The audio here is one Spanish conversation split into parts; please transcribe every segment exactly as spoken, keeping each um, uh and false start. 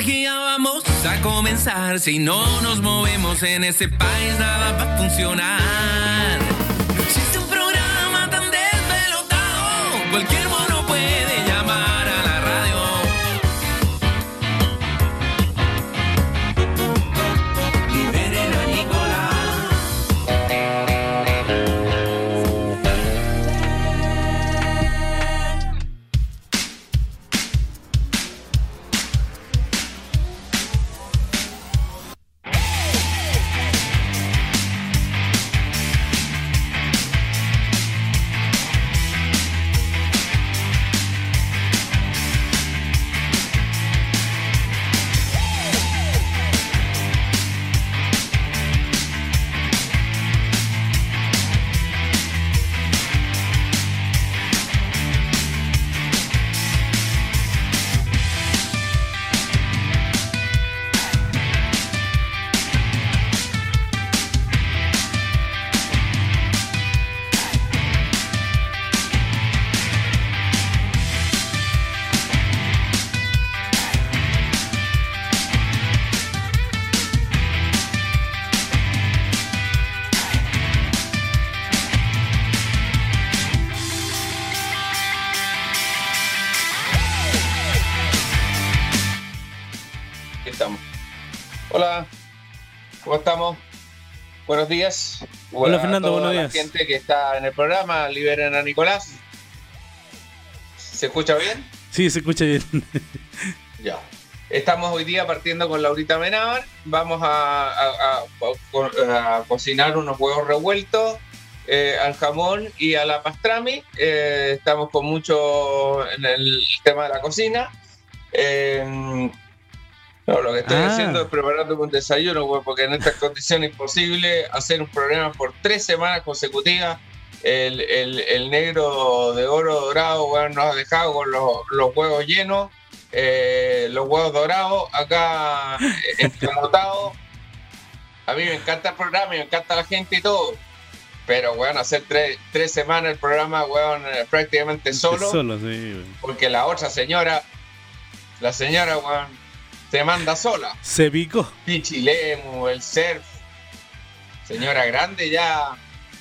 energía vamos a comenzar. Si no nos movemos en ese país, nada va a funcionar. No existe un programa tan desvelotado. Cualquier mono puede llamar a la radio. Liberen a Nicolás. Hola, ¿cómo estamos? Buenos días. Hola Fernando, buenos días. A toda la gente que está en el programa, liberen a Nicolás. ¿Se escucha bien? Sí, se escucha bien. Ya. Estamos hoy día partiendo con Laurita Menábar. Vamos a, a, a, a cocinar unos huevos revueltos eh, al jamón y a la pastrami. Eh, estamos con mucho en el tema de la cocina. Eh, No, lo que estoy ah. haciendo es preparando un desayuno, güey, porque en estas condiciones es imposible hacer un programa por tres semanas consecutivas. El, el, el negro de oro dorado, güey, nos ha dejado con los, los huevos llenos, eh, los huevos dorados acá encamotados. A mí me encanta el programa, me encanta la gente y todo, pero, güey, hacer tres, tres semanas el programa, güey, prácticamente solo, solo sí, porque la otra señora, la señora, güey, se manda sola. Se picó. Pichilemu, el surf. Señora grande ya.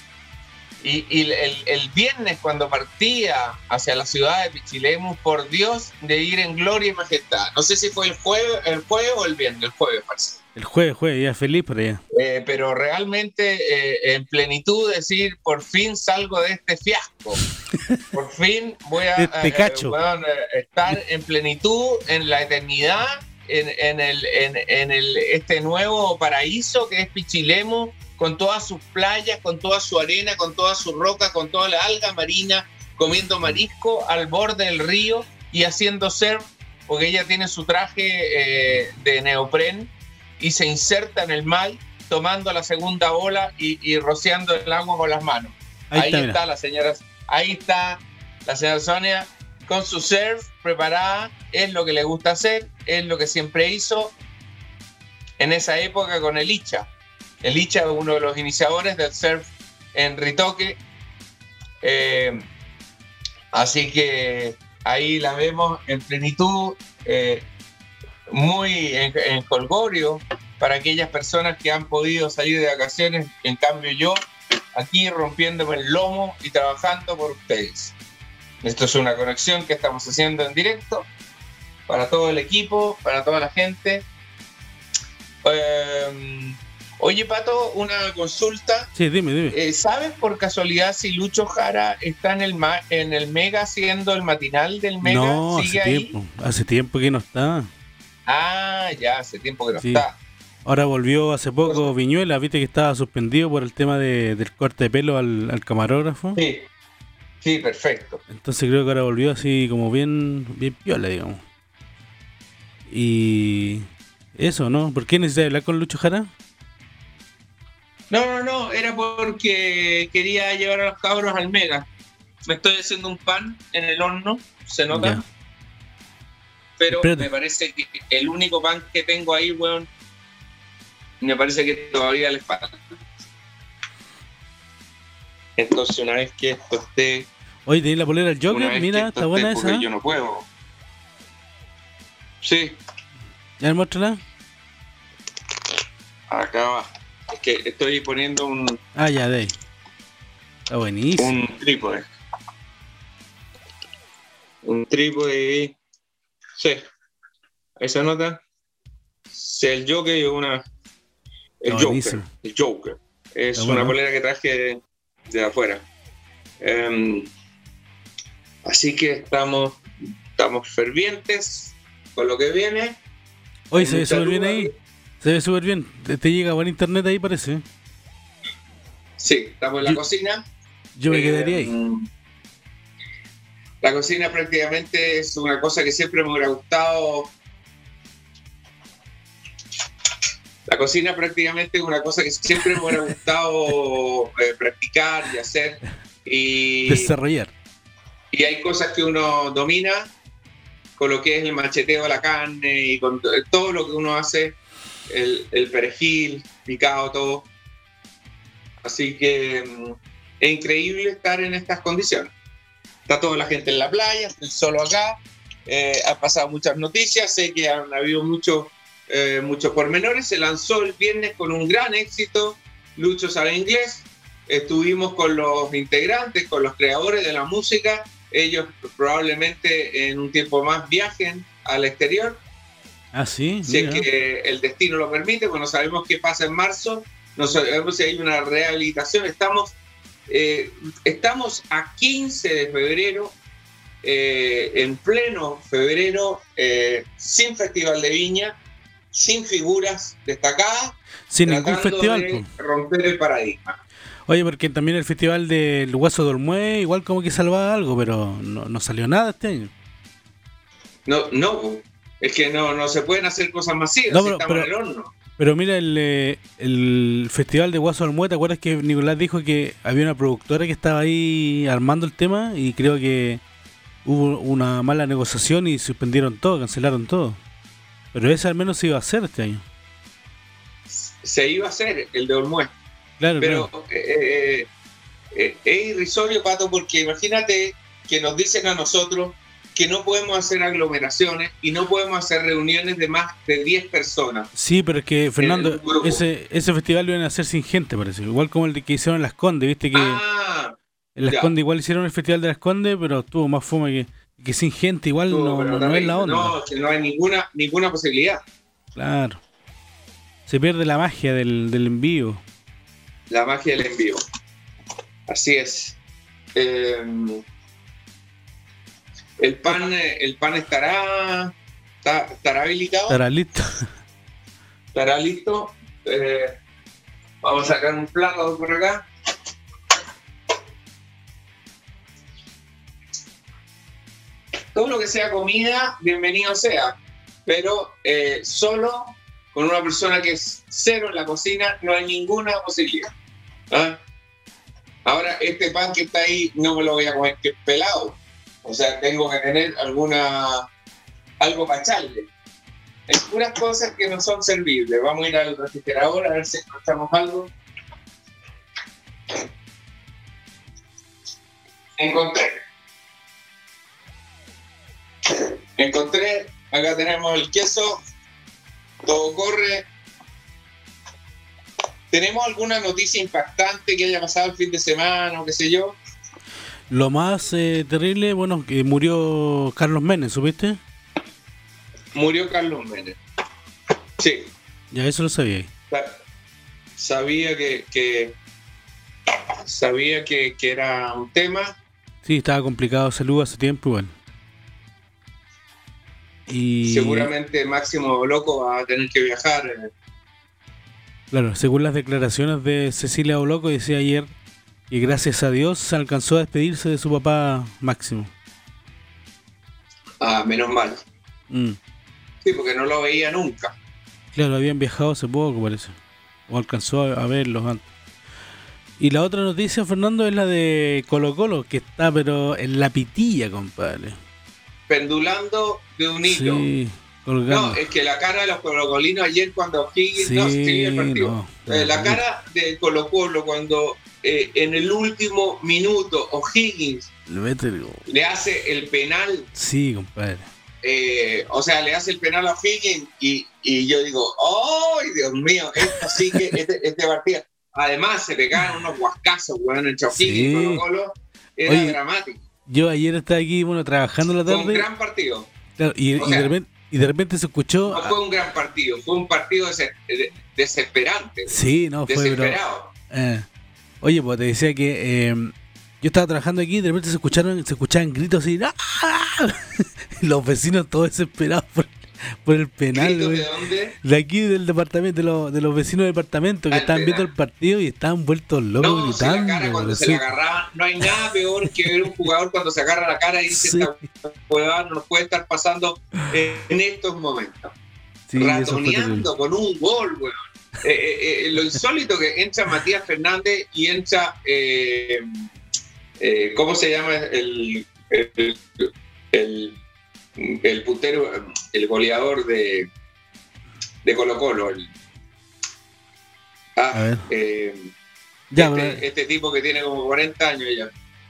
Y, y el, el viernes cuando partía hacia la ciudad de Pichilemu, por Dios, de ir en gloria y majestad. No sé si fue el jueves, el jueves o el viernes, el jueves parece. El jueves, jueves, ya feliz por allá. Eh, pero realmente eh, en plenitud decir, por fin salgo de este fiasco. Por fin voy a este cacho. Eh, bueno, estar en plenitud, en la eternidad. En, en, el, en, en el, este nuevo paraíso que es Pichilemu, con todas sus playas, con toda su arena, con toda su roca, con toda la alga marina, comiendo marisco al borde del río y haciendo surf, porque ella tiene su traje eh, de neopren y se inserta en el mar tomando la segunda ola y, y rociando el agua con las manos. Ahí, ahí está, está la señora, ahí está la señora Sonia con su surf preparada, es lo que le gusta hacer, es lo que siempre hizo en esa época con el Icha. El Icha es uno de los iniciadores del surf en Ritoque. Eh, así que ahí la vemos en plenitud, eh, muy en, en jolgorio para aquellas personas que han podido salir de vacaciones. En cambio yo, aquí rompiéndome el lomo y trabajando por ustedes. Esto es una conexión que estamos haciendo en directo para todo el equipo, para toda la gente. Eh, oye, Pato, una consulta. Sí, dime, dime. Eh, ¿Sabes por casualidad si Lucho Jara está en el, ma- en el Mega haciendo el matinal del Mega? No, ¿Sigue hace ahí? tiempo. Hace tiempo que no está. Ah, ya, hace tiempo que no sí. está. Ahora volvió hace poco Viñuela, viste que estaba suspendido por el tema de, del corte de pelo al, al camarógrafo. Sí. Sí, perfecto. Entonces creo que ahora volvió así como bien, bien piola, digamos. Y eso, ¿no? ¿Por qué necesitas hablar con Lucho Jara? No, no, no, era porque quería llevar a los cabros al Mega. Me estoy haciendo un pan en el horno, se nota. Ya. Pero Espérate. Me parece que el único pan que tengo ahí, weón, me parece que todavía les falta. Entonces una vez que esto esté... Oye, ¿tenés la polera del Joker? Mira, está buena esa. Yo no puedo. Sí. ¿Ya muéstrala? Acá va. Es que estoy poniendo un... Ah, ya, de ahí. Está buenísimo. Un trípode. Un trípode. Sí. ¿Esa nota? Sí, el Joker es una... El Joker. Buenísimo. El Joker. Es Está una bueno. polera que traje de, de afuera. Um, así que estamos, estamos fervientes con lo que viene. Oye, se ve Un súper bien saludo. ahí. Se ve súper bien. Te, te llega buen internet ahí, parece. Sí, estamos en la Yo- cocina. Yo me Eh, quedaría ahí. La cocina prácticamente es una cosa que siempre me hubiera gustado. La cocina prácticamente es una cosa que siempre me hubiera gustado eh, practicar y hacer. Y, Desarrollar. y hay cosas que uno domina con lo que es el macheteo de la carne y con to- todo lo que uno hace, el, el perejil, picado, todo. Así que mm, es increíble estar en estas condiciones. Está toda la gente en la playa, estoy solo acá. Eh, han pasado muchas noticias, sé que han habido muchos eh, muchos pormenores. Se lanzó el viernes con un gran éxito Lucho Sabe Inglés. Estuvimos con los integrantes, con los creadores de la música. Ellos probablemente en un tiempo más viajen al exterior, Ah, sí. si es Mira. que el destino lo permite. Bueno, sabemos qué pasa en marzo, no sabemos si hay una rehabilitación. Estamos, eh, estamos a quince de febrero, eh, en pleno febrero, eh, sin Festival de Viña, sin figuras destacadas, Sin ningún tratando festival. de Po. romper el paradigma. Oye, porque también el festival del Hueso de Olmué, igual como que salvaba algo, pero no, no salió nada este año. No, no, es que no, no se pueden hacer cosas masivas, No, si pero- estamos pero- en el horno. Pero mira, el, eh, el festival de Hueso de Olmué, ¿te acuerdas que Nicolás dijo que había una productora que estaba ahí armando el tema? Y creo que hubo una mala negociación y suspendieron todo, cancelaron todo. Pero ese al menos se iba a hacer este año. Se iba a hacer el de Olmué. Claro, Pero claro. eh, eh, es irrisorio, Pato, porque imagínate que nos dicen a nosotros que no podemos hacer aglomeraciones y no podemos hacer reuniones de más de diez personas. Sí, pero es que, Fernando, un grupo. ese, ese festival lo iban a hacer sin gente, parece. Igual como el de que hicieron en Las Condes, viste que Ah, en Las ya. Condes igual hicieron el festival de Las Condes, pero estuvo más fome que, que sin gente, igual tú, no, pero no, no también- es la onda. No, que no hay ninguna, ninguna posibilidad. Claro. Se pierde la magia del, del envío. La magia del envío. Así es. Eh, el pan, eh, el pan estará, está- estará habilitado. Estará listo. Estará listo. Eh, vamos a sacar un plato por acá. Todo lo que sea comida, bienvenido sea. Pero eh, solo con una persona que es cero en la cocina no hay ninguna posibilidad. ¿Ah? Ahora, este pan que está ahí no me lo voy a comer, que es pelado. O sea, tengo que tener alguna algo para echarle. Hay puras cosas que no son servibles. Vamos a ir al refrigerador a ver si encontramos algo. Encontré. Encontré. Acá tenemos el queso. Todo corre. ¿Tenemos alguna noticia impactante que haya pasado el fin de semana o qué sé yo? Lo más eh, terrible, bueno, que murió Carlos Menem, ¿supiste? Murió Carlos Menem. Sí. Ya eso lo sabía ahí. Sa- Sabía que, que sabía que, que era un tema. Sí, estaba complicado de salud hace tiempo igual. Y Seguramente Máximo Loco va a tener que viajar. eh, claro, según las declaraciones de Cecilia Oloco, decía ayer que gracias a Dios se alcanzó a despedirse de su papá Máximo. Ah, menos mal. Mm. Sí, porque no lo veía nunca. Claro, habían viajado hace poco, parece. O alcanzó a, a verlos antes. Y la otra noticia, Fernando, es la de Colo Colo, que está pero en la pitilla, compadre. Pendulando de un hilo. Sí, colgando. No, es que la cara de los colocolinos ayer cuando Higgins Sí, no, sí, el partido. no, Eh, no, la no. cara de Colo Colo cuando eh, en el último minuto O'Higgins Le mete el gol. le hace el penal Sí, compadre. eh, o sea, le hace el penal a O'Higgins y, y yo digo, ¡ay, Dios mío! Esto sí que, este, este partido. Además, se pegaban unos guascazos, weón, entre O'Higgins y Colo Colo. Era Oye, dramático. Yo ayer estaba aquí, bueno, trabajando la tarde. Fue un gran partido. Claro, y, y, sea, de repente, y de repente se escuchó... No fue un gran partido, fue un partido des, des, desesperante. Sí, no, fue... Desesperado. Pero, eh, oye, pues te decía que... Eh, yo estaba trabajando aquí y de repente se escucharon, se escuchaban gritos así, ¡ah! Los vecinos todos desesperados por, por el penal. ¿Gritos de dónde? De aquí del departamento, de los, de los vecinos del departamento que Al estaban penal. viendo el partido y estaban vueltos locos no, gritando. Si la cara cuando se sí. le agarraban, no hay nada peor que ver un jugador cuando se agarra la cara y dice, sí. esta huevada no nos puede estar pasando en estos momentos. Sí, ratoneando con un gol, weón. Eh, eh, eh, lo insólito que entra Matías Fernández y entra... Eh, Eh, ¿Cómo se llama el, el, el, el puntero, el goleador de, de Colo Colo? El, ah, eh, ya, este, bueno. este tipo que tiene como cuarenta años ya.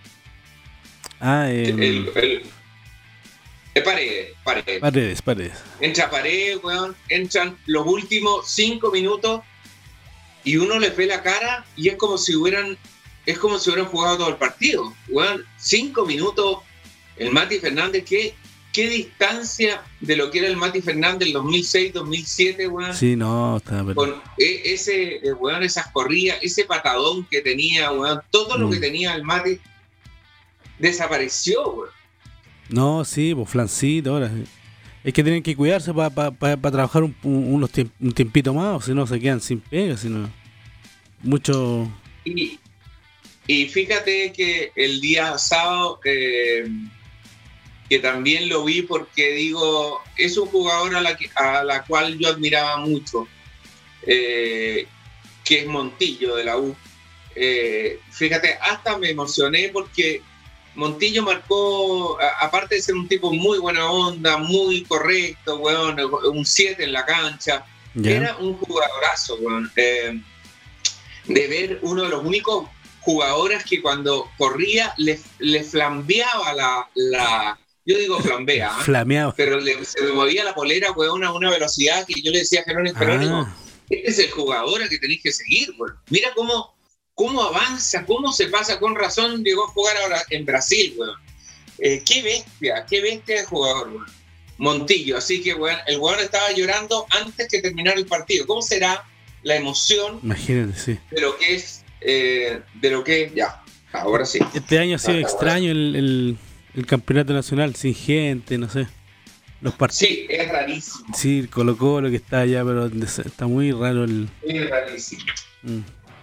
Ah, el... el, el, el Paredes, Paredes. Paredes, Paredes. Entra Paredes, weón. Entran los últimos cinco minutos y uno les ve la cara y es como si hubieran... Es como si hubieran jugado todo el partido. Bueno, cinco minutos, el Mati Fernández, ¿qué, qué distancia de lo que era el Mati Fernández del dos mil seis, dos mil siete, weón? Sí, no, está bien. Con ese, weón, esas corridas, ese patadón que tenía, weón, todo mm. lo que tenía el Mati desapareció, weón. No, sí, pues flancito, ahora. Es que tienen que cuidarse para pa, pa, pa trabajar un, un, unos tiemp, un tiempito más, o si no se quedan sin pega, si no. Mucho. Y, Y fíjate que el día sábado, eh, que también lo vi porque digo, es un jugador a la, que, a la cual yo admiraba mucho, eh, que es Montillo de la U. Eh, fíjate, hasta me emocioné porque Montillo marcó, a, aparte de ser un tipo muy buena onda, muy correcto, weón, un siete en la cancha, yeah. Era un jugadorazo, weón. Eh, de ver uno de los únicos jugadoras que cuando corría le, le flambeaba la, la... Yo digo flambea, ¿eh? Flameaba. Pero le, se me movía la polera, weón, a una velocidad que yo le decía a Jerónimo, Jerónimo, ah. este es el jugador que tenéis que seguir, weón. Mira cómo, cómo avanza, cómo se pasa, con razón llegó a jugar ahora en Brasil, weón. Eh, qué bestia, qué bestia de jugador, weón. Montillo, así que, weón, el weón estaba llorando antes que terminar el partido. ¿Cómo será la emoción? Imagínate, sí. De lo que es Eh, de lo que ya, ahora sí. Este año ha sido ah, extraño el, el, el campeonato nacional, sin gente, no sé. Los part- sí, es rarísimo. Sí, Colo Colo que está allá, pero está muy raro el. Es rarísimo. Mm.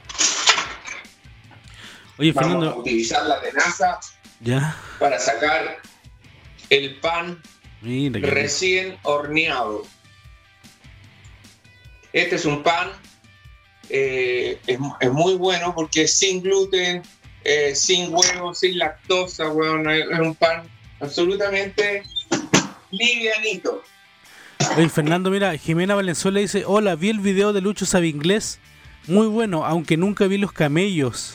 Oye, Vamos Fernando. a utilizar la tenaza ya para sacar el pan Mira, recién horneado. Este es un pan. Eh, es, es muy bueno porque es sin gluten, eh, sin huevo, sin lactosa, bueno, es, es un pan absolutamente livianito. Oye, Fernando, mira, Jimena Valenzuela dice, hola, vi el video de Lucho Sabinglés, muy bueno, aunque nunca vi los camellos.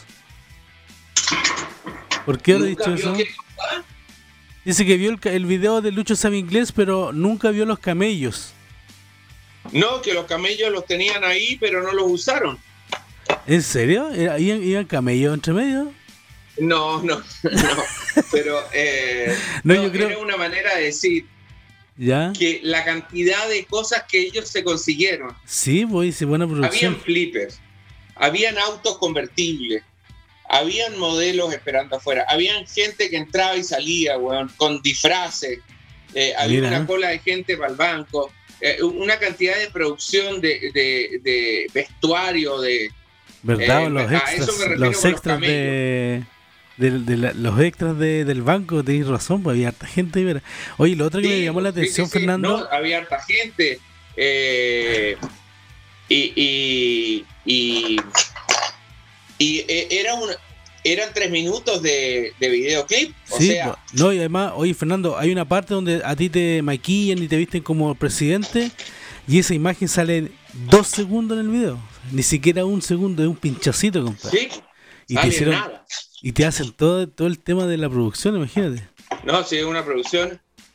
¿Por qué habrá dicho eso? Que... Dice que vio el, el video de Lucho Sabinglés, pero nunca vio los camellos. No, que los camellos los tenían ahí, pero no los usaron. ¿En serio? ¿Iban, iban camellos entre medio? No, no, no. Pero eh, no, no, yo creo... era una manera de decir ¿ya? Que la cantidad de cosas que ellos se consiguieron. Sí, pues, buena producción. Habían flippers, habían autos convertibles, habían modelos esperando afuera, habían gente que entraba y salía, weón, con disfraces, eh, había Mira. una cola de gente para el banco. Eh, una cantidad de producción de, de, de vestuario, de verdad, eh, los extras, los extras los de, de, de la, los extras de, del banco, tenéis razón, pues había harta gente. Mira. Oye, lo otro que sí, me llamó la atención, sí, sí, Fernando, no, había harta gente eh, y y, y y y era un eran tres minutos de, de videoclip, o sí, sea... No, y además, oye, Fernando, hay una parte donde a ti te maquillan y te visten como presidente y esa imagen sale dos segundos en el video. Ni siquiera un segundo, es un pinchacito, compadre. Sí, y te hicieron nada. Y te hacen todo, todo el tema de la producción, imagínate. No, sí, es una producción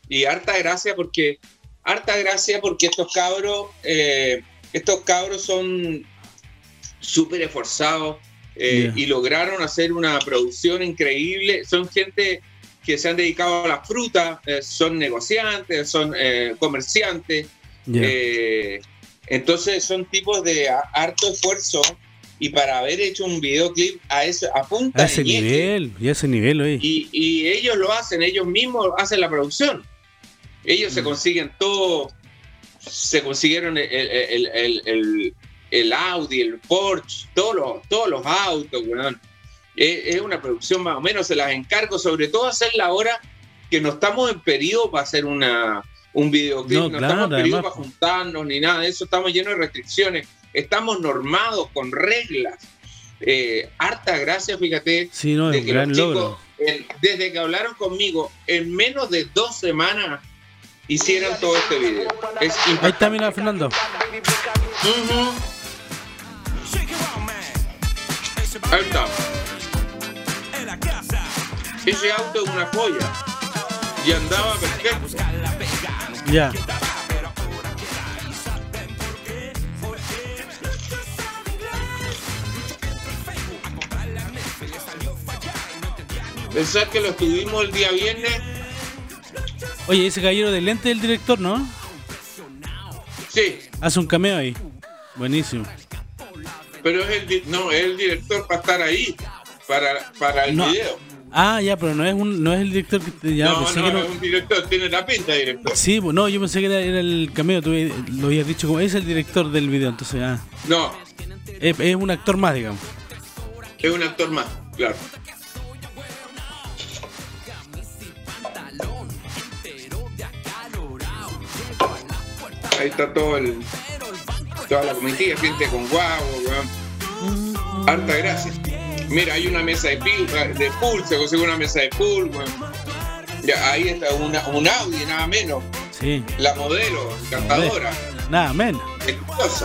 y harta gracia porque harta gracia porque estos cabros eh, estos cabros son súper esforzados eh, yeah. y lograron hacer una producción increíble. Son gente que se han dedicado a la fruta, eh, son negociantes, son eh, comerciantes, yeah. eh, entonces son tipos de harto esfuerzo. Y para haber hecho un videoclip a, eso, a punta a ese de nivel, y a ese nivel, oye. Y, y ellos lo hacen, ellos mismos hacen la producción. Ellos mm. se consiguen todo, se consiguieron el, el, el, el, el Audi, el Porsche, todos los, todos los autos, weón. Es, es una producción más o menos, se las encargo, sobre todo hacerla ahora que no estamos en periodo para hacer una, un videoclip, no, no claro, estamos en periodo además, para juntarnos ni nada de eso, estamos llenos de restricciones. Estamos normados con reglas. Eh, harta gracia, fíjate, sí, no, de que gran los chicos, logro. En, desde que hablaron conmigo, en menos de dos semanas hicieran todo este video. Es ahí está, mira, Fernando. Uh-huh. Ahí está. Ese auto es una joya. Y andaba perfecto. Ya. Yeah. Pensar que lo estuvimos el día viernes. Oye, ese caballero de lente del director, ¿no? Sí. Hace un cameo ahí. Buenísimo. Pero es el no, es el director para estar ahí, para, para el no. video. Ah, ya, pero no es un no es el director que ya, no, pensé no, que no es un director, tiene la pinta de director. Sí, no, yo pensé que era, era el cameo, tú lo habías dicho como es el director del video, entonces ah. No. Es, es un actor más, digamos. Es un actor más, claro. Ahí está todo el toda la comitiva, gente con guagua, weón. Harta gracia. Mira, hay una mesa de, pool, de pool, se consigue una mesa de pool, weón. Ya, ahí está una, un Audi, nada menos. Sí. La modelo, encantadora. Nada menos. Exitosa.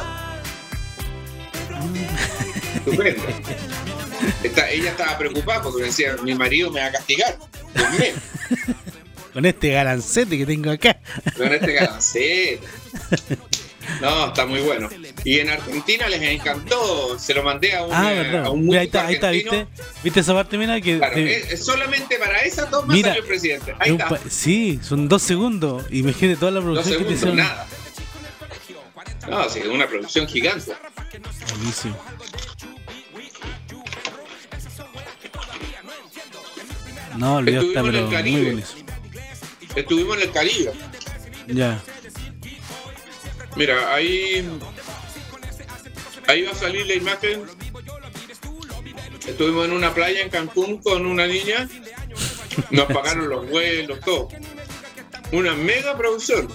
Estupendo. Está, ella estaba preocupada porque me decía, mi marido me va a castigar. Dios mío. Con este galancete que tengo acá. Con este galancete. No, está muy bueno. Y en Argentina les encantó. Se lo mandé a un, ah, eh, a un músico ahí está, ahí está, ¿viste? ¿Viste esa parte, mira? Que claro, te... es, solamente para esas dos más salió el presidente. Ahí está. Pa... Sí, son dos segundos. Imagínate toda la producción dos que segundos, te hicieron. Nada. No, sí, es una producción gigante. Buenísimo. No, olvidaste, pero muy buenísimo. Estuvimos en el Caribe. Ya. Mira, ahí ahí va a salir la imagen. Estuvimos en una playa en Cancún con una niña. Nos pagaron los vuelos, todo. Una mega producción.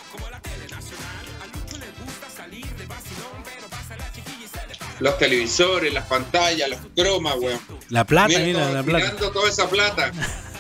Los televisores, las pantallas, los cromas, weón. La plata, mira, mira la plata. Tirando toda esa plata.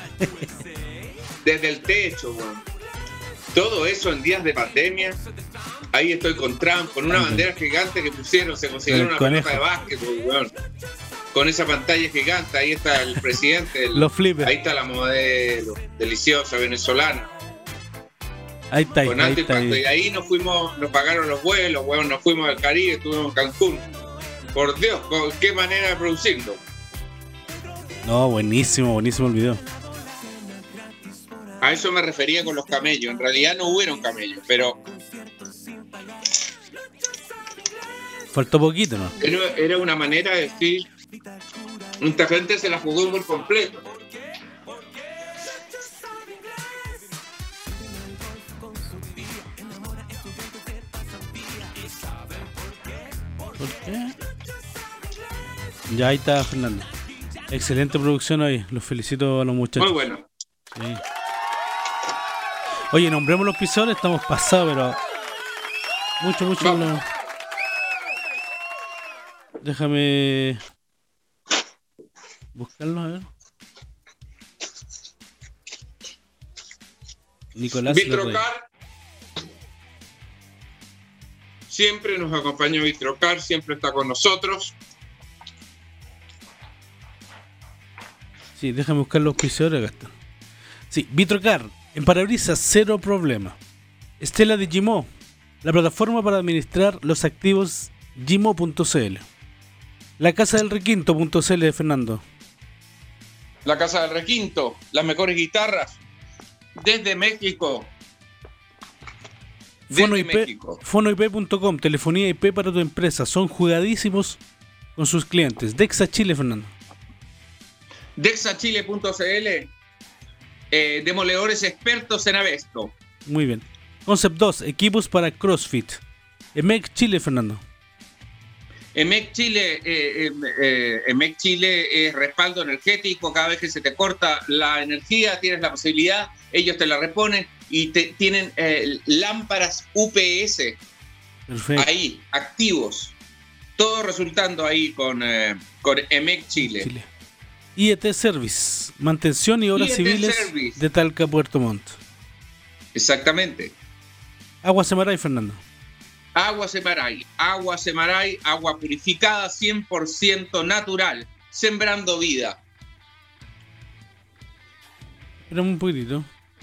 Desde el techo, weón. Todo eso en días de pandemia. Ahí estoy con Trump, con una bandera gigante que pusieron, se consiguieron una pelota de básquetbol, weón. Con esa pantalla gigante, ahí está el presidente. El, Los flippers. Ahí está la modelo, deliciosa, venezolana. Ahí está, con ahí alto está. Impacto. Y ahí nos fuimos, nos pagaron los vuelos, weón, nos fuimos al Caribe, estuvimos en Cancún. Por Dios, qué manera de producirlo. No, buenísimo, buenísimo el video. A eso me refería con los camellos. En realidad no hubieron camellos, pero faltó poquito, ¿no? Era, era una manera de decir, esta gente se la jugó muy completo. ¿Por qué? Ya ahí está Fernando. Excelente producción hoy. Los felicito a los muchachos. Muy bueno. Sí. Oye, nombremos los pisones, estamos pasados, pero mucho, mucho. No. Déjame buscarlos, a ver. Nicolás Vitrocar. Siempre nos acompaña Vitrocar, siempre está con nosotros. Sí, déjame buscar los pisones, acá están. Sí, Vitrocar. En parabrisas, cero problema. Estela de Gimo, la plataforma para administrar los activos gimo punto cl. La Casa del Requinto punto cl de Fernando. La Casa del Requinto, las mejores guitarras desde México. Fono I P, fono I P punto com, telefonía I P para tu empresa. Son jugadísimos con sus clientes. Dexa Chile, Fernando. Dexa Chile punto cl, eh, demoledores expertos en Abesto. Muy bien. Concept dos, equipos para CrossFit. E M E C Chile, Fernando. E M E C Chile, eh, eh, eh, E M E C Chile es respaldo energético. Cada vez que se te corta la energía, tienes la posibilidad, ellos te la reponen y te, tienen eh, lámparas U P S. Perfecto. Ahí, activos. Todo resultando ahí con, eh, con E M E C Chile. Chile. I E T Service, mantención y obras I E T civiles Service. De Talca a Puerto Montt. Exactamente. Agua Semaray, Fernando. Agua Semaray, agua Semaray, agua purificada, cien por ciento natural, sembrando vida. Esperamos un poquitito.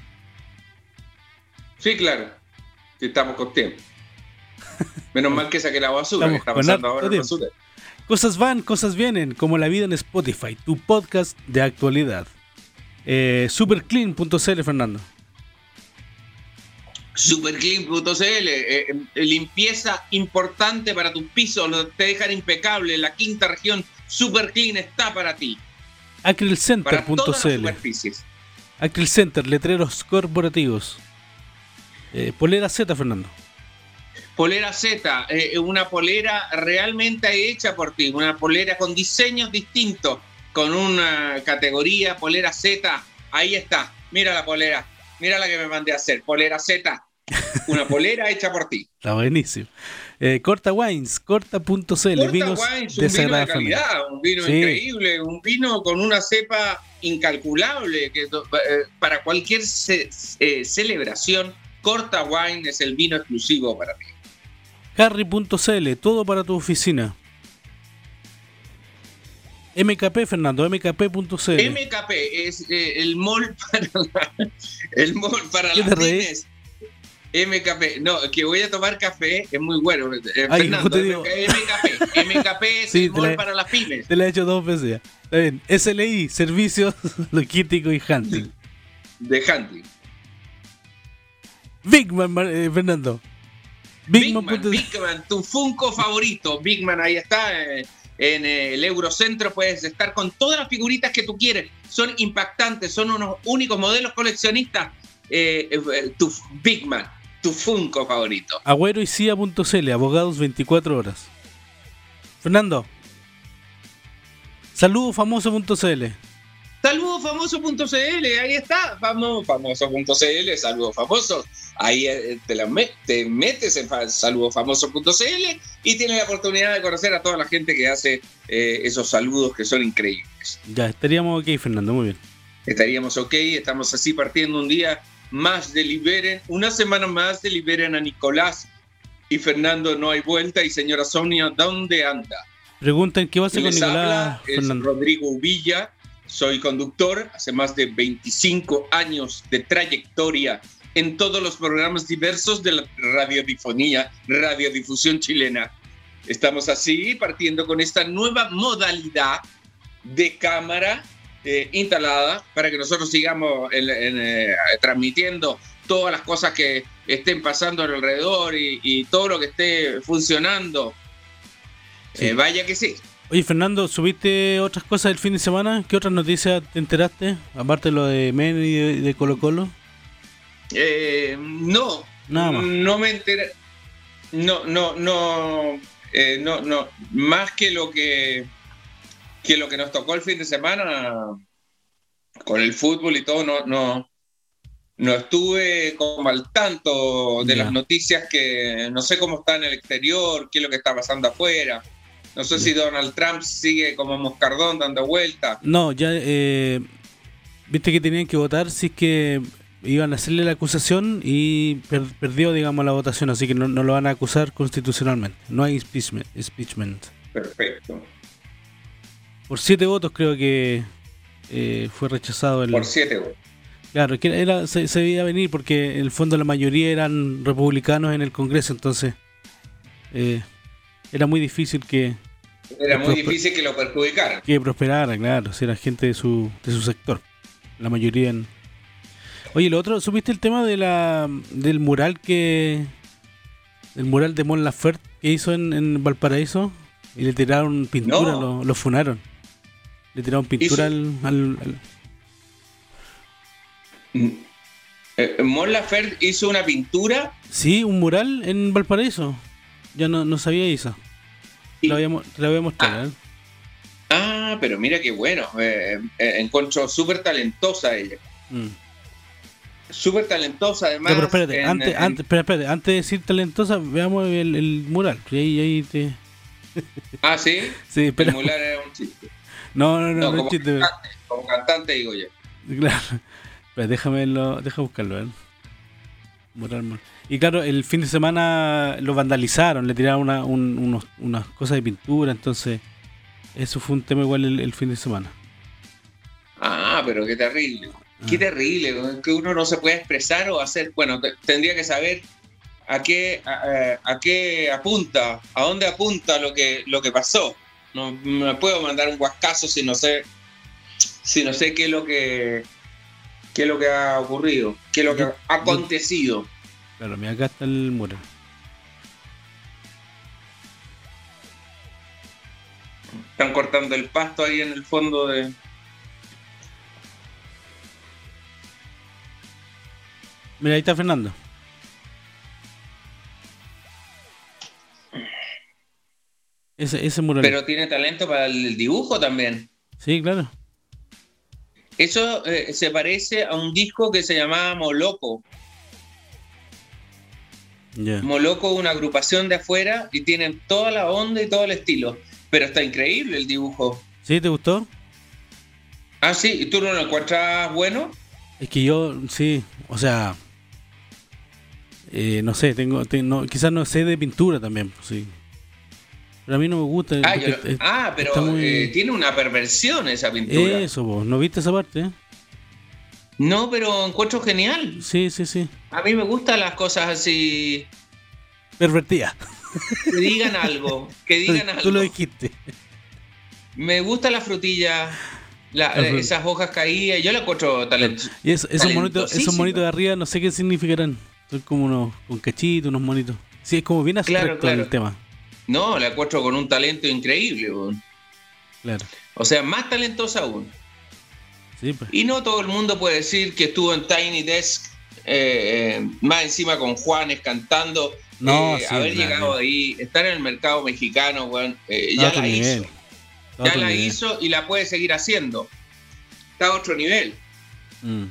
Sí, claro, que estamos con tiempo. Menos mal que saqué la basura, que está pasando ahora la basura. Cosas van, cosas vienen, como la vida en Spotify, tu podcast de actualidad. Eh, superclean punto cl, Fernando. Superclean punto cl, eh, eh, limpieza importante para tus pisos, te dejan impecable. La quinta región, Superclean está para ti. Acrylcenter punto cl. Acrylcenter, letreros corporativos. Eh, polera Z, Fernando. Polera Z, eh, una polera realmente hecha por ti, una polera con diseños distintos, con una categoría polera Z. Ahí está, mira la polera. Mira la que me mandé a hacer, polera Z. Una polera hecha por ti. Está buenísimo. Eh, Corta Wines, corta punto cl. Corta vinos Wines, un vino de calidad, un vino sí. increíble, un vino con una cepa incalculable. Que, eh, para cualquier ce- eh, celebración, Corta Wine es el vino exclusivo para ti. Harry punto cl, todo para tu oficina. M K P, Fernando, M K P punto cl. M K P es eh, el mall para la, el mall para las pymes. M K P, no, que voy a tomar café, es muy bueno. Eh, Ay, Fernando, te digo. M K P, M K P es sí, el mall la, para las pymes. Te lo he hecho dos veces ya. Está bien. S L I, Servicios Logísticos y Hunting. De Hunting. Bigman, eh, Fernando. Bigman, Bigman, Bigman, tu Funko favorito. Bigman, ahí está. Eh, En el Eurocentro puedes estar con todas las figuritas que tú quieres. Son impactantes, son unos únicos modelos coleccionistas. Eh, eh, tu Bigman, tu Funko favorito. Agüero y C I A punto cl, abogados veinticuatro horas. Fernando. Saludo famoso punto cl. Saludo famoso punto cl, ahí está. famoso punto cl, saludos famosos. Ahí te, la met, te metes en saludo famoso punto cl y tienes la oportunidad de conocer a toda la gente que hace eh, esos saludos que son increíbles. Ya, estaríamos ok, Fernando, muy bien. Estaríamos ok, estamos así partiendo un día más de Liberen, una semana más de Liberen a Nicolás y Fernando, no hay vuelta. Y señora Sonia, ¿dónde anda? Preguntan qué va a hacer con Les Nicolás, habla, Fernando. Es Rodrigo Uvilla, soy conductor, hace más de veinticinco años de trayectoria en todos los programas diversos de la radiodifonía, radiodifusión chilena. Estamos así partiendo con esta nueva modalidad de cámara eh, instalada para que nosotros sigamos en, en, eh, transmitiendo todas las cosas que estén pasando alrededor y, y todo lo que esté funcionando. Sí. Eh, vaya que sí. Oye, Fernando, ¿subiste otras cosas del fin de semana? ¿Qué otras noticias te enteraste? Aparte de lo de Men y de, de Colo Colo. Eh, no, Nada más. no me enteré. No, no, no, eh, no, no. Más que lo que que lo que nos tocó el fin de semana con el fútbol y todo, no, no, no estuve como al tanto de yeah. las noticias que no sé cómo está en el exterior, qué es lo que está pasando afuera. No sé yeah. si Donald Trump sigue como moscardón dando vueltas. No, ya eh, viste que tenían que votar si es que iban a hacerle la acusación y per- perdió, digamos, la votación, así que no, no lo van a acusar constitucionalmente. No hay impeachment. impeachment. Perfecto. Por siete votos creo que eh, fue rechazado el... Por siete votos. Claro, que era, se, se veía venir porque en el fondo la mayoría eran republicanos en el Congreso, entonces eh, era muy difícil que... Era que muy prosper- difícil que lo perjudicaran. Que prosperara, claro, si era gente de su, de su sector. La mayoría en... Oye, lo otro, ¿supiste el tema de la del mural que... el mural de Mon Laferte que hizo en, en Valparaíso? Y le tiraron pintura, No. lo, lo funaron. Le tiraron pintura al, al- al- Eh, Mon Laferte hizo una pintura Sí, un mural en Valparaíso. Ya no, no sabía eso. Te y- la voy a, mo- te la voy a mostrar. Ah. ¿eh? Ah, pero mira qué bueno. Eh, eh, encuentro súper talentosa ella. Mm. Súper talentosa además. Ya, pero espérate, en- antes, en- antes, espera, espérate, antes de decir talentosa, veamos el, el mural. Y ahí, ahí te... Ah, sí. Sí, El espera. mural era un chiste. No, no, no, No, no, es como, chiste. cantante, como cantante digo yo. Claro. Espera, déjame, lo, deja buscarlo, ¿eh? Mural, mural. Y claro, el fin de semana lo vandalizaron, le tiraron una, un- unos, unas cosas de pintura, entonces eso fue un tema igual el, el fin de semana. Ah, pero qué terrible. Qué Ah. terrible. Que uno no se puede expresar o hacer. Bueno, te- tendría que saber a qué a, a qué apunta, a dónde apunta lo que lo que pasó. No me puedo mandar un guascazo si no sé si no sé qué es lo que qué es lo que ha ocurrido, qué es lo que Yo- ha acontecido. Claro, mira, acá está el mural. Están cortando el pasto ahí en el fondo de. Mira, ahí está Fernando. Ese, ese mural. Pero tiene talento para el dibujo también. Sí, claro. Eso eh, se parece a un disco que se llamaba Moloco. Ya. Moloco es una agrupación de afuera y tienen toda la onda y todo el estilo. Pero está increíble el dibujo. ¿Sí? ¿Te gustó? Ah, sí, ¿y tú no lo encuentras bueno? Es que yo, sí, o sea, eh, no sé, tengo, te- no, quizás no sé de pintura también, sí. Pero a mí no me gusta. Ah, porque yo lo- es- ah, pero está muy- eh, tiene una perversión esa pintura. Eso, vos, ¿no viste esa parte? eh? No, pero encuentro genial. Sí, sí, sí. A mí me gustan las cosas así, Pervertida. que digan algo, que digan Tú lo algo. dijiste. Me gusta la frutilla, la- La frut- esas hojas caídas, yo la encuentro talento. Y eso- esos monitos, esos Talentosísima. monitos de arriba, no sé qué significarán. Son como unos, con cachitos, unos monitos. Sí, es como bien abstracto Claro, claro. el tema. No, la encuentro con un talento increíble, weón. Claro. O sea, más talentosa aún. Sí, pues. Y no todo el mundo puede decir que estuvo en Tiny Desk, eh, eh, más encima con Juanes cantando. No, eh, sí, haber claro. llegado ahí, estar en el mercado mexicano, weón, eh, Está a ya otro la nivel. hizo. Está a Ya otro la nivel. hizo y la puede seguir haciendo. Está a otro nivel. Mm.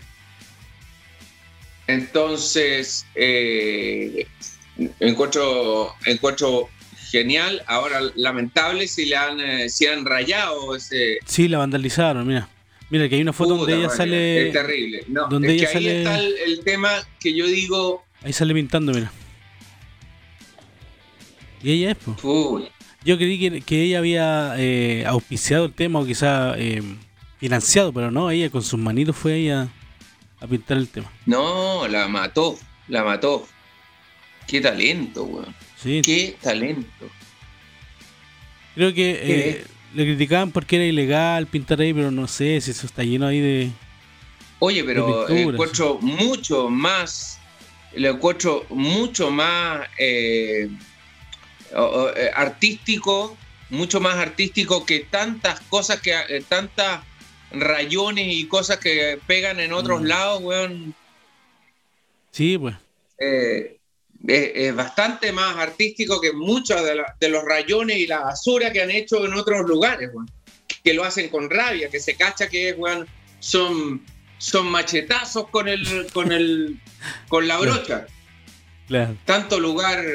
Entonces, eh, encuentro, encuentro genial. Ahora, lamentable si le han, eh, si han rayado ese. Sí, la vandalizaron, mira. Mira, que hay una foto Puta donde ella madre, sale. Es terrible. No, donde es que ella ahí sale- está el, el tema que yo digo. Ahí sale pintando, mira. Y ella es, pues. Uy, Yo creí que, que ella había eh, auspiciado el tema o quizá eh, financiado, pero no, ella con sus manitos fue ahí a, a pintar el tema. no, la mató. La mató. Qué talento, weón. Sí, Qué talento. creo que ¿Qué? eh, le criticaban porque era ilegal pintar ahí, pero no sé si eso está lleno ahí de... Oye, pero De pintura, encuentro mucho más, lo encuentro mucho más eh, o- o, eh, artístico, mucho más artístico que tantas cosas que, eh, tantas rayones y cosas que pegan en otros Mm. lados, weón. Sí, pues. Eh, es, es bastante más artístico que muchos de, la- de los rayones y la basura que han hecho en otros lugares, weón. Que lo hacen con rabia, que se cacha que weón, son, son machetazos con el, con el, con la brocha. Claro. Tanto lugar.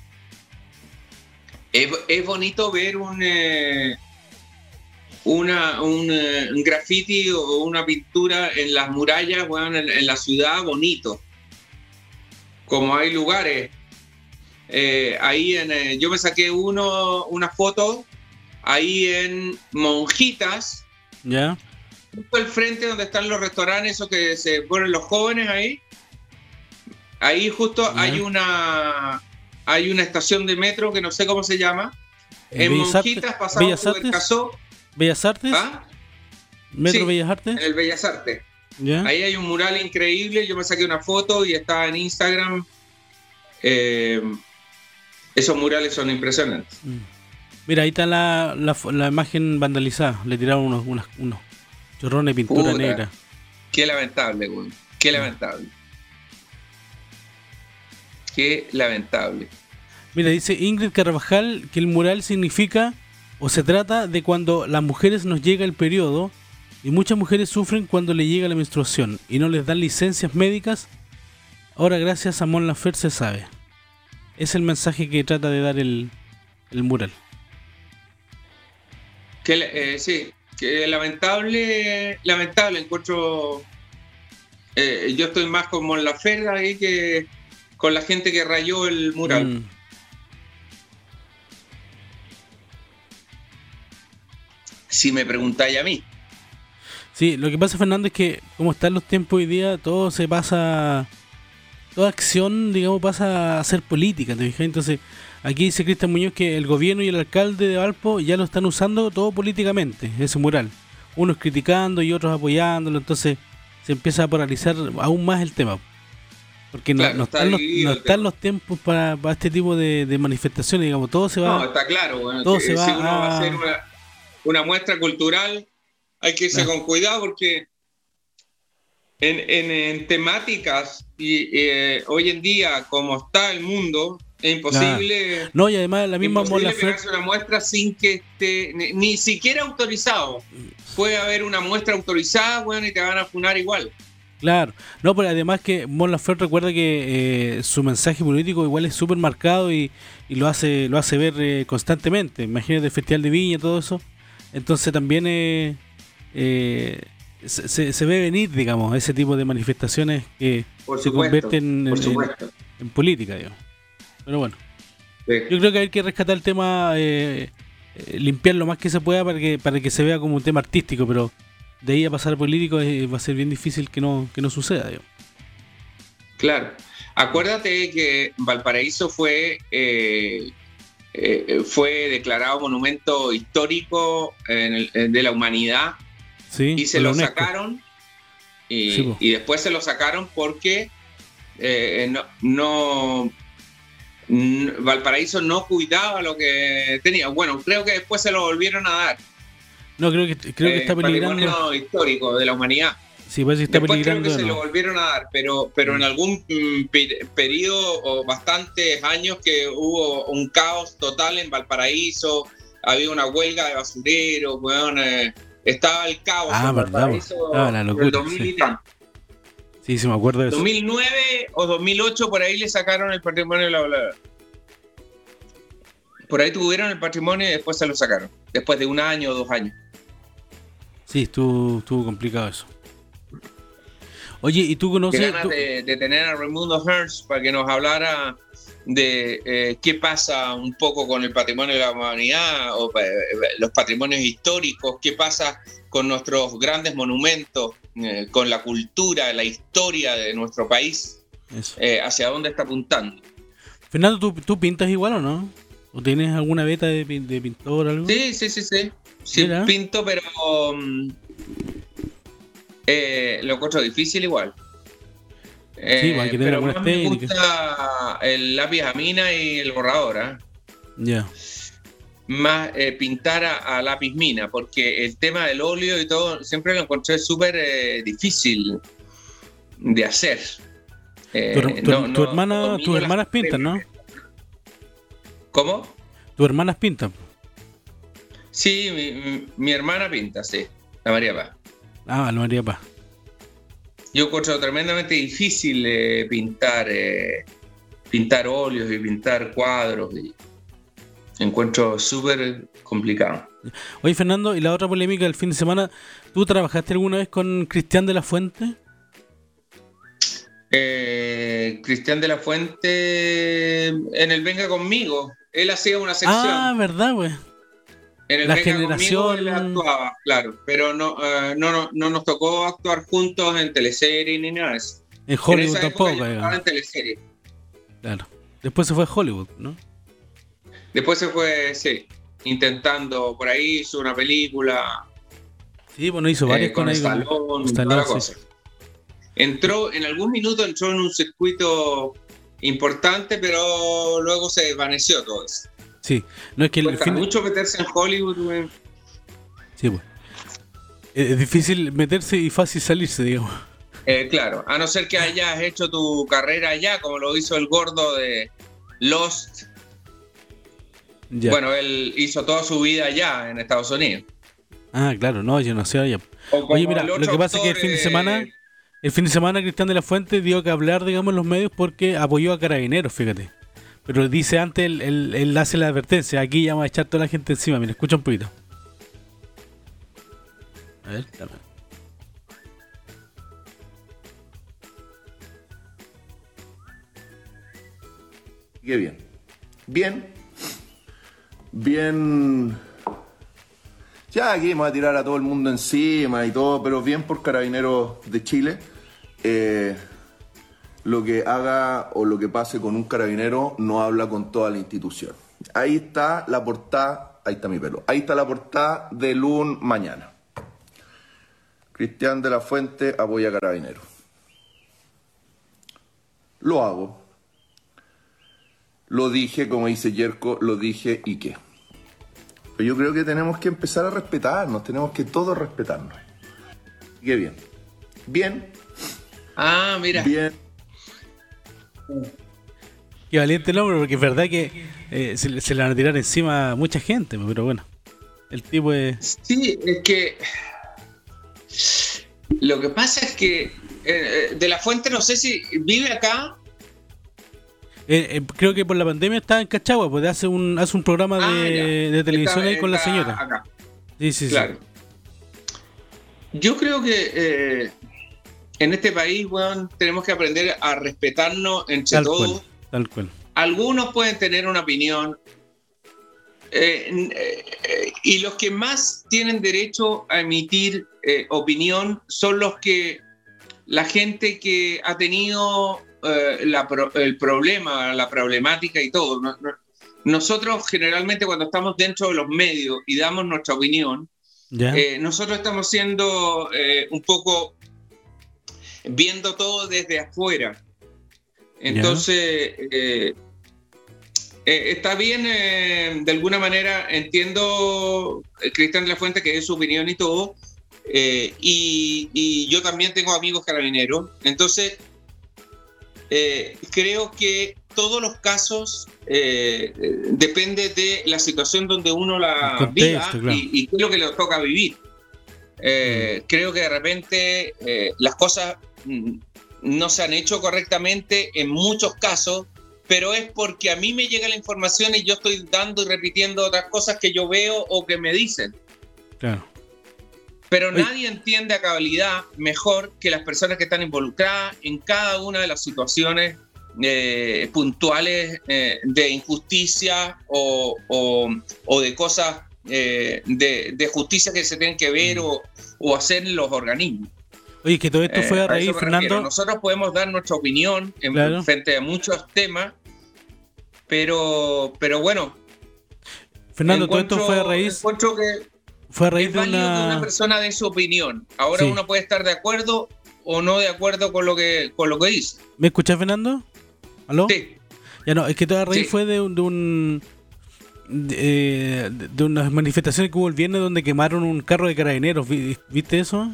Es, es bonito ver un eh, una, un, eh, un graffiti o una pintura en las murallas, weón, en, en la ciudad, bonito. Como hay lugares. eh, ahí en, eh, yo me saqué uno, una foto ahí en Monjitas, ¿Ya? justo al frente donde están los restaurantes, esos que se ponen los jóvenes ahí. Ahí justo ¿Ya? hay una hay una estación de metro que no sé cómo se llama. ¿En En Bellas Artes? Monjitas, pasado ¿Bellas por el Artes? Casó. ¿Bellas Artes? ¿Ah? ¿Metro Sí, Bellas Artes? en el Bellas Artes. ¿Ya? Ahí hay un mural increíble. Yo me saqué una foto y está en Instagram. Eh, esos murales son impresionantes. Mm. Mira, ahí está la, la, la imagen vandalizada. Le tiraron unos, unos, unos chorrones de pintura Puta. negra. Qué lamentable, güey. Qué lamentable. Qué lamentable. Mira, dice Ingrid Carvajal que el mural significa o se trata de cuando las mujeres nos llega el periodo y muchas mujeres sufren cuando le llega la menstruación y no les dan licencias médicas. Ahora gracias a Mon Laferte se sabe. Es el mensaje que trata de dar el, el mural. Que, eh, sí, que lamentable, lamentable encuentro. Eh, yo estoy más con Mon Laferte ahí que con la gente que rayó el mural. Mm. Si me preguntáis a mí. Sí, lo que pasa, Fernando, es que como están los tiempos hoy día, todo se pasa, toda acción, digamos, pasa a ser política, ¿te fijas? Entonces, aquí dice Cristian Muñoz que el gobierno y el alcalde de Valpo ya lo están usando todo políticamente, ese mural. Unos criticando y otros apoyándolo, entonces se empieza a polarizar aún más el tema. Porque no, Claro, no está están, los, dividido no el están tema. los tiempos para, para este tipo de, de manifestaciones, digamos, todo se va... No, está claro. Bueno, todo que se va si uno va a a- hacer una, una muestra cultural, hay que irse Ah. con cuidado porque en, en, en temáticas y eh, hoy en día, como está el mundo, es imposible, No, y además la misma Mon imposible Laferte... pegarse una muestra sin que esté ni, ni siquiera autorizado. Puede haber una muestra autorizada, bueno, y te van a funar igual. Claro, no, pero además que Mon Laferte recuerda que eh, su mensaje político igual es súper marcado y, y lo hace lo hace ver eh, constantemente. Imagínate el Festival de Viña, todo eso. Entonces también eh, eh, se, se- se ve venir, digamos, ese tipo de manifestaciones que Por se supuesto, convierten en, por en- supuesto. en política, digamos. Pero bueno, Sí. yo creo que hay que rescatar el tema, eh, eh, limpiar lo más que se pueda para que para que se vea como un tema artístico, pero de ahí a pasar a político eh, va a ser bien difícil que no que no suceda, digamos. Claro. Acuérdate que Valparaíso fue, eh, eh, fue declarado monumento histórico en el- de la humanidad Sí, y se por la lo UNESCO. sacaron y, Sí, po. y después se lo sacaron porque eh, no, no n- Valparaíso no cuidaba lo que tenía. Bueno, creo que después se lo volvieron a dar. No, creo que creo que Eh, está peligrando. patrimonio histórico de la humanidad. Sí, parece que está Después creo peligrando. que se ¿no? lo volvieron a dar, pero, pero en algún mm, pe- periodo o bastantes años que hubo un caos total en Valparaíso, había una huelga de basureros, weón, eh, estaba el caos Ah, en verdad, Valparaíso ah, la locura, del dos mil sí. y tanto. Sí, sí, me acuerdo de eso. dos mil nueve o dos mil ocho, por ahí le sacaron el patrimonio de la bla- Por ahí tuvieron el patrimonio y después se lo sacaron, después de un año o dos años. Sí, estuvo, estuvo complicado eso. Oye, ¿y tú Qué conoces? ganas tú- de, de tener a Raimundo Hertz para que nos hablara de eh, qué pasa un poco con el patrimonio de la humanidad o eh, los patrimonios históricos, qué pasa con nuestros grandes monumentos, eh, con la cultura, la historia de nuestro país, Eso. eh, hacia dónde está apuntando. Fernando, ¿tú, ¿tú pintas igual o no? ¿O tienes alguna beta de, pin- de pintor o algo? Sí, sí, sí, sí. Sí, Mira. pinto, pero um, eh, lo encuentro difícil igual. Eh, Sí, igual hay que tener pero algunas más me técnicas. gusta el lápiz a mina y el borrador, ¿eh? Ya. Más eh, pintar a, a lápiz mina, porque el tema del óleo y todo siempre lo encontré súper eh, difícil de hacer. Eh, Tu, her- tu- no- tu no hermana, domino tus las hermanas pintan, ¿no? ¿Cómo? Tus hermanas pintan. Sí, mi, mi- mi hermana pinta, sí, la María Paz. Ah, la María Paz. Yo encuentro tremendamente difícil eh, pintar eh, pintar óleos y pintar cuadros. Y encuentro súper complicado. Oye, Fernando, y la otra polémica del fin de semana, ¿tú trabajaste alguna vez con Cristian de la Fuente? Eh, Cristian de la Fuente en el Venga Conmigo, él hacía una sección. Ah, verdad, güey. En el La Venga generación- Conmigo él actuaba, claro, pero no, eh, no, no, no nos tocó actuar juntos en teleseries ni nada de eso. En En Hollywood esa época tampoco, él actuaba digamos. en teleseries. Claro. Después se fue a Hollywood, ¿no? Después se fue, sí, intentando, por ahí hizo una película Sí, bueno, hizo varias eh, con ahí, Stallone, toda Stallone, la sí. cosa. Entró, en algún minuto entró en un circuito importante, pero luego se desvaneció todo eso. Sí, no es que el Cuesta fin... mucho meterse en Hollywood, güey. Sí, pues. Es es difícil meterse y fácil salirse, digamos. Eh, claro, a no ser que hayas hecho tu carrera allá, como lo hizo el gordo de Lost. Ya. Bueno, él hizo toda su vida allá en Estados Unidos. Ah, claro, no, yo no sé allá. O como Oye, mira, el lo otro que pasa es que el actor, fin de eh, semana, el fin de semana Cristian de la Fuente dio que hablar, digamos, en los medios porque apoyó a Carabineros, fíjate. Pero dice antes, él, él, él hace la advertencia, aquí ya va a echar toda la gente encima. Mira, escucha un poquito. A ver, dame. Qué bien. Bien. Bien. Ya aquí vamos a tirar a todo el mundo encima y todo, pero bien por Carabineros de Chile. Eh, lo que haga o lo que pase con un carabinero no habla con toda la institución. Ahí está la portada, ahí está mi pelo, ahí está la portada del un mañana. Cristian de la Fuente apoya a Carabineros. Lo hago. Lo dije, como dice Yerko, lo dije y qué. Pero yo creo que tenemos que empezar a respetarnos, tenemos que todos respetarnos. Qué bien. Bien, Ah, mira. bien. Qué valiente el hombre, porque es verdad que eh, se, le- se le van a tirar encima a mucha gente, pero bueno. El tipo es... Sí, es que lo que pasa es que eh, eh, de la Fuente no sé si vive acá. eh, eh, creo que por la pandemia está en Cachagua, pues hace un, hace un programa de, Ah, ya. de televisión Está- ahí con la está señora. acá. Sí, sí, sí. Claro. Yo creo que eh, en este país, weón, tenemos que aprender a respetarnos entre Tal todos. cual, tal cual. Algunos pueden tener una opinión eh, eh, y los que más tienen derecho a emitir eh, opinión son los que la gente que ha tenido eh, la pro- el problema, la problemática y todo. No- no- Nosotros generalmente cuando estamos dentro de los medios y damos nuestra opinión, ¿Ya? eh, nosotros estamos siendo eh, un poco viendo todo desde afuera. Entonces, eh, eh, está bien, eh, de alguna manera entiendo, eh, Cristian de la Fuente, que es su opinión y todo, eh, y, y yo también tengo amigos carabineros. Entonces, eh, creo que todos los casos eh, eh, depende de la situación donde uno la El contexto, viva claro. y, y qué es lo que le toca vivir. Eh, Creo que de repente eh, las cosas mm, no se han hecho correctamente en muchos casos, pero es porque a mí me llega la información y yo estoy dando y repitiendo otras cosas que yo veo o que me dicen. Claro. Pero Oye. nadie entiende a cabalidad mejor que las personas que están involucradas en cada una de las situaciones eh, puntuales eh, de injusticia o, o, o de cosas eh, de, de justicia que se tienen que ver o, o hacer los organismos. Oye, que todo esto Eh, fue a a raíz, eso me refiero. Fernando. Nosotros podemos dar nuestra opinión en Claro. frente a muchos temas, pero, pero bueno. Fernando, todo esto encuentro- fue a raíz, encuentro que fue a raíz es de válido que una una... persona dé su opinión. Ahora Sí. uno puede estar de acuerdo o no de acuerdo con lo que, con lo que dice. ¿Me escuchás, Fernando? ¿Aló? Sí. Ya no, es que toda raíz Sí. fue de un... De, un de, eh, de unas manifestaciones que hubo el viernes donde quemaron un carro de carabineros. ¿Vi- ¿Viste eso?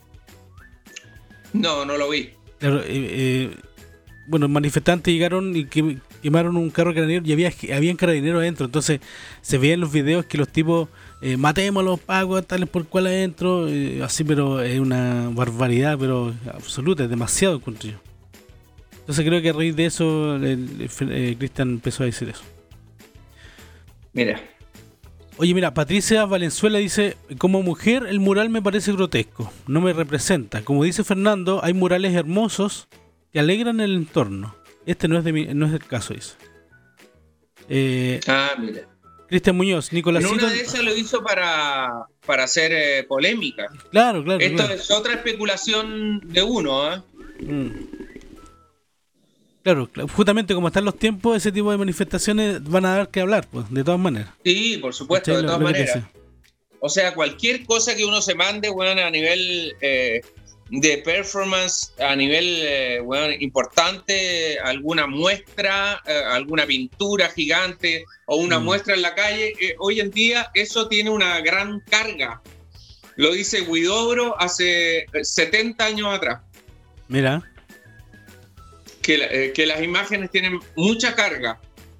No, no lo vi. Claro, eh, eh, bueno, manifestantes llegaron y que- quemaron un carro de carabineros y había habían carabineros adentro. Entonces se veían los videos que los tipos eh, matemos a los pagos, tales por cual adentro, eh, así, pero es una barbaridad, pero absoluta, es demasiado, encuentro yo. Entonces creo que a raíz de eso, el- el- eh, Cristian empezó a decir eso. Mira. Oye, mira, Patricia Valenzuela dice, como mujer el mural me parece grotesco, no me representa. Como dice Fernando, hay murales hermosos que alegran el entorno. Este no es de mi, no es el caso, dice. Eh, Ah, mira. Cristian Muñoz, En Nicolásito. una de esas lo hizo para, para hacer eh, polémica. Claro, claro. Esto claro. es otra especulación de uno, ¿eh? Mm. Claro, cl- justamente como están los tiempos, ese tipo de manifestaciones van a dar que hablar, pues, de todas maneras. Sí, por supuesto, ¿Cachai? de Lo- todas lo que te maneras. decía. O sea, cualquier cosa que uno se mande, bueno, a nivel eh, de performance, a nivel eh, bueno, importante, alguna muestra, eh, alguna pintura gigante o una Mm. muestra en la calle, eh, hoy en día eso tiene una gran carga. Lo dice Huidobro hace setenta años atrás, Mira, que, la- eh, que las imágenes tienen mucha carga.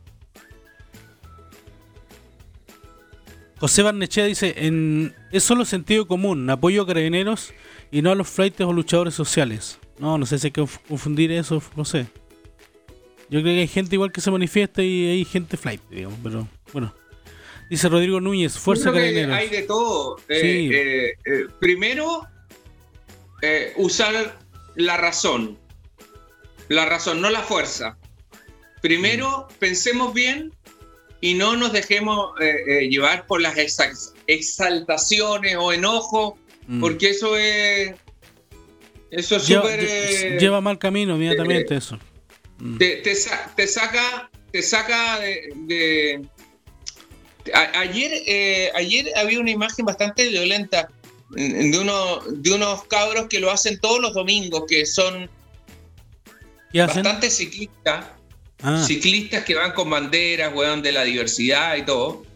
José Barnechea dice, en, es solo sentido común, apoyo a carabineros y no a los flaites o luchadores sociales. No, no sé si hay que conf- confundir eso, no sé. Yo creo que hay gente igual que se manifiesta y hay gente flight, digamos, pero bueno. Dice Rodrigo Núñez, Fuerza Yo creo que Carabineros. hay de todo. Eh, Sí. eh, eh, primero, eh, usar la razón. La razón, no la fuerza. Primero, pensemos bien y no nos dejemos eh, eh, llevar por las exa- exaltaciones o enojos, Mm. porque eso es eso es lleva, súper lle- eh, lleva mal camino inmediatamente eso. Mm. te, te sa- te saca te saca de, de- a- ayer eh, ayer había una imagen bastante violenta mm, de uno de unos cabros que lo hacen todos los domingos, que son ¿Qué hacen? bastante ciclistas. Ah, Ciclistas que van con banderas, weón, de la diversidad y todo.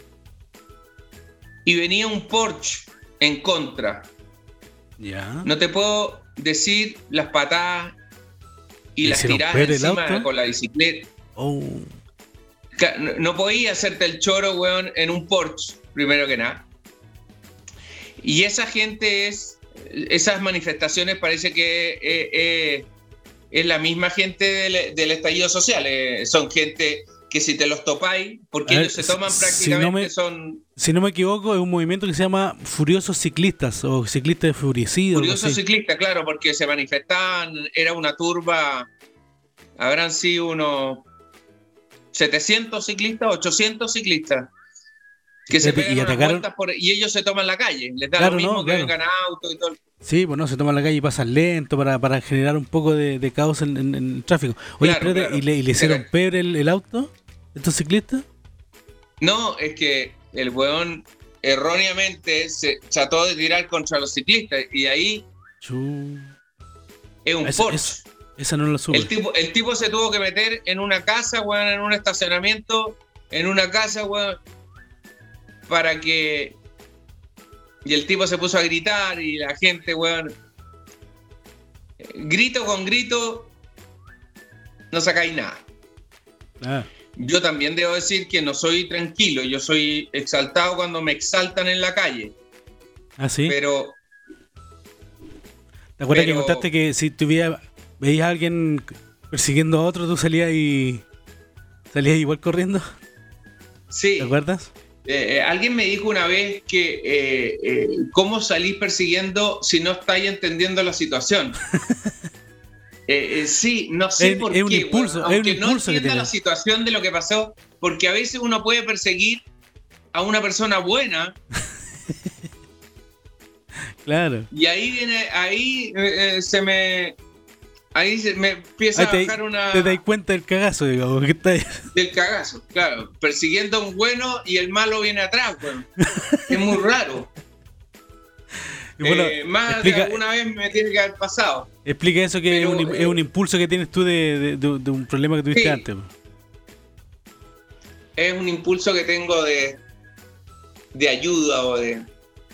Y venía un Porsche en contra. ya. No te puedo decir las patadas y ¿Le las hicieron tiradas peor el encima auto? con la bicicleta. Oh, Ca- No, no podía hacerte el choro, weón, en un Porsche, primero que nada. Y esa gente es... Esas manifestaciones parece que eh, eh, es la misma gente del, del estallido social. eh, son gente que si te los topáis, porque A ver, ellos se toman si- prácticamente, si no me- son si no me equivoco, es un movimiento que se llama Furiosos Ciclistas o Ciclistas Enfurecidos. algo curiosos así. ciclistas, claro, porque se manifestaban, era una turba, habrán sido unos setecientos ciclistas, ochocientos ciclistas, que se Y pegan unas atacaron- vueltas por, y ellos se toman la calle, les da Claro, lo mismo no, que claro. vengan autos y todo. Sí, pues no, se toman la calle y pasan lento para, para generar un poco de, de caos en, en- en el tráfico. Oye, Claro, espérate, claro. ¿y le, y le hicieron Pero- peor el, el auto? ¿Estos ciclistas? No, es que el weón erróneamente se trató de tirar contra los ciclistas y ahí Chu. es un Esa, Porsche. esa- esa no la supe. El tipo, el tipo se tuvo que meter en una casa, weón, en un estacionamiento, en una casa, weón, para que... Y el tipo se puso a gritar y la gente, weón, grito con grito, no sacáis nada. Ah, Yo también debo decir que no soy tranquilo, yo soy exaltado cuando me exaltan en la calle, ah, sí. pero ¿Te acuerdas pero- que contaste que si tuviera, veías a alguien persiguiendo a otro, tú salías y salías igual corriendo? sí. ¿Te acuerdas? Eh, eh, alguien me dijo una vez que eh, eh, cómo salís persiguiendo si no estáis entendiendo la situación. Eh, eh, sí, no sé Es- por es un qué. impulso, weón, es un aunque no impulso que entienda tiene. la situación de lo que pasó, porque a veces uno puede perseguir a una persona buena Claro. y ahí viene, ahí eh, eh, se me, ahí se me empieza Ahí a te, bajar una te das cuenta del cagazo, digamos, que está ahí. del cagazo, claro, persiguiendo a un bueno y el malo viene atrás, weón. Es muy raro. Y bueno, Eh, más explica, de alguna vez me tiene que haber pasado. explica eso que pero, es, un, eh, es un impulso que tienes tú de, de- de- de un problema que tuviste Sí. antes. Es un impulso que tengo de, de ayuda o de,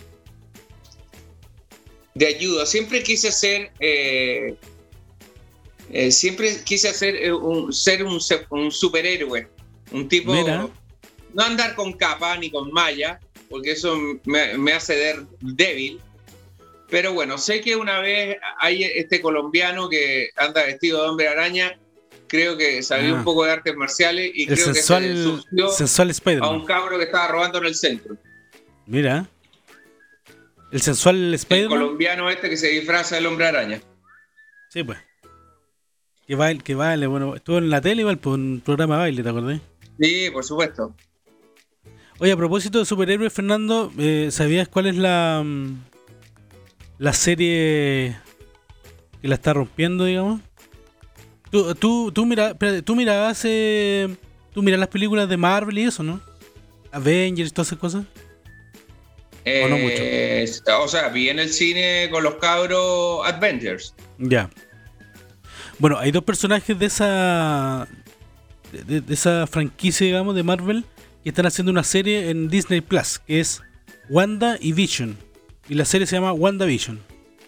de ayuda. Siempre quise ser, eh, eh, siempre quise ser, eh, un, ser un, se- un superhéroe, un tipo, Mira. no andar con capa ni con malla, porque eso me, me hace der- débil. Pero bueno, sé que una vez hay este colombiano que anda vestido de hombre araña, creo que sabía Ah. un poco de artes marciales y El creo que se sensual, surgió sensual a Spider-Man. un cabro que estaba robando en el centro. Mira. El sensual El Spider-Man. colombiano este que se disfraza del hombre araña. Sí, pues. Que baile, que baile, bueno, estuvo en la tele igual, por un programa de baile, ¿te acordás? Sí, por supuesto. Oye, a propósito de superhéroes, Fernando, eh, ¿sabías cuál es la mm, la serie que la está rompiendo, digamos? Tú, tú, tú mira, espérate, tú mirabas, eh, tú miras las películas de Marvel y eso, ¿no? Avengers, todas esas cosas. Eh, ¿O no mucho? O sea, vi en el cine con los cabros Avengers. Ya. Bueno, hay dos personajes de esa de, de esa franquicia, digamos, de Marvel, que están haciendo una serie en Disney Plus, que es Wanda y Vision. Y la serie se llama WandaVision.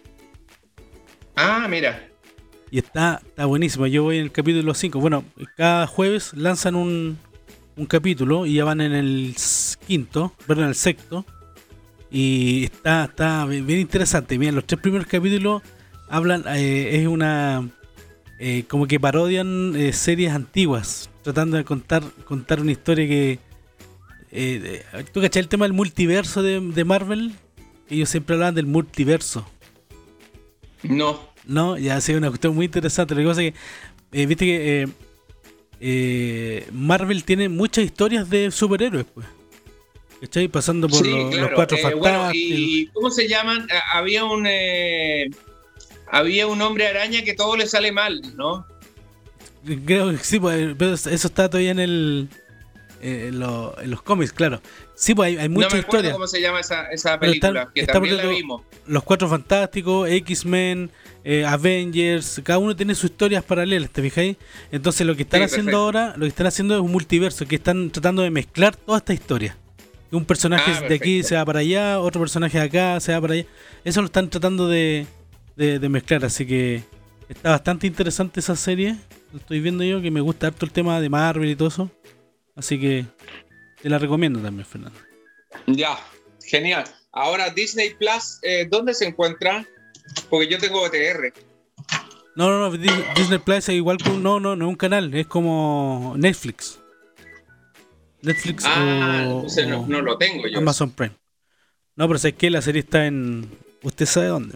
Ah, mira. Y está, está buenísima. Yo voy en el capítulo cinco. Bueno, cada jueves lanzan un, un capítulo y ya van en el quinto, perdón, en el sexto. Y está, está bien interesante. Miren, los tres primeros capítulos hablan, eh, es una... Eh, como que parodian eh, series antiguas, tratando de contar contar una historia que... Eh, ¿Tú cachai el tema del multiverso de, de Marvel? Ellos siempre hablaban del multiverso. No. No, ya ha sido una cuestión muy interesante. Lo que pasa es que, eh, viste que eh, eh, Marvel tiene muchas historias de superhéroes, pues. ¿Cachai? Pasando por sí, lo, claro. los cuatro eh, fantásticos. Bueno, ¿y cómo se llaman? Había un... Eh... Había un hombre araña que todo le sale mal, ¿no? Creo que sí, pues, pero eso está todavía en el eh, en, lo, en los cómics, claro. Sí, pues hay, hay muchas historias. No me acuerdo historias. cómo se llama esa, esa película, están, que está también la los, vimos. Los Cuatro Fantásticos, X-Men, eh, Avengers, cada uno tiene sus historias paralelas, ¿te fijáis? Entonces lo que están Sí, haciendo perfecto. ahora, lo que están haciendo es un multiverso, que están tratando de mezclar toda esta historia. Un personaje Ah, de aquí perfecto. se va para allá, otro personaje de acá se va para allá. Eso lo están tratando de, de, de mezclar, así que está bastante interesante esa serie. Lo estoy viendo yo, que me gusta harto el tema de Marvel y todo eso. Así que te la recomiendo también, Fernando. Ya, genial. Ahora Disney Plus, eh, ¿dónde se encuentra? Porque yo tengo O T R. No, no, no, Dis- Disney Plus es igual que un... No, no, no es un canal, es como Netflix. Netflix Ah, o, entonces no, o no lo tengo yo. Amazon Prime. No, pero sabes que la serie está en... ¿Usted sabe dónde?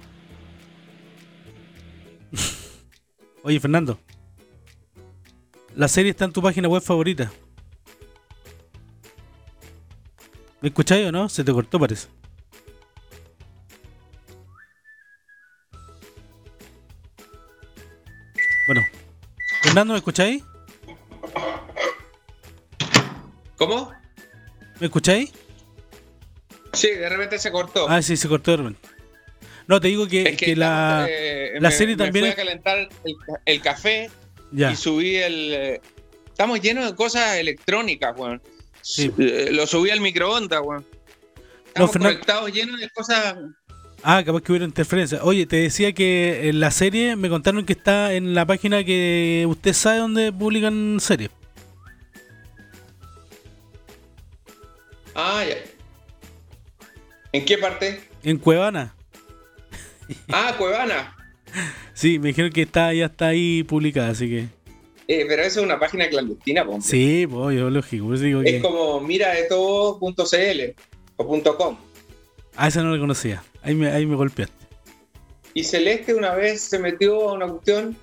Oye, Fernando. La serie está en tu página web favorita. ¿Me escucháis o no? Se te cortó, parece. Bueno. Fernando, ¿me escucháis? ¿Cómo? ¿Me escucháis? Sí, de repente se cortó. Ah, sí, se cortó de repente. No, te digo que, es que, que la, estamos, eh, la me, serie me también fui es... a calentar el, el café Ya. y subí el... eh, estamos llenos de cosas electrónicas, weón. Sí. Eh, Lo subí al microondas, weón. No, Estamos Fernando- conectados llenos de cosas... Ah, capaz que hubiera interferencia. Oye, te decía que en la serie me contaron que está en la página que usted sabe dónde publican series. Ah, ya. ¿En qué parte? En Cuevana. Ah, Cuevana. Sí, me dijeron que está ya está ahí publicada, así que... Eh, pero eso es una página clandestina, po. Sí, pues, yo lógico. Por eso digo que... Es como mira de todo punto c l o punto .com. Ah, esa no la conocía. Ahí me, ahí me golpeaste. Y Celeste una vez se metió a una cuestión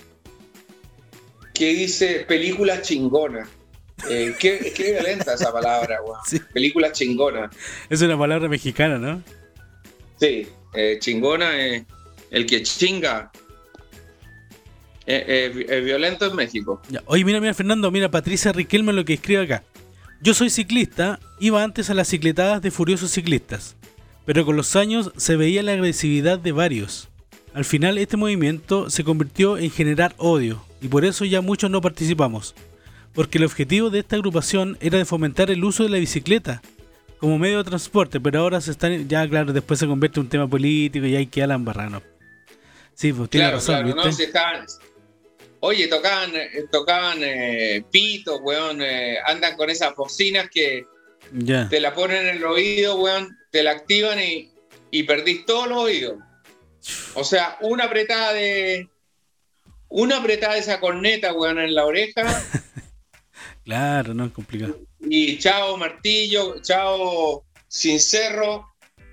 que dice película chingona. Eh, qué, qué violenta esa palabra, weón. Sí. Película chingona. Es una palabra mexicana, ¿no? Sí, eh, chingona es el que chinga. Eh, eh, eh, violento en México. Ya. Oye, mira, mira, Fernando, mira, Patricia Riquelme lo que escribe acá. Yo soy ciclista, iba antes a las cicletadas de furiosos ciclistas, pero con los años se veía la agresividad de varios. Al final este movimiento se convirtió en generar odio, y por eso ya muchos no participamos, porque el objetivo de esta agrupación era de fomentar el uso de la bicicleta como medio de transporte, pero ahora se están, ya claro, después se convierte en un tema político y hay que alan barrano. Sí, pues tiene Claro, razón, claro, ¿viste? no, si estaban. Oye, tocaban, eh, tocaban eh, pito, weón, eh, andan con esas bocinas que Ya. te la ponen en el oído, weón, te la activan y, y perdís todos los oídos. O sea, una apretada de. Una apretada de esa corneta, weón, en la oreja. Claro, no es complicado. Y chao martillo, chao cincerro.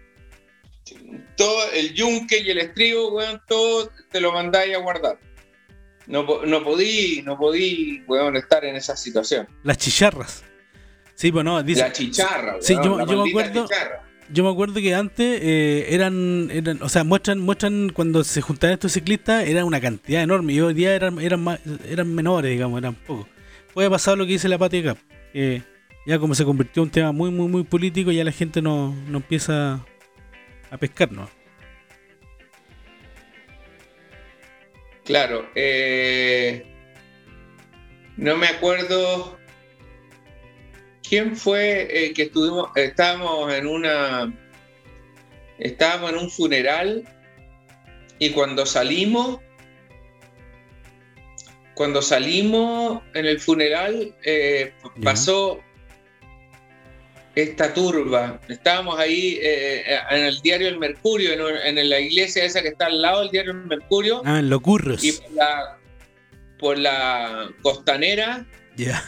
Todo el yunque y el estribo, weón, todo te lo mandáis a guardar. No, po- no podí, no podí, weón, estar en esa situación. Las chicharras. Sí, pues no, dice. La chicharra, Sí, weón, yo, la yo me maldita acuerdo. chicharra. Yo me acuerdo que antes eh, eran, eran, o sea, muestran, muestran cuando se juntaban estos ciclistas, era una cantidad enorme, y hoy día eran, eran más, eran menores, digamos, eran pocos. Puede pasar lo que dice la Pati acá, que ya como se convirtió en un tema muy, muy, muy político, ya la gente no, no empieza a pescar, ¿no? Claro, eh, no me acuerdo quién fue eh, que estuvimos, estábamos en una, estábamos en un funeral y cuando salimos, cuando salimos en el funeral eh, pasó esta turba. Estábamos ahí eh, en el diario El Mercurio, en, en la iglesia esa que está al lado del diario El Mercurio. Ah, en Locurros. Y por la, por la costanera. Ya. Yeah.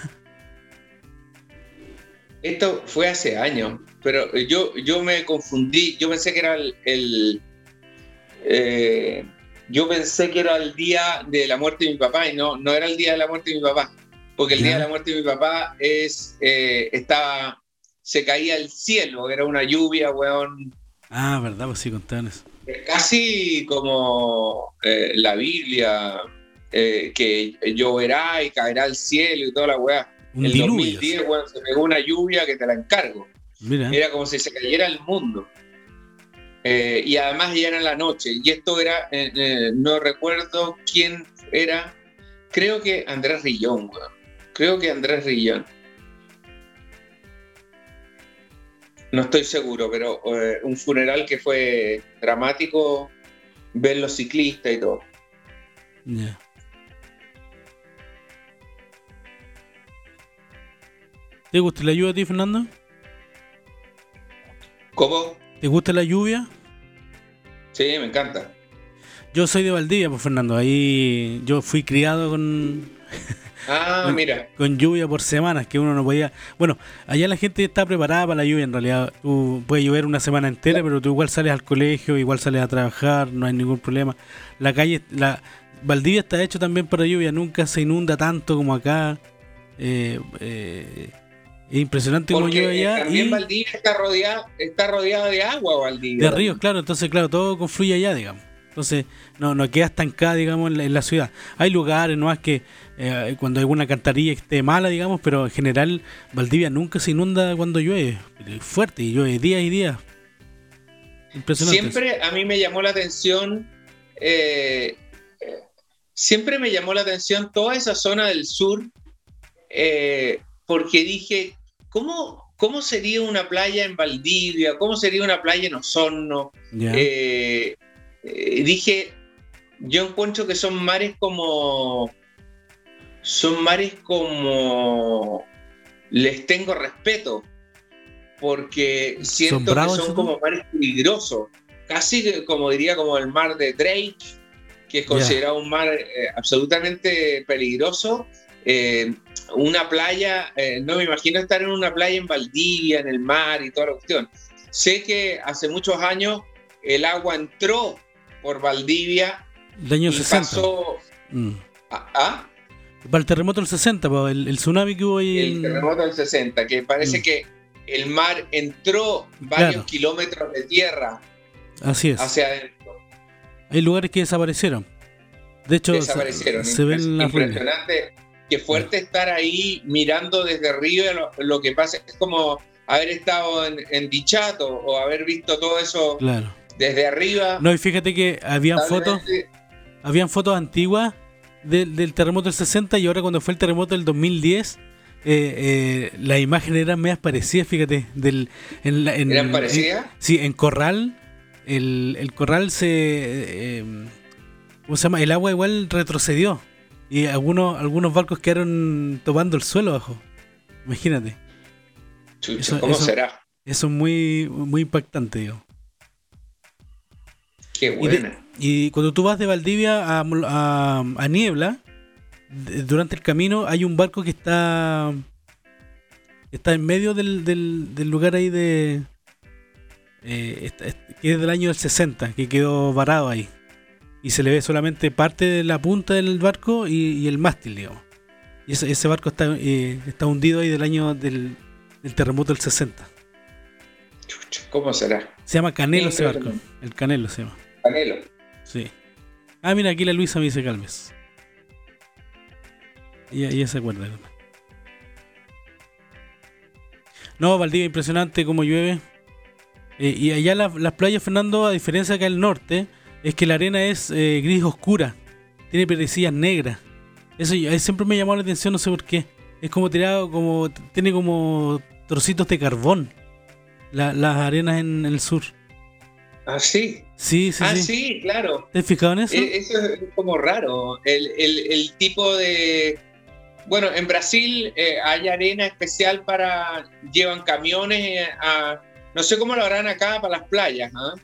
Esto fue hace años, pero yo, yo me confundí. Yo pensé que era el... el eh, yo pensé que era el día de la muerte de mi papá y no, no era el día de la muerte de mi papá. Porque el yeah. día de la muerte de mi papá es, eh, estaba... se caía el cielo, era una lluvia, weón. Ah, verdad, pues sí, contaban eso. Casi como eh, la Biblia, eh, que lloverá y caerá el cielo y toda la weá. Un en diluvio. dos mil diez, weón, se pegó una lluvia que te la encargo. Mira. Era como si se cayera el mundo. Eh, y además ya era la noche. Y esto era, eh, eh, no recuerdo quién era, creo que Andrés Rillón, weón. Creo que Andrés Rillón. No estoy seguro, pero eh, un funeral que fue dramático, ver los ciclistas y todo. Yeah. ¿Te gusta la lluvia a ti, Fernando? ¿Cómo? ¿Te gusta la lluvia? Sí, me encanta. Yo soy de Valdivia, pues, Fernando. Ahí yo fui criado con... Ah, con, mira. Con lluvia por semanas, que uno no podía... Bueno, allá la gente está preparada para la lluvia, en realidad. Tú puedes llover una semana entera, pero tú igual sales al colegio, igual sales a trabajar, no hay ningún problema. La calle... la Valdivia está hecho también para lluvia, nunca se inunda tanto como acá. Eh, eh, es impresionante como llueve allá. También y Valdivia está rodeada, está rodeada de agua, Valdivia. De ríos, claro, entonces, claro, todo confluye allá, digamos. Entonces, no, no queda estancada, digamos, en la, en la ciudad. Hay lugares, no es que eh, cuando hay alguna alcantarilla esté mala, digamos, pero en general Valdivia nunca se inunda cuando llueve. Fuerte, y llueve días y días. Impresionante. Siempre a mí me llamó la atención, eh, siempre me llamó la atención toda esa zona del sur, eh, porque dije, ¿cómo, ¿cómo sería una playa en Valdivia? ¿Cómo sería una playa en Osorno? Yeah. Eh, Eh, dije, yo encuentro que son mares como, son mares como, les tengo respeto, porque siento ¿Son bravos, que son como mares peligrosos, casi como diría como el mar de Drake, que es considerado yeah. un mar eh, absolutamente peligroso. Eh, una playa, eh, no me imagino estar en una playa en Valdivia, en el mar y toda la cuestión. Sé que hace muchos años el agua entró por Valdivia el año y sesenta. Pasó mm. ¿Ah? ¿Ah? Para el terremoto del sesenta, el, el tsunami que hubo ahí. El en... terremoto del sesenta, que parece mm. que el mar entró varios claro. kilómetros de tierra. Así es. Hacia adentro. Hay lugares que desaparecieron. De hecho, desaparecieron. se, se ven las ruinas. Impresionante. Qué fuerte claro. estar ahí mirando desde arriba. Lo, lo que pasa es como haber estado en, en Dichato o haber visto todo eso. Claro. Desde arriba. No, y fíjate que habían fotos habían fotos antiguas del, del terremoto del sesenta y ahora cuando fue el terremoto del dos mil diez eh, eh, las imágenes eran medias parecidas, fíjate. Del, en, en, ¿Eran parecidas? En, sí, en Corral el, el Corral se... Eh, ¿cómo se llama? El agua igual retrocedió y algunos, algunos barcos quedaron topando el suelo abajo. Imagínate. Chucha, eso, ¿cómo eso, será? Eso es muy, muy impactante, digo. Qué buena. Y, de, y cuando tú vas de Valdivia a, a, a Niebla, de, durante el camino hay un barco que está está en medio del, del, del lugar ahí de eh, está, que es del año del sesenta, que quedó varado ahí y se le ve solamente parte de la punta del barco y, y el mástil, digamos. Y ese, ese barco está eh, está hundido ahí del año del, del terremoto del sesenta. ¿Cómo será? Se llama Canelo Sí, ese creo barco. que no. El Canelo se llama. Canelo. Sí. Ah, mira, aquí la Luisa me dice Calmes. Y ella se acuerda. No, Valdivia, impresionante cómo llueve. Eh, y allá la, las playas, Fernando, a diferencia de acá al norte, es que la arena es eh, gris oscura. Tiene perecillas negras. Eso yo- eh, siempre me llamó la atención, no sé por qué. Es como tirado, como tiene como trocitos de carbón. La- las arenas en el sur. Ah, sí. Sí, sí, ah, sí. sí, claro. ¿Te has fijado en eso? E- Eso es como raro. El, el- el tipo de. Bueno, en Brasil eh, hay arena especial para. Llevan camiones eh, a. No sé cómo lo harán acá para las playas. ¿ah?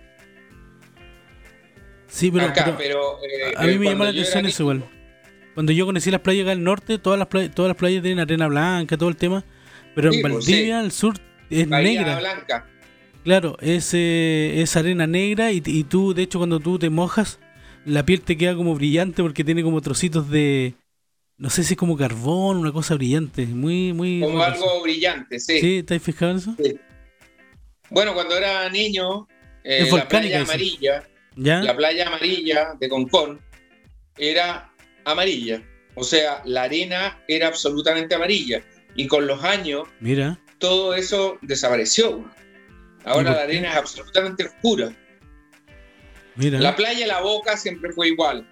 Sí, pero, acá, pero pero. eh, a mí eh, me llama cuando la yo era atención eso niño- igual. Cuando yo conocí las playas acá al norte, todas las playas, todas las playas tienen arena blanca, todo el tema. Pero Sí, en pues, Valdivia, al sur, es Bahía negra. Blanca. Claro, es, eh, es arena negra y, y tú, de hecho, cuando tú te mojas, la piel te queda como brillante porque tiene como trocitos de, no sé si es como carbón, una cosa brillante, muy, muy... Como raro algo brillante, sí. eso. ¿Sí? ¿Estáis fijados en eso? Bueno, cuando era niño, eh, Es la volcánica playa eso. amarilla, ¿Ya? la playa amarilla de Concón era amarilla. O sea, la arena era absolutamente amarilla. Y con los años, Mira, todo eso desapareció. Ahora por la qué? arena es absolutamente oscura. mira. La playa La Boca siempre fue igual.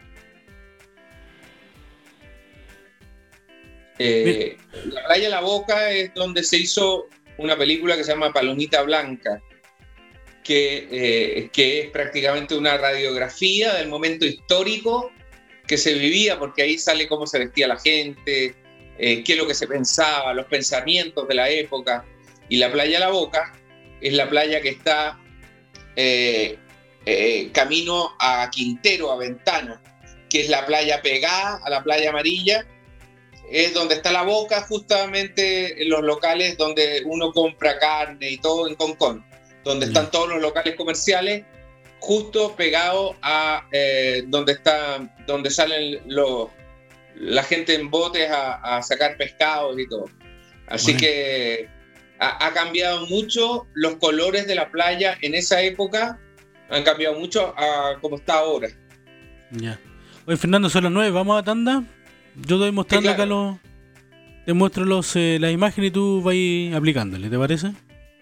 Eh, la playa La Boca es donde se hizo una película que se llama Palomita Blanca, que, eh, que es prácticamente una radiografía del momento histórico que se vivía, porque ahí sale cómo se vestía la gente, eh, qué es lo que se pensaba, los pensamientos de la época. Y la playa La Boca es la playa que está eh, eh, camino a Quintero, a Ventana, que es la playa pegada a la playa amarilla. Es donde está La Boca, justamente en los locales donde uno compra carne y todo en Concón, donde están todos los locales comerciales, justo pegado a eh, donde está, donde salen los, la gente en botes a, a sacar pescados y todo. Así Bueno. que ha, ha cambiado mucho los colores de la playa en esa época, han cambiado mucho a como está ahora. Ya. Oye, Fernando, son las nueve, vamos a tanda. Yo te voy mostrando Sí, claro. acá los. Te muestro los, eh, las imágenes y tú vas aplicándole, ¿te parece?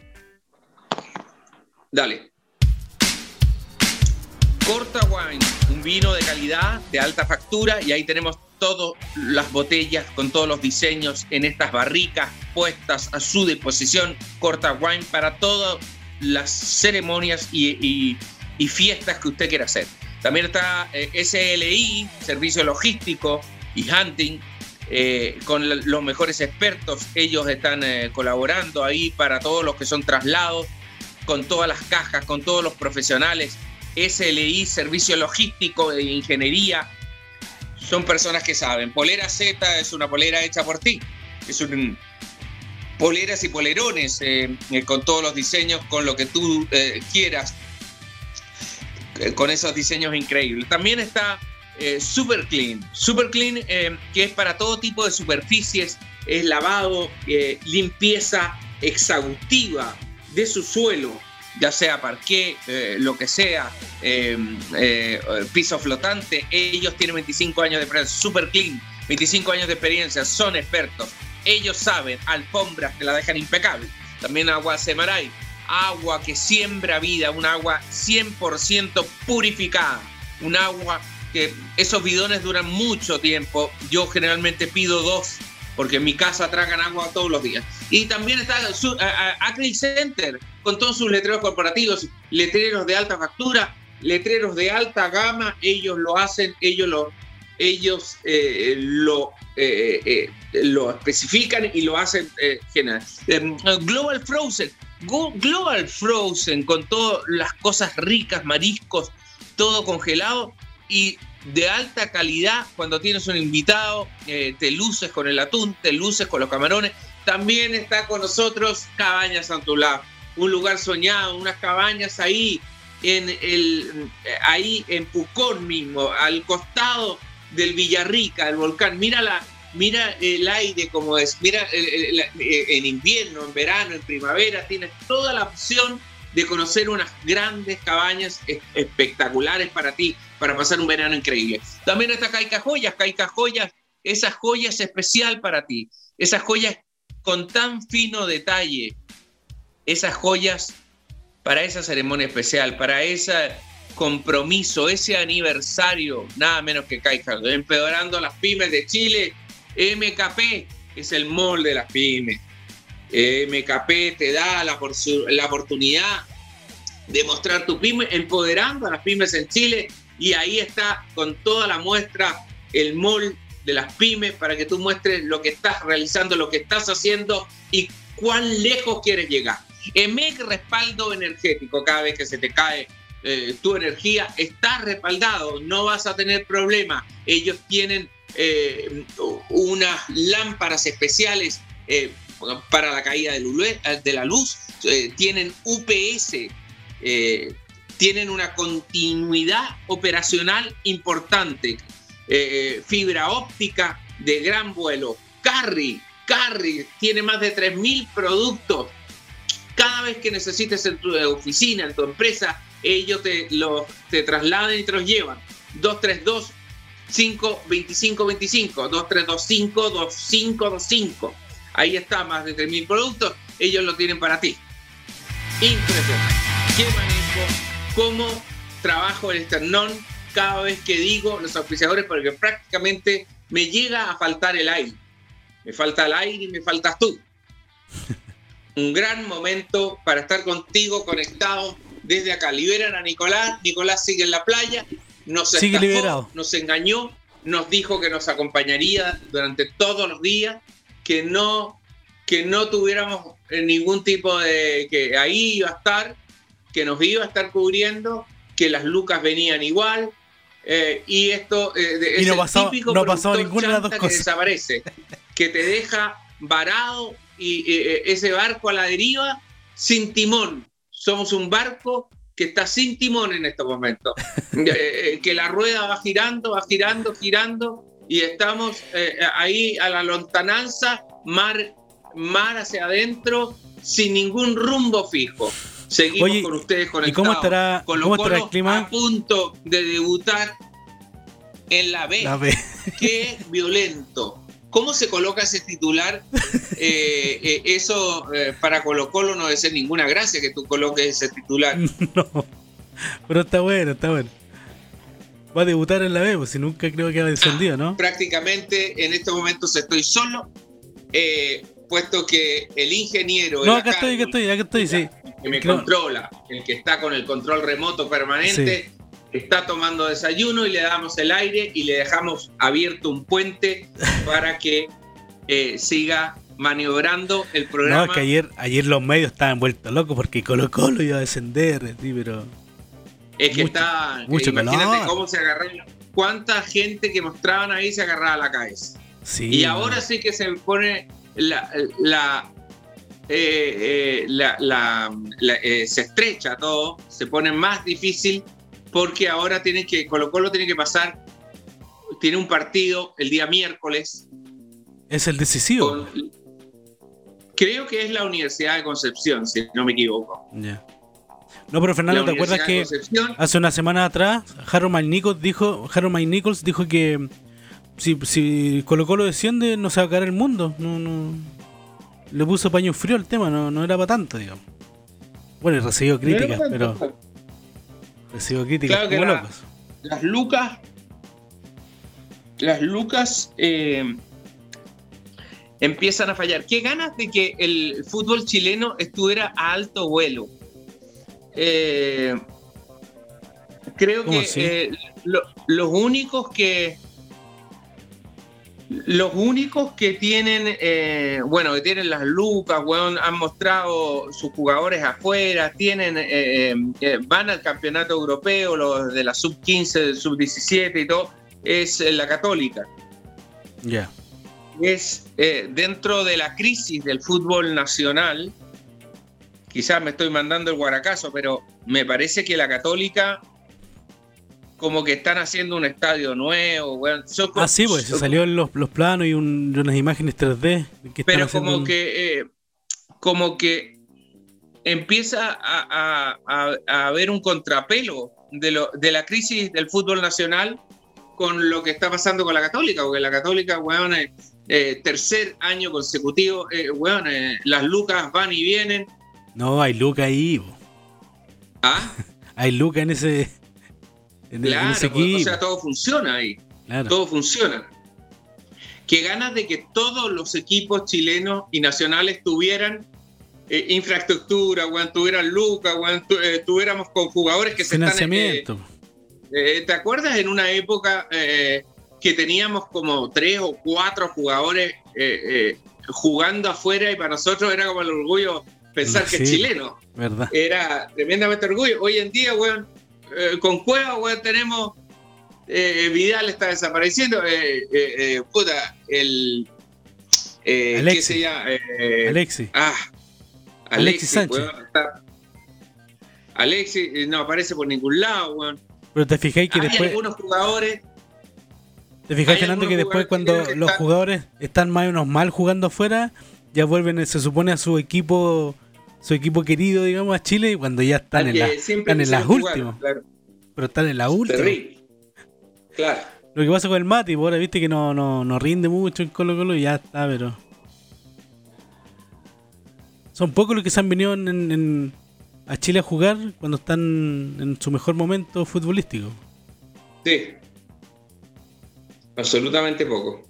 Dale. Corta Wine, un vino de calidad, de alta factura, y ahí tenemos todas las botellas con todos los diseños en estas barricas puestas a su disposición. Corta Wine para todas las ceremonias y, y, y fiestas que usted quiera hacer. También está eh, S L I, Servicio Logístico y Hunting, eh, con l- los mejores expertos. Ellos están eh, colaborando ahí para todos los que son traslados, con todas las cajas, con todos los profesionales. S L I, Servicio Logístico e Ingeniería, son personas que saben. Polera Z es una polera hecha por ti. Es un poleras y polerones eh, eh, con todos los diseños, con lo que tú eh, quieras, eh, con esos diseños increíbles. También está eh, Super Clean. Super Clean, eh, que es para todo tipo de superficies, es lavado, eh, limpieza exhaustiva de su suelo, ya sea parqué, eh, lo que sea, eh, eh, piso flotante. Ellos tienen veinticinco años de experiencia. Super Clean, veinticinco años de experiencia, son expertos. Ellos saben, alfombras que la dejan impecable. También agua Semaray, agua que siembra vida, un agua cien por ciento purificada, un agua que esos bidones duran mucho tiempo. Yo generalmente pido dos, porque en mi casa tragan agua todos los días. Y también está su, a, a, Acrylic Center, con todos sus letreros corporativos, letreros de alta factura, letreros de alta gama. Ellos lo hacen, ellos lo, ellos, eh, lo, eh, eh, lo especifican y lo hacen eh, general. Eh, Global Frozen, Go, Global Frozen, con todas las cosas ricas, mariscos, todo congelado y de alta calidad. Cuando tienes un invitado, eh, te luces con el atún, te luces con los camarones. También está con nosotros Cabañas Santulá, un lugar soñado, unas cabañas ahí en el ahí en Pucón mismo, al costado del Villarrica, el volcán. Mira la, mira el aire como es, mira el, el, el, en invierno, en verano, en primavera, tienes toda la opción de conocer unas grandes cabañas espectaculares para ti, para pasar un verano increíble. También está Caica Joyas, Caica Joyas, esas joyas especial para ti, esas joyas con tan fino detalle, esas joyas para esa ceremonia especial, para ese compromiso, ese aniversario, nada menos que Caica, empeorando las pymes de Chile. M K P es el mall de las pymes. M K P te da la, la oportunidad de mostrar tu pyme, empoderando a las pymes en Chile, y ahí está con toda la muestra el mall de las pymes para que tú muestres lo que estás realizando, lo que estás haciendo y cuán lejos quieres llegar. E M E C Respaldo Energético, cada vez que se te cae eh, tu energía, estás respaldado, no vas a tener problema. Ellos tienen eh, unas lámparas especiales eh, para la caída de la luz, eh, tienen U P S, eh, tienen una continuidad operacional importante, eh, fibra óptica de gran vuelo, Carry, Carry tiene más de tres mil productos. Cada vez que necesites en tu oficina, en tu empresa, ellos te, los, te trasladan y te los llevan. dos tres dos, cinco dos cinco dos cinco, dos tres dos cinco, dos cinco dos cinco. Ahí está, más de tres mil productos, ellos lo tienen para ti. Impresionante. ¿Qué manejo? ¿Cómo trabajo el esternón? Cada vez que digo los auspiciadores, porque prácticamente me llega a faltar el aire. Me falta el aire y me faltas tú. Un gran momento para estar contigo conectado desde acá. Liberan a Nicolás. Nicolás sigue en la playa. Nos sigue estafó, liberado. Nos engañó. Nos dijo que nos acompañaría durante todos los días. Que no, que no tuviéramos ningún tipo de... que ahí iba a estar, que nos iba a estar cubriendo, que las lucas venían igual, eh, y esto eh, y es no el pasó, típico no pasó productor ninguna de las dos chanta cosas. que desaparece, que te deja varado y eh, ese barco a la deriva sin timón. Somos un barco que está sin timón en estos momentos, eh, que la rueda va girando, va girando, girando, y estamos eh, ahí a la lontananza, mar, mar hacia adentro, sin ningún rumbo fijo. Seguimos Oye, con ustedes conectados. ¿y cómo estará, Colo cómo estará Colo el clima? A punto de debutar en la B. La B. Qué violento. ¿Cómo se coloca ese titular? Eh, eh, eso eh, para Colo Colo no debe ser ninguna gracia que tú coloques ese titular. No, pero está bueno, está bueno. Va a debutar en la B, pues si nunca creo que ha descendido, ¿no? Prácticamente en estos momentos estoy solo, eh, puesto que el ingeniero... No, el acá estoy, acá estoy, acá estoy, sí. que me Creo- controla, el que está con el control remoto permanente, está tomando desayuno y le damos el aire y le dejamos abierto un puente para que eh, siga maniobrando el programa. No, es que ayer, ayer los medios estaban vueltos locos porque Colo Colo iba a descender, sí, pero... Es que mucho, está, mucho imagínate calor. cómo se agarraron, cuánta gente que mostraban ahí se agarraba a la cabeza. Sí, Y ahora sí que se pone la, la, eh, eh, la, la, la eh, se estrecha todo, se pone más difícil porque ahora tiene que, Colo Colo tiene que pasar, tiene un partido el día miércoles. es el decisivo. Con, creo que es la Universidad de Concepción, si no me equivoco. Ya. No, pero Fernando, La ¿te acuerdas que Universidad de Concepción, hace una semana atrás Harold Mike Nichols dijo, Harold Mike Nichols dijo que si, si Colo Colo desciende no se va a caer el mundo? No, no. Le puso paño frío al tema, no, no era para tanto, digamos. Bueno, y recibió críticas, no era para pero tanto. recibió críticas Claro que como la- locos. las lucas, las lucas eh, empiezan a fallar. Qué ganas de que el fútbol chileno estuviera a alto vuelo. Eh, creo ¿Cómo que así? eh, lo- los únicos que los únicos que tienen eh, bueno, que tienen las lucas, weón, han mostrado sus jugadores afuera, tienen eh, eh, van al campeonato europeo, los de la sub quince, sub diecisiete y todo, es eh, la Católica. Ya. Es eh, dentro de la crisis del fútbol nacional, quizás me estoy mandando el guaracazo, pero me parece que la Católica como que están haciendo un estadio nuevo, weón. Son co- Ah, sí, pues se salió en los, los planos y, un- y unas imágenes tres D. Que están pero haciendo como un- que eh, como que empieza a, a- a- a haber un contrapelo de, lo, de la crisis del fútbol nacional con lo que está pasando con la Católica, porque la Católica, weón, eh, eh, tercer año consecutivo, eh, weón, eh, las lucas van y vienen. No, hay Luca ahí, po. ¿Ah? Hay Luca en ese, en, en Claro, ese pues, equipo. o sea, todo funciona ahí. Claro. Todo funciona. Qué ganas de que todos los equipos chilenos y nacionales tuvieran eh, infraestructura, weón, tuvieran lucas, weón, tu, eh, tuviéramos con jugadores que se están... Financiamiento. Eh, eh, ¿te acuerdas en una época eh, que teníamos como tres o cuatro jugadores eh, eh, jugando afuera y para nosotros era como el orgullo pensar que es Sí, chileno? ¿verdad? Era tremendamente orgullo. Hoy en día, weón, eh, con Cueva, weón, tenemos... Eh, Vidal está desapareciendo. Eh, eh, eh, puta, el... Eh, ¿qué Alexis. se llama? Eh, Alexis. Ah, Alexis Alexis, Sánchez. weón, está- Alexis eh, no aparece por ningún lado, weón. Pero te fijáis que Hay después, algunos jugadores... te fijáis, hay Fernando, que algunos después jugadores cuando chilenos que los están- jugadores están más o menos mal jugando afuera, ya vuelven, eh, se supone, a su equipo, su equipo querido, digamos, a Chile, y cuando ya están en, que la- siempre están en las quisieron jugar, últimas. claro. Pero están en las últimas. Terrible. Claro. Lo que pasa con el Mati, pues ahora viste que no, no, no rinde mucho en Colo Colo y ya está, pero... Son pocos los que se han venido en, en- en- a Chile a jugar cuando están en su mejor momento futbolístico. Sí. Absolutamente poco.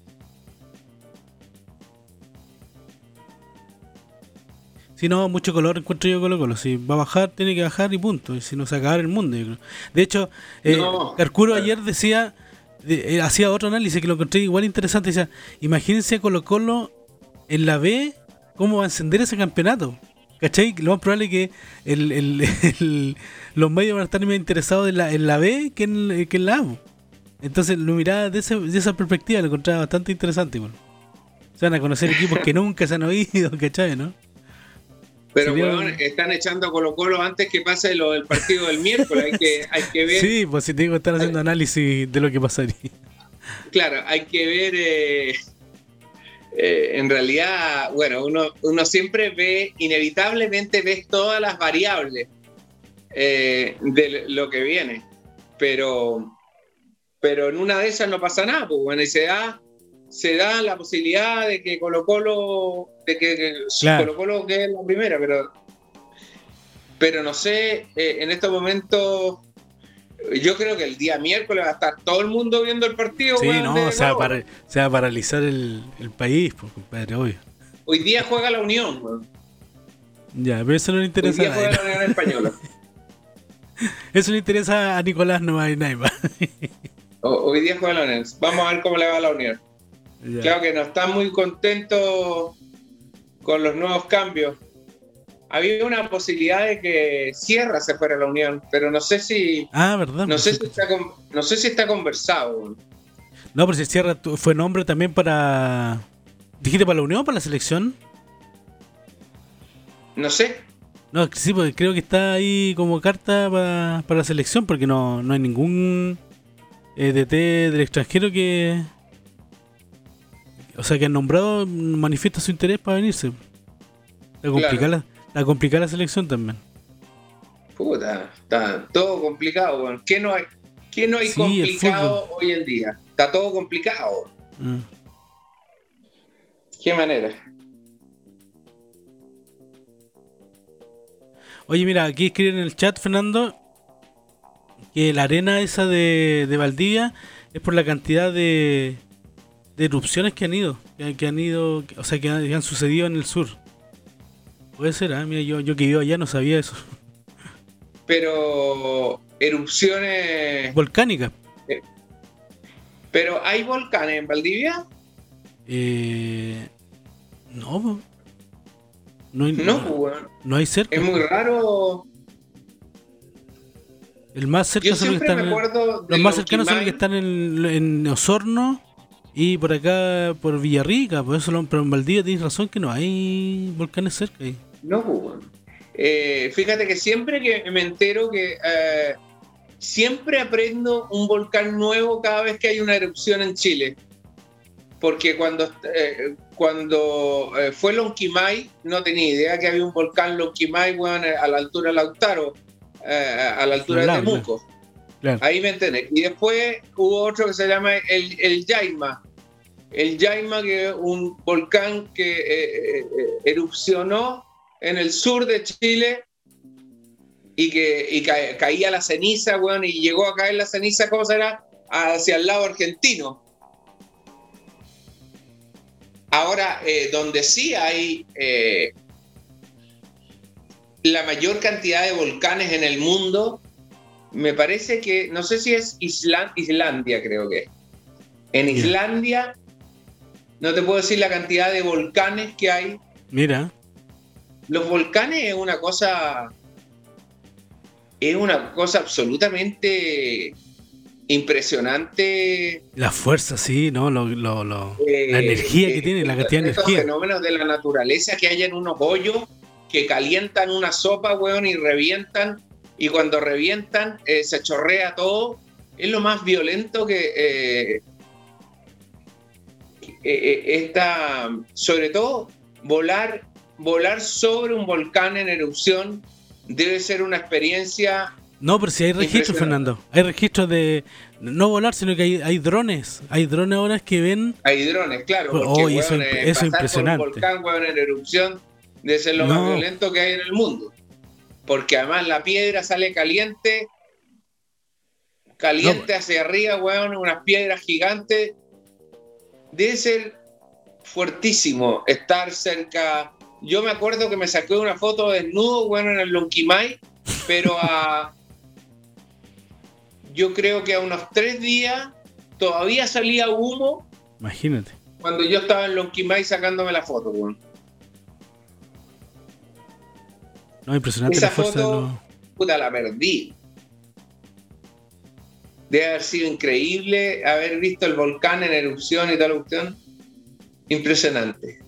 Si no, mucho color encuentro yo Colo Colo. Si va a bajar, tiene que bajar y punto. Y si no, se va a acabar el mundo, yo creo. De hecho, eh, No, Carcuro claro. ayer decía, de- eh, hacía otro análisis que lo encontré igual interesante. Decía, imagínense Colo Colo en la B, cómo va a encender ese campeonato. ¿Cachai? Lo más probable es que el, el- el- los medios van a estar más interesados en la, en la B que en, que en la A. po. Entonces lo miraba de, ese- de esa perspectiva, lo encontraba bastante interesante. Bueno. Se van a conocer equipos que nunca se han oído, ¿cachai? ¿No? Pero, Sería weón, un- están echando a Colo Colo antes que pase lo del partido del miércoles. Hay que, hay que ver, Sí, pues si te digo, están haciendo análisis de lo que pasaría. claro, hay que ver. eh, eh, en realidad, bueno, uno, uno siempre ve, inevitablemente ves todas las variables eh, de lo que viene. Pero, pero en una de esas no pasa nada, pues bueno, y se da, se da la posibilidad de que Colo Colo, de que, que Claro. Colo Colo quede en la primera, pero, pero no sé, eh, en estos momentos, yo creo que el día miércoles va a estar todo el mundo viendo el partido. Sí, weón, no, de se va, a nuevo. para- se va a paralizar el, el país, pues, compadre, obvio. Hoy día juega la Unión, weón. Ya, pero eso no le Hoy interesa día a juega nadie. la Unión Española. Eso le interesa a Nicolás nomás y nadie más. O- Hoy día juega la Unión. Vamos a ver cómo le va a la Unión. Ya. Claro que no está muy contento con los nuevos cambios. Había una posibilidad de que Sierra se fuera a la Unión, pero no sé si Ah, ¿verdad? no Pues sé sí. si está con- no sé si está conversado. weón. No, pero si Sierra tu- fue nombre también para... ¿Dijiste para la Unión o para la selección? No sé. No, sí, porque creo que está ahí como carta pa- para la selección, porque no, no hay ningún eh, D T del extranjero que... O sea, que han nombrado, manifiesta su interés para venirse. Está complicada, la, está complicada la selección también. Puta, está todo complicado, weón. ¿Qué no hay, qué no hay Sí, el complicado hoy en día? Está todo complicado. Mm. ¿Qué manera? Oye, mira, aquí escriben en el chat, Fernando, que la arena esa de, de Valdivia es por la cantidad de, de erupciones que han ido, que, que han ido, o sea, que han, que han sucedido en el sur. Puede ser, ¿ah? Mira, yo, yo que vivo allá no sabía eso. Pero erupciones. Volcánicas. Pero hay volcanes en Valdivia. Eh, no, po. no hay, No, no, weón. no hay cerca. Es muy raro. El más cerca Yo son los que siempre están me en, acuerdo de los más cercanos son los que Lonquimay. están en, en Osorno y por acá por Villarrica, por eso lo- pero en Valdivia tienes razón que no hay volcanes cerca ahí. No, weón. Eh, fíjate que siempre que me entero que eh, siempre aprendo un volcán nuevo cada vez que hay una erupción en Chile. Porque cuando, eh, cuando eh, fue Lonquimay, no tenía idea que había un volcán Lonquimay, bueno, a la altura de Lautaro, eh, a la altura de Temuco. Claro. Ahí me enteré. Y después hubo otro que se llama el, el Yaima. El Yaima, que es un volcán que eh, eh, erupcionó en el sur de Chile y que y ca- caía la ceniza, bueno, y llegó a caer la ceniza, ¿cómo será? Hacia el lado argentino. Ahora, eh, donde sí hay eh, la mayor cantidad de volcanes en el mundo, me parece que, no sé si es Isla- Islandia, creo que es. En Islandia, no te puedo decir la cantidad de volcanes que hay. Mira. Los volcanes es una cosa, es una cosa absolutamente impresionante. La fuerza, sí, ¿no? Lo, lo, lo, eh, la energía que eh, tiene, la cantidad de estos energía. fenómenos de la naturaleza que hay en unos hoyos que calientan una sopa, weón, y revientan, y cuando revientan eh, se chorrea todo. Es lo más violento que eh, eh, está, sobre todo volar, volar sobre un volcán en erupción debe ser una experiencia. No, pero si hay registros, Fernando. Hay registros de no volar, sino que hay, hay drones. Hay drones ahora que ven. Hay drones, claro. Porque, oh, weón, eso, eh, eso es impresionante. Por un volcán, weón, en erupción debe ser lo no. más violento que hay en el mundo. Porque además la piedra sale caliente, caliente no. hacia arriba, weón, unas piedras gigantes. Debe ser fuertísimo estar cerca. Yo me acuerdo que me saqué una foto desnudo, bueno, en el Lonquimay, pero a, yo creo que a unos tres días todavía salía humo. Imagínate. Cuando yo estaba en Lonquimay sacándome la foto, bueno. No, impresionante. Esa la fuerza foto, de los... puta, la perdí. Debe haber sido increíble haber visto el volcán en erupción y toda la cuestión. Impresionante.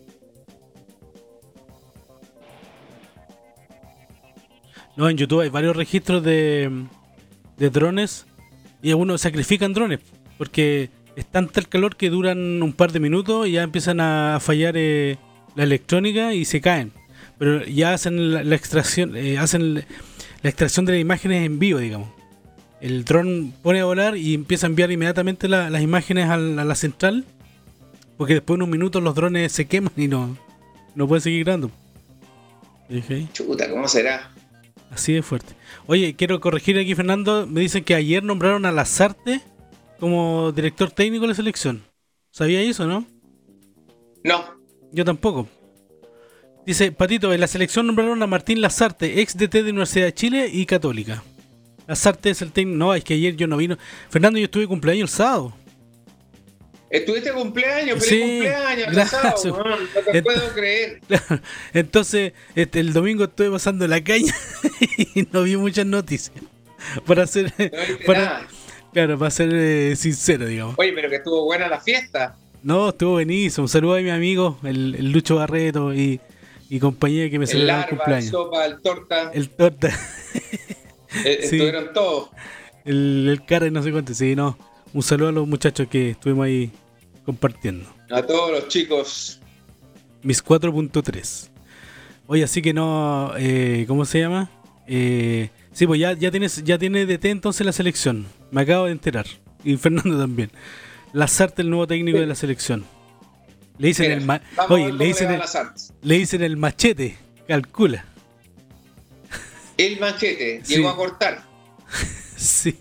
No, en YouTube hay varios registros de, de drones y algunos sacrifican drones porque es tanta el calor que duran un par de minutos y ya empiezan a fallar eh, la electrónica y se caen. Pero ya hacen la, la extracción, eh, hacen la extracción de las imágenes en vivo, digamos. El dron pone a volar y empieza a enviar inmediatamente la, las imágenes a la, a la central, porque después de unos minutos los drones se queman y no, no pueden seguir grabando. ¿Okay? Chuta, ¿cómo será? Así de fuerte. Oye, quiero corregir aquí, Fernando. Me dicen que ayer nombraron a Lasarte como director técnico de la selección. ¿Sabía eso, no? No. Yo tampoco. Dice, Patito, en la selección nombraron a Martín Lasarte, ex D T de Universidad de Chile y Católica. Lasarte es el técnico. No, es que ayer yo no vino. Fernando, yo estuve de cumpleaños el sábado. ¿Estuviste de cumpleaños? Sí, ¡Feliz cumpleaños! Gracias. No, no te Ent- puedo creer. Entonces, este, el domingo estuve pasando la caña y no vi muchas noticias. Para ser. No para, claro, para ser eh, sincero, digamos. Oye, pero que estuvo buena la fiesta. No, estuvo buenísimo. Un saludo a mi amigo, el, el Lucho Barreto y, y compañía que me celebraron el cumpleaños. El sopa, el torta. El torta. eh, sí. Estuvieron todos. El, el cara y no sé cuánto. Sí, no. Un saludo a los muchachos que estuvimos ahí compartiendo. A todos los chicos. Mis cuatro punto tres. Oye, así que no. Eh, ¿Cómo se llama? Eh, sí, pues ya, ya, tienes, ya tiene D T entonces la selección. Me acabo de enterar. Y Fernando también. Lasarte, el nuevo técnico sí. de la selección. Le dicen Mira, el ma- Oye, le dicen le, el, le dicen el machete. Calcula. El machete. Sí. Llegó a cortar. Sí.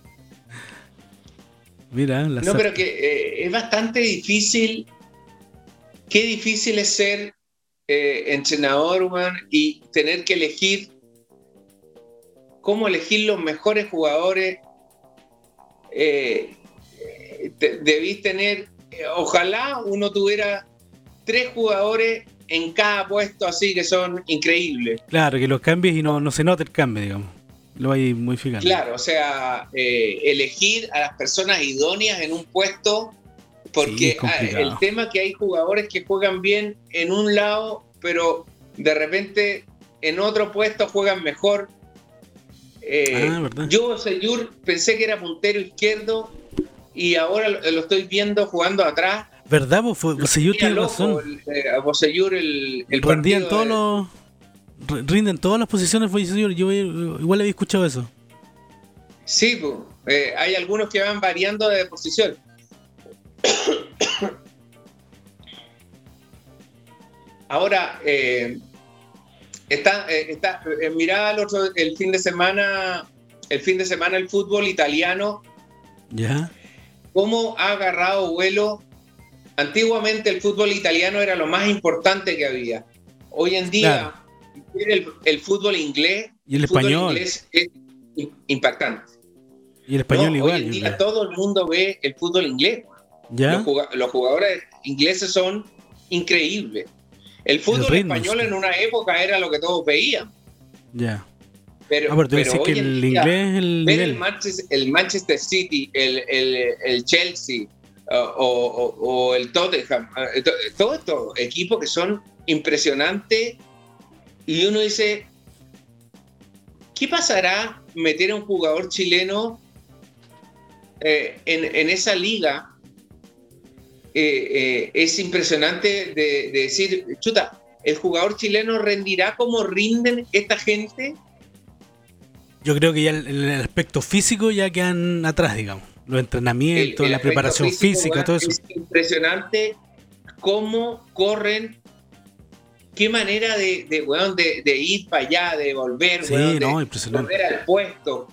Mira, la No, pero que eh, es bastante difícil. Qué difícil es ser eh, entrenador, man, y tener que elegir cómo elegir los mejores jugadores. Eh, te, debís tener, eh, ojalá uno tuviera tres jugadores en cada puesto así que son increíbles. Claro, que los cambies y no, no se note el cambio, digamos. Lo hay modificando. Claro, o sea, eh, elegir a las personas idóneas en un puesto, porque sí, el tema que hay jugadores que juegan bien en un lado, pero de repente en otro puesto juegan mejor. Eh, Ah, ¿verdad? yo Bocellur pensé que era puntero izquierdo y ahora lo, lo estoy viendo jugando atrás. ¿Verdad? Pues fue, pues, yo Tenía tiene loco razón. el, eh, a Bocellur el, el Rendían partido todos de- los. r- Rinden todas las posiciones, fue señor. Yo eh, igual había escuchado eso. Sí, pues, eh, hay algunos que van variando de posición. Ahora, eh, está, eh, está eh, mirá el, otro, el fin de semana, el fin de semana el fútbol italiano, Ya. cómo ha agarrado vuelo. Antiguamente el fútbol italiano era lo más importante que había. Hoy en día el, el fútbol inglés, Y el fútbol español. inglés es im- impactante. Y el español No, igual. hoy en yo día creo. todo el mundo ve el fútbol inglés. Los, ¿Ya? juga- los jugadores ingleses son increíbles. El fútbol ritmo, español sí. en una época era lo que todos veían. Ya. Pero, Ah, pero tú pero decís hoy que en el día, inglés es el ver el nivel. Manchester, el Manchester City, el, el, el Chelsea uh, o, o- o el Tottenham, uh, to- todos estos equipos que son impresionantes y uno dice, ¿qué pasará meter a un jugador chileno eh, en, en esa liga? Eh, eh, es impresionante de, de decir, chuta, ¿el jugador chileno rendirá como rinden esta gente? Yo creo que ya el, el aspecto físico ya quedan atrás, digamos. Los entrenamientos, El- el la aspecto preparación físico, física, weón, todo eso. Es impresionante cómo corren, qué manera de, de, weón, de, de ir para allá, de volver, Sí, weón, de no, impresionante. volver al puesto.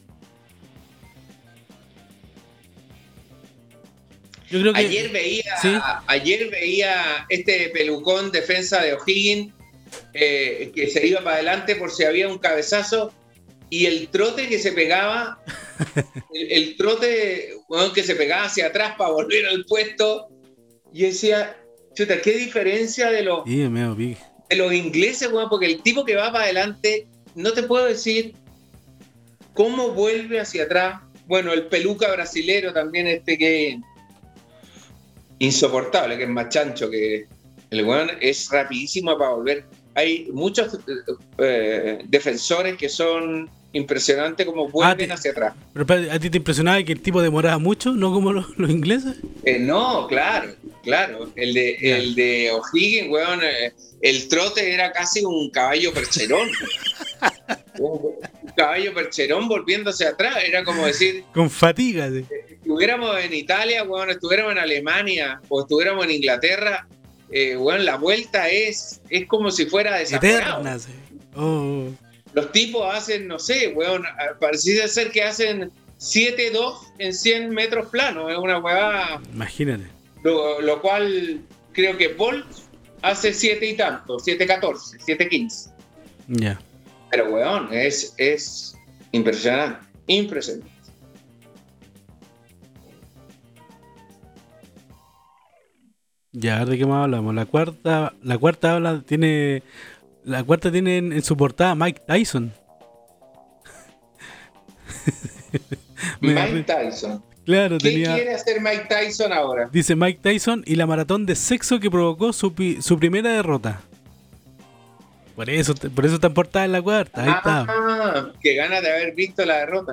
Yo creo que. Ayer veía, sí. ayer veía este pelucón defensa de O'Higgins eh, que se iba para adelante por si había un cabezazo y el trote que se pegaba, el, el trote weón, que se pegaba hacia atrás para volver al puesto. Y decía, chuta, qué diferencia de los, Sí, medio pique. de los ingleses, weón, porque el tipo que va para adelante, no te puedo decir cómo vuelve hacia atrás. Bueno, el peluca brasilero también, este que insoportable, que es más chancho que el weón, es rapidísimo para volver. Hay muchos eh, defensores que son impresionantes como vuelven Ah, te- hacia atrás. Pero espérate, ¿a ti te impresionaba que el tipo demoraba mucho? ¿No como los, los ingleses? Eh, no, claro, claro. El de, Ya. el de O'Higgins, weón, eh, el trote era casi un caballo percherón. un, un caballo percherón volviéndose atrás. Era como decir, Con fatiga, sí. estuviéramos en Italia, weón, estuviéramos en Alemania o estuviéramos en Inglaterra, eh, weón, la vuelta es, es como si fuera desaforado. Eterna, sí. Oh, Los tipos hacen, no sé, weón, pareciera ser que hacen siete dos en cien metros planos. Es una weá. imagínate. Lo, lo cual creo que Bolt hace siete y tanto, siete catorce, siete quince. Ya. Pero weón, es, es impresionante, impresionante. Ya, a ver de qué más hablamos. La cuarta, la cuarta habla, tiene. La cuarta tiene en, en su portada Mike Tyson. Me da Mike ri- Tyson. Claro, ¿Qué tenía. quiere hacer Mike Tyson ahora? Dice Mike Tyson y la maratón de sexo que provocó su, pi- su primera derrota. Por eso, por eso está en portada en la cuarta. Ahí está. Ah, que ganas de haber visto la derrota.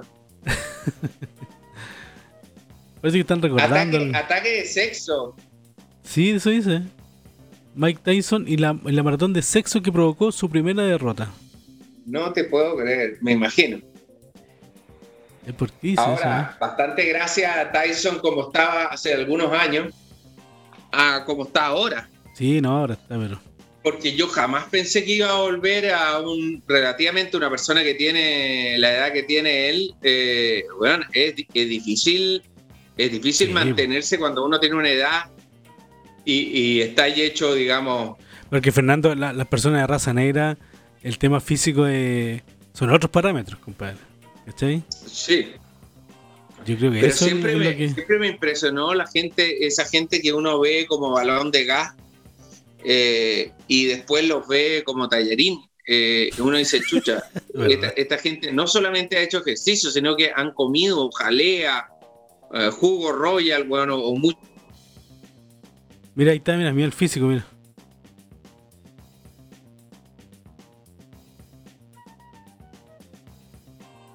Parece que están recordando. Ataque, el- ataque de sexo. Sí, eso dice. Mike Tyson y la, y la maratón de sexo que provocó su primera derrota. No te puedo creer, me imagino. Es por qué dice Ahora, eso, bastante gracias a Tyson como estaba hace algunos años a como está ahora. ¿eh? Sí, no, ahora está, pero. Porque yo jamás pensé que iba a volver a un relativamente una persona que tiene la edad que tiene él. Eh, bueno, es, es difícil, es difícil Sí. mantenerse cuando uno tiene una edad y, y está ahí hecho, digamos. Porque Fernando, la- las personas de raza negra, el tema físico es- son otros parámetros, compadre. ¿Cachai? Sí. Yo creo que Pero eso es siempre lo me, que. siempre me impresionó la gente, esa gente que uno ve como balón de gas eh, y después los ve como tallarín. Eh, uno dice, chucha, esta, esta gente no solamente ha hecho ejercicio, sino que han comido jalea, eh, jugo royal, bueno, o mucho. Mira, ahí está, mira, mira el físico, mira.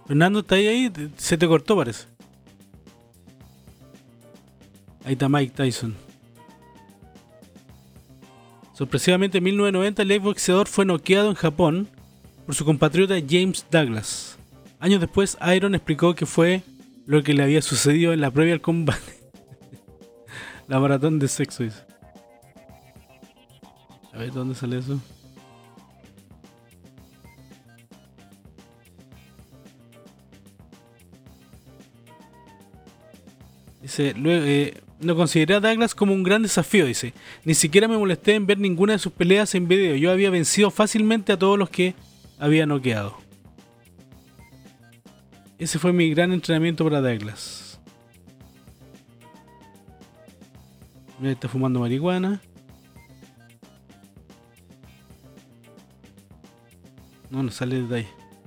Fernando, ¿está ahí? ahí? Se te cortó, parece. Ahí está Mike Tyson. Sorpresivamente en mil novecientos noventa el exboxeador fue noqueado en Japón por su compatriota James Douglas. Años después, Iron explicó que fue lo que le había sucedido en la previa al combate. La maratón de sexo, dice. A ver, ¿dónde sale eso? Dice, luego, eh, no consideré a Douglas como un gran desafío, dice. Ni siquiera me molesté en ver ninguna de sus peleas en video. Yo había vencido fácilmente a todos los que había noqueado. Ese fue mi gran entrenamiento para Douglas. Mira, está fumando marihuana. No, no sale de ahí.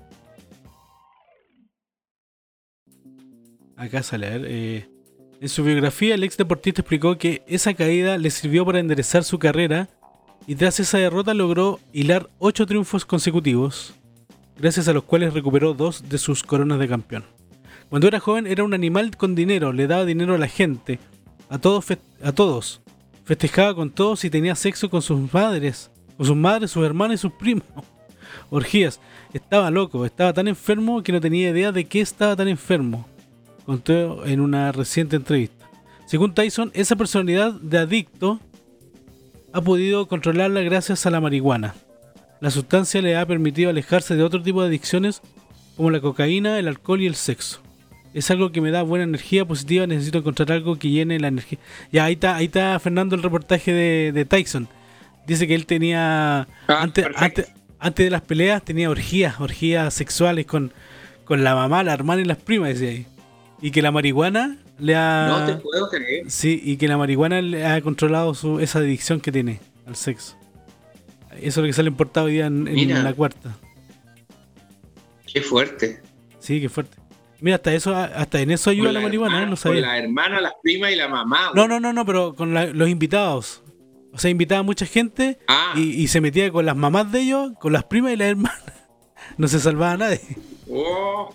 Acá sale, a ver. Eh, en su biografía, el ex deportista explicó que esa caída le sirvió para enderezar su carrera y tras esa derrota logró hilar ocho triunfos consecutivos, gracias a los cuales recuperó dos de sus coronas de campeón. Cuando era joven era un animal con dinero, le daba dinero a la gente, a todos, fe- a todos. Festejaba con todos y tenía sexo con sus madres, con sus madres, sus hermanos y sus primos. Orgías. Estaba loco, estaba tan enfermo que no tenía idea de qué estaba tan enfermo, contó en una reciente entrevista. Según Tyson, esa personalidad de adicto ha podido controlarla gracias a la marihuana. La sustancia le ha permitido alejarse de otro tipo de adicciones como la cocaína, el alcohol y el sexo. Es algo que me da buena energía positiva, necesito encontrar algo que llene la energía. Ya, ahí está, ahí está Fernando el reportaje de, de Tyson. Dice que él tenía, Ah, antes, perfecto. antes, antes de las peleas, tenía orgías, orgías sexuales con, con la mamá, la hermana y las primas, decía ahí. Y que la marihuana le ha... No te puedo creer. Sí, y que la marihuana le ha controlado su, esa adicción que tiene al sexo. Eso es lo que sale en portada hoy día en, en Mira. la cuarta. Qué fuerte. Sí, qué fuerte. Mira, hasta eso, hasta en eso ayuda Con la marihuana, ¿eh? hermana, No sabía. Con la hermana, las primas y la mamá. No, güey. no, no, no, pero con la- los invitados. O sea, invitaba a mucha gente Ah. y, y se metía con las mamás de ellos, con las primas y las hermanas. No se salvaba a nadie. Oh.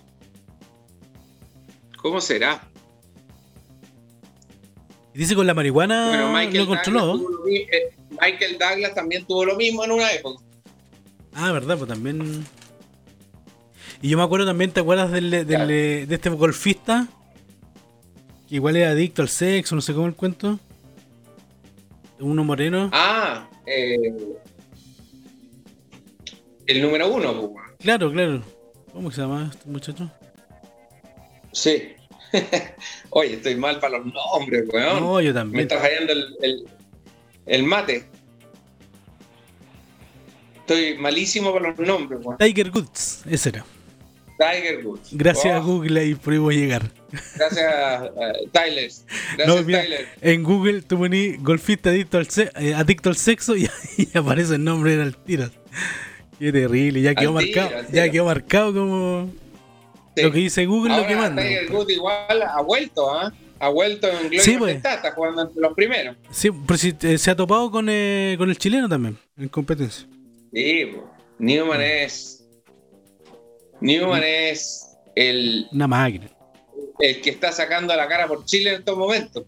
¿Cómo será? Y dice con la marihuana Bueno, Michael lo controló. Douglas tuvo lo mi- eh, Michael Douglas también tuvo lo mismo en una época. Ah, verdad, pues también. Y yo me acuerdo también, ¿te acuerdas del, del- Claro. de este golfista? Que igual era adicto al sexo, no sé cómo el cuento. Uno moreno. Ah, eh, el número uno, pues, güey. Claro, claro. ¿Cómo se llama este muchacho? Sí. Oye, estoy mal para los nombres, weón. No, yo Me también. está fallando el, el, el mate. Estoy malísimo para los nombres, weón. Tiger Woods, ese era. Tiger Woods. Gracias a Oh, Google ahí pudimos llegar. Gracias a Tyler. Gracias, No, mira, Tyler. en Google tú pones golfista adicto al, se- eh, adicto al sexo y, y aparece el nombre del Altiras. Qué terrible, ya quedó Al tiro, marcado, al tiro. ya quedó marcado como Sí. lo que dice Google, lo que Ahora manda. Tiger Woods igual ha vuelto, ¿ah? Ha vuelto en Gloria Sí, y pues. Majestad, está jugando entre los primeros. Sí, pero si eh, se ha topado con, eh, con el chileno también, en competencia. Sí, pues. Newman es. Newman es el, Una máquina. el que está sacando la cara por Chile en estos momentos.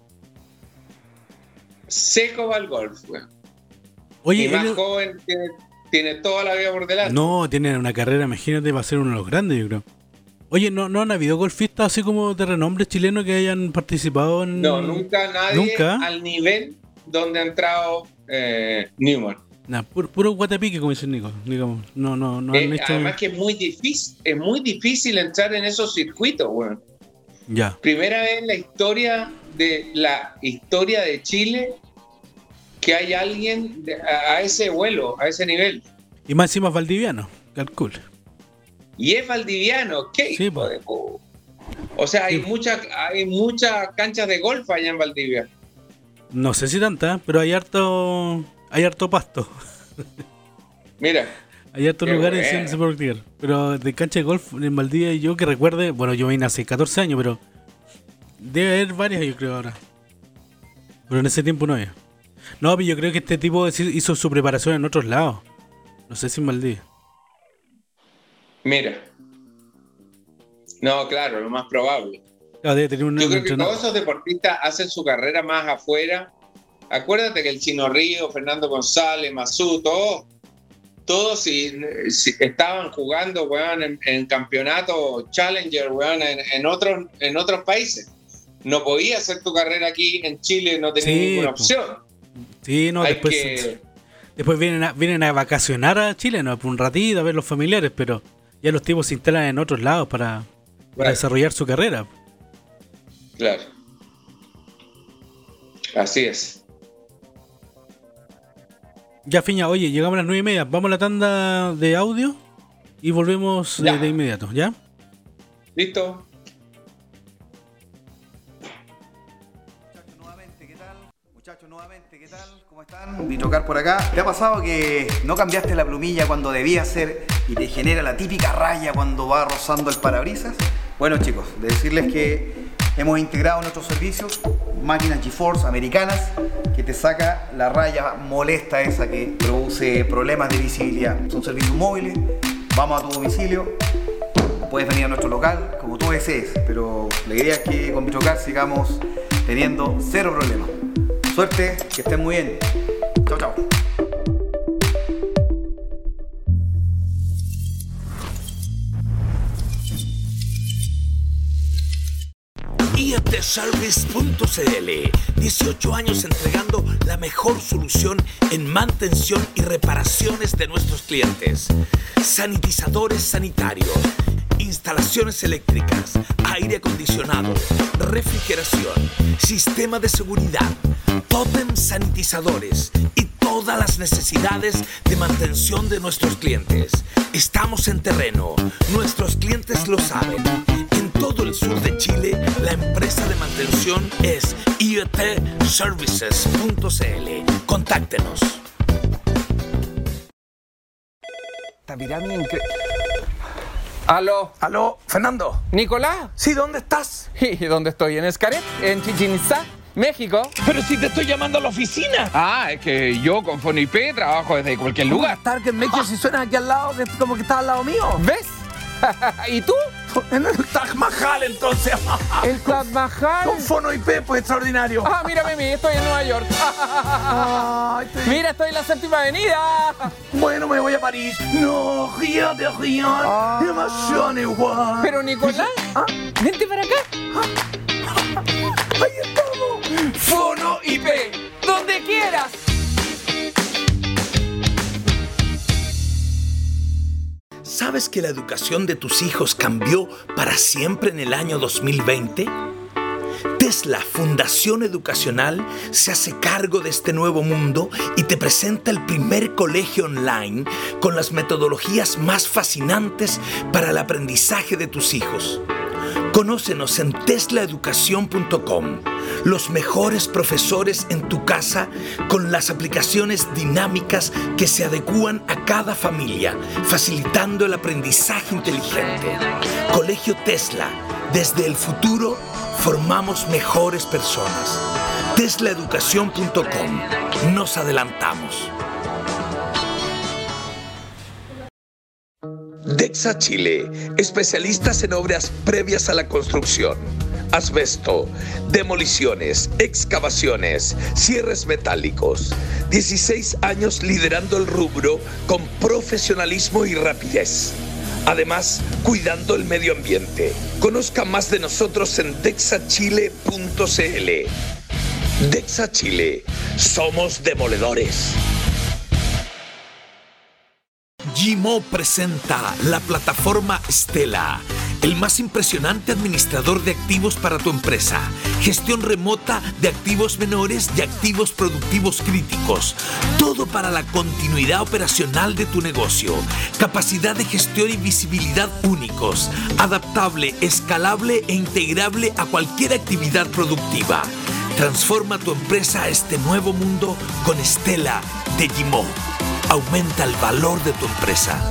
Seco va el golf, weón. Oye, Y más él- joven, tiene, tiene toda la vida por delante. no, tiene una carrera, imagínate, va a ser uno de los grandes, yo creo. Oye, ¿no, no han habido golfistas así como de renombre chileno que hayan participado en...? No, nunca nadie Nunca. al nivel donde ha entrado eh, Newman. Nah, puro, puro guatapique, como dice el Nico, digamos. No, no, no han Eh, hecho... además que es muy difícil, es muy difícil entrar en esos circuitos, weón. Ya. Primera vez en la historia de la historia de Chile que hay alguien de- a, a ese vuelo, a ese nivel. Y más encima es valdiviano, calcula. Y es valdiviano, ¿qué? Sí, hijo po. de pu- O sea, hay Sí. muchas hay muchas canchas de golf allá en Valdivia. No sé si tanta, pero hay harto... Hay harto pasto. Mira, Hay hartos Qué lugares bueno. donde se puede practicar. Pero de cancha de golf en Valdivia, yo que recuerde... Bueno, yo vine hace catorce años, pero... Debe haber varias, yo creo, ahora. Pero en ese tiempo no había. No, pero yo creo que este tipo hizo su preparación en otros lados. No sé si en Valdivia. mira. No, claro, lo más probable. Claro, debe tener un Yo creo que entrenador. todos esos deportistas hacen su carrera más afuera. Acuérdate que el Chino Río, Fernando González, Masú, todos, todos si, si estaban jugando, weón, en, en campeonato Challenger, weón, en, en, otros, en otros países. No podías hacer tu carrera aquí en Chile, no tenías Sí, ninguna po. opción. Sí, no, Hay después, que- después vienen, a, vienen a vacacionar a Chile, ¿no? Por un ratito a ver los familiares, pero ya los tipos se instalan en otros lados para, para Claro. desarrollar su carrera. Claro. Así es. Ya, Fiña, oye, llegamos a las nueve y media. Vamos a la tanda de audio y volvemos Ya. eh, de inmediato, ¿ya? ¿Listo? Nuevamente, ¿qué tal? Muchachos, nuevamente, ¿qué tal? ¿Cómo están? Vitrocar por acá. ¿Te ha pasado que no cambiaste la plumilla cuando debía ser y te genera la típica raya cuando va rozando el parabrisas? Bueno, chicos, de decirles que hemos integrado en nuestros servicios máquinas GeForce americanas que te saca la raya molesta esa que produce problemas de visibilidad. Son servicios móviles, vamos a tu domicilio. Puedes venir a nuestro local, como tú desees, pero la idea es que con Vitrocar sigamos teniendo cero problemas. Suerte, que estén muy bien. Chao, chao. I A T Service punto C L, dieciocho años entregando la mejor solución en mantención y reparaciones de nuestros clientes. Sanitizadores sanitarios, instalaciones eléctricas, aire acondicionado, refrigeración, sistema de seguridad, tótem sanitizadores y todas las necesidades de mantención de nuestros clientes. Estamos en terreno, nuestros clientes lo saben. En todo el sur de Chile, la empresa de mantención es I A T Services punto C L. Contáctenos. Esta pirámide incre... Aló, Aló, Fernando. Nicolás. Sí, ¿dónde estás? ¿Y dónde estoy? ¿En Xcaret? ¿En Chichén Itzá? ¿México? Pero si te estoy llamando a la oficina. Ah, es que yo con Fonip trabajo desde cualquier lugar. Target Maker, si suenas aquí al lado, que como que estás al lado mío. ¿Ves? ¿Y tú? En el Taj Mahal, entonces. El Taj Mahal. Con Fono I P, pues extraordinario. Ah, mírame a mí, estoy en Nueva York. Ay, te- Mira, estoy en la séptima avenida. Bueno, me voy a París. No, rien de rien. Ah. Emoción igual. Pero Nicolás, Ah. vente para acá. Ahí estamos. Fono I P, donde quieras. ¿Sabes que la educación de tus hijos cambió para siempre en el año dos mil veinte? Tesla Fundación Educacional se hace cargo de este nuevo mundo y te presenta el primer colegio online con las metodologías más fascinantes para el aprendizaje de tus hijos. Conócenos en tesla educación punto com. Los mejores profesores en tu casa con las aplicaciones dinámicas que se adecúan a cada familia, facilitando el aprendizaje inteligente. Colegio Tesla. Desde el futuro formamos mejores personas. tesla educación punto com. Nos adelantamos. Dexa Chile, especialistas en obras previas a la construcción, asbesto, demoliciones, excavaciones, cierres metálicos. dieciséis años liderando el rubro con profesionalismo y rapidez. Además, cuidando el medio ambiente. Conozca más de nosotros en dexa chile punto c l. Dexa Chile, somos demoledores. Gimo presenta la plataforma Stella, el más impresionante administrador de activos para tu empresa. Gestión remota de activos menores y activos productivos críticos. Todo para la continuidad operacional de tu negocio. Capacidad de gestión y visibilidad únicos. Adaptable, escalable e integrable a cualquier actividad productiva. Transforma tu empresa a este nuevo mundo con Stella de Gimo. Aumenta el valor de tu empresa.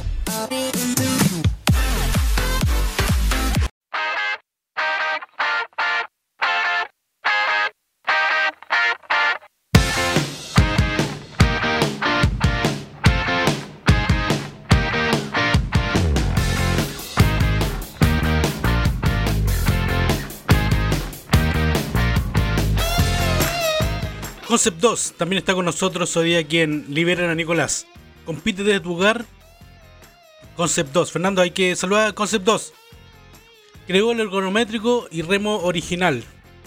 Concept dos también está con nosotros hoy día quien Liberan a Nicolás. Compite desde tu hogar. Concept dos. Fernando, hay que saludar a Concept dos. Creó el ergonométrico y remo original.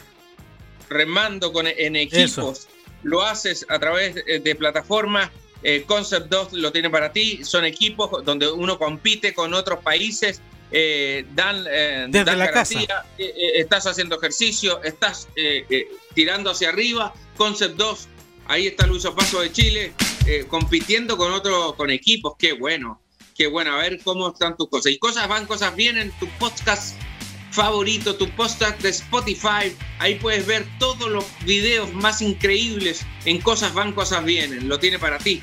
Remando con, en equipos. Eso. Lo haces a través de, de plataformas. Eh, Concept dos lo tiene para ti. Son equipos donde uno compite con otros países. Eh, dan, eh, Desde dan la garantía. casa. Eh, eh, estás haciendo ejercicio. Estás eh, eh, tirando hacia arriba. Concept dos. Ahí está Luis Opaso de Chile. Eh, compitiendo con otros, con equipos. Qué bueno. Qué bueno. A ver cómo están tus cosas. Y cosas van, cosas vienen. Tu podcast favorito, tu podcast de Spotify. Ahí puedes ver todos los videos más increíbles en Cosas Van, Cosas Vienen. Lo tiene para ti.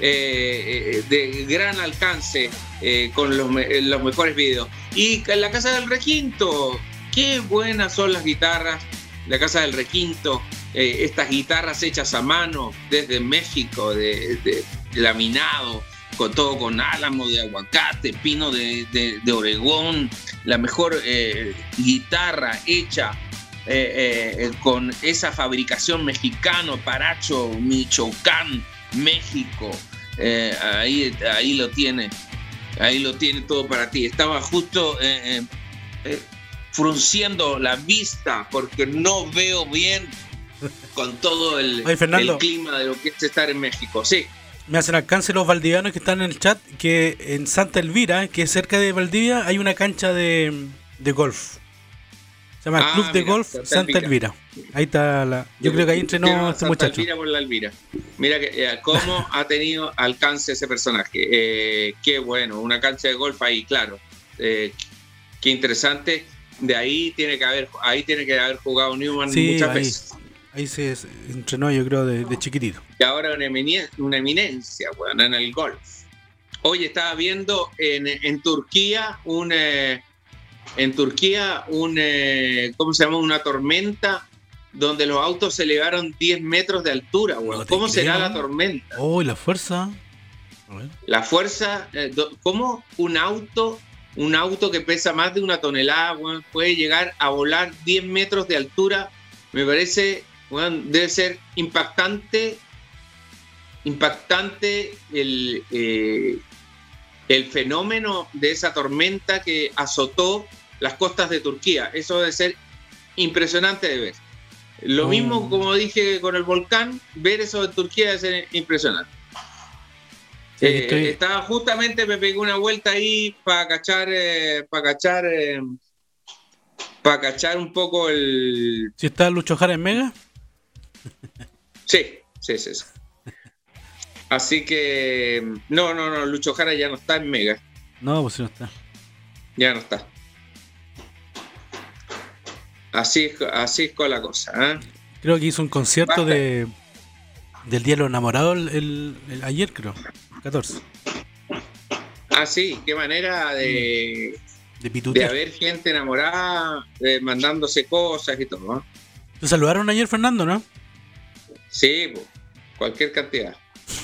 Eh, de gran alcance, eh, con los, me- los mejores videos. Y en la Casa del Requinto, qué buenas son las guitarras. La Casa del Requinto, eh, estas guitarras hechas a mano desde México, de, de, de laminado, con todo con álamo de aguacate, pino de, de, de Oregón, la mejor eh, guitarra hecha eh, eh, con esa fabricación mexicano, Paracho, Michoacán, México. Eh, ahí, ahí lo tiene, ahí lo tiene todo para ti. Estaba justo eh, eh, frunciendo la vista porque no veo bien con todo el, Oye, Fernando, el clima de lo que es estar en México. Sí. me hacen alcance los valdivianos que están en el chat que en Santa Elvira, que es cerca de Valdivia, hay una cancha de, de golf. Se llama el Ah, Club de mira, Golf Santa Santa Elvira. Elvira. Ahí está la. Yo creo que ahí entrenó este Santa muchacho. Elvira por la Elvira. Mira que, eh, cómo ha tenido alcance ese personaje. Eh, qué bueno, una cancha de golf ahí, claro. Eh, qué interesante. De ahí tiene que haber, ahí tiene que haber jugado Newman Sí, muchas ahí, veces. ahí se se entrenó, yo creo, de, de chiquitito. Y ahora una, eminien- una eminencia, bueno, en el golf. Hoy estaba viendo en, en Turquía un eh, en Turquía un eh, ¿cómo se llama? Una tormenta donde los autos se elevaron diez metros de altura, bueno. No te ¿Cómo será creo. la tormenta? Oh, y la fuerza. A ver. La fuerza, eh, do- ¿cómo un auto, un auto que pesa más de una tonelada, bueno, puede llegar a volar diez metros de altura? Me parece, bueno, debe ser impactante, impactante el, eh, el fenómeno de esa tormenta que azotó las costas de Turquía. Eso debe ser impresionante de ver. Lo Oh. mismo, como dije, con el volcán, ver eso de Turquía debe ser impresionante. Sí, Eh, estoy- Estaba justamente, me pegué una vuelta ahí para cachar, eh, para cachar, eh, para cachar un poco el. ¿Si está Lucho Jara en Mega? Sí, sí, sí, sí. Así que no, no, no, Lucho Jara ya no está en Mega, No, pues si no está. ya no está. Así, es- así es con la cosa, ¿eh? Creo que hizo un concierto Basta. de del Día de los Enamorados el, el- el- ayer, creo. catorce. Ah, sí, qué manera de, De de pitutear. haber gente enamorada, eh, mandándose cosas y todo, ¿no? Te saludaron ayer, Fernando, ¿no? Sí, po, cualquier cantidad.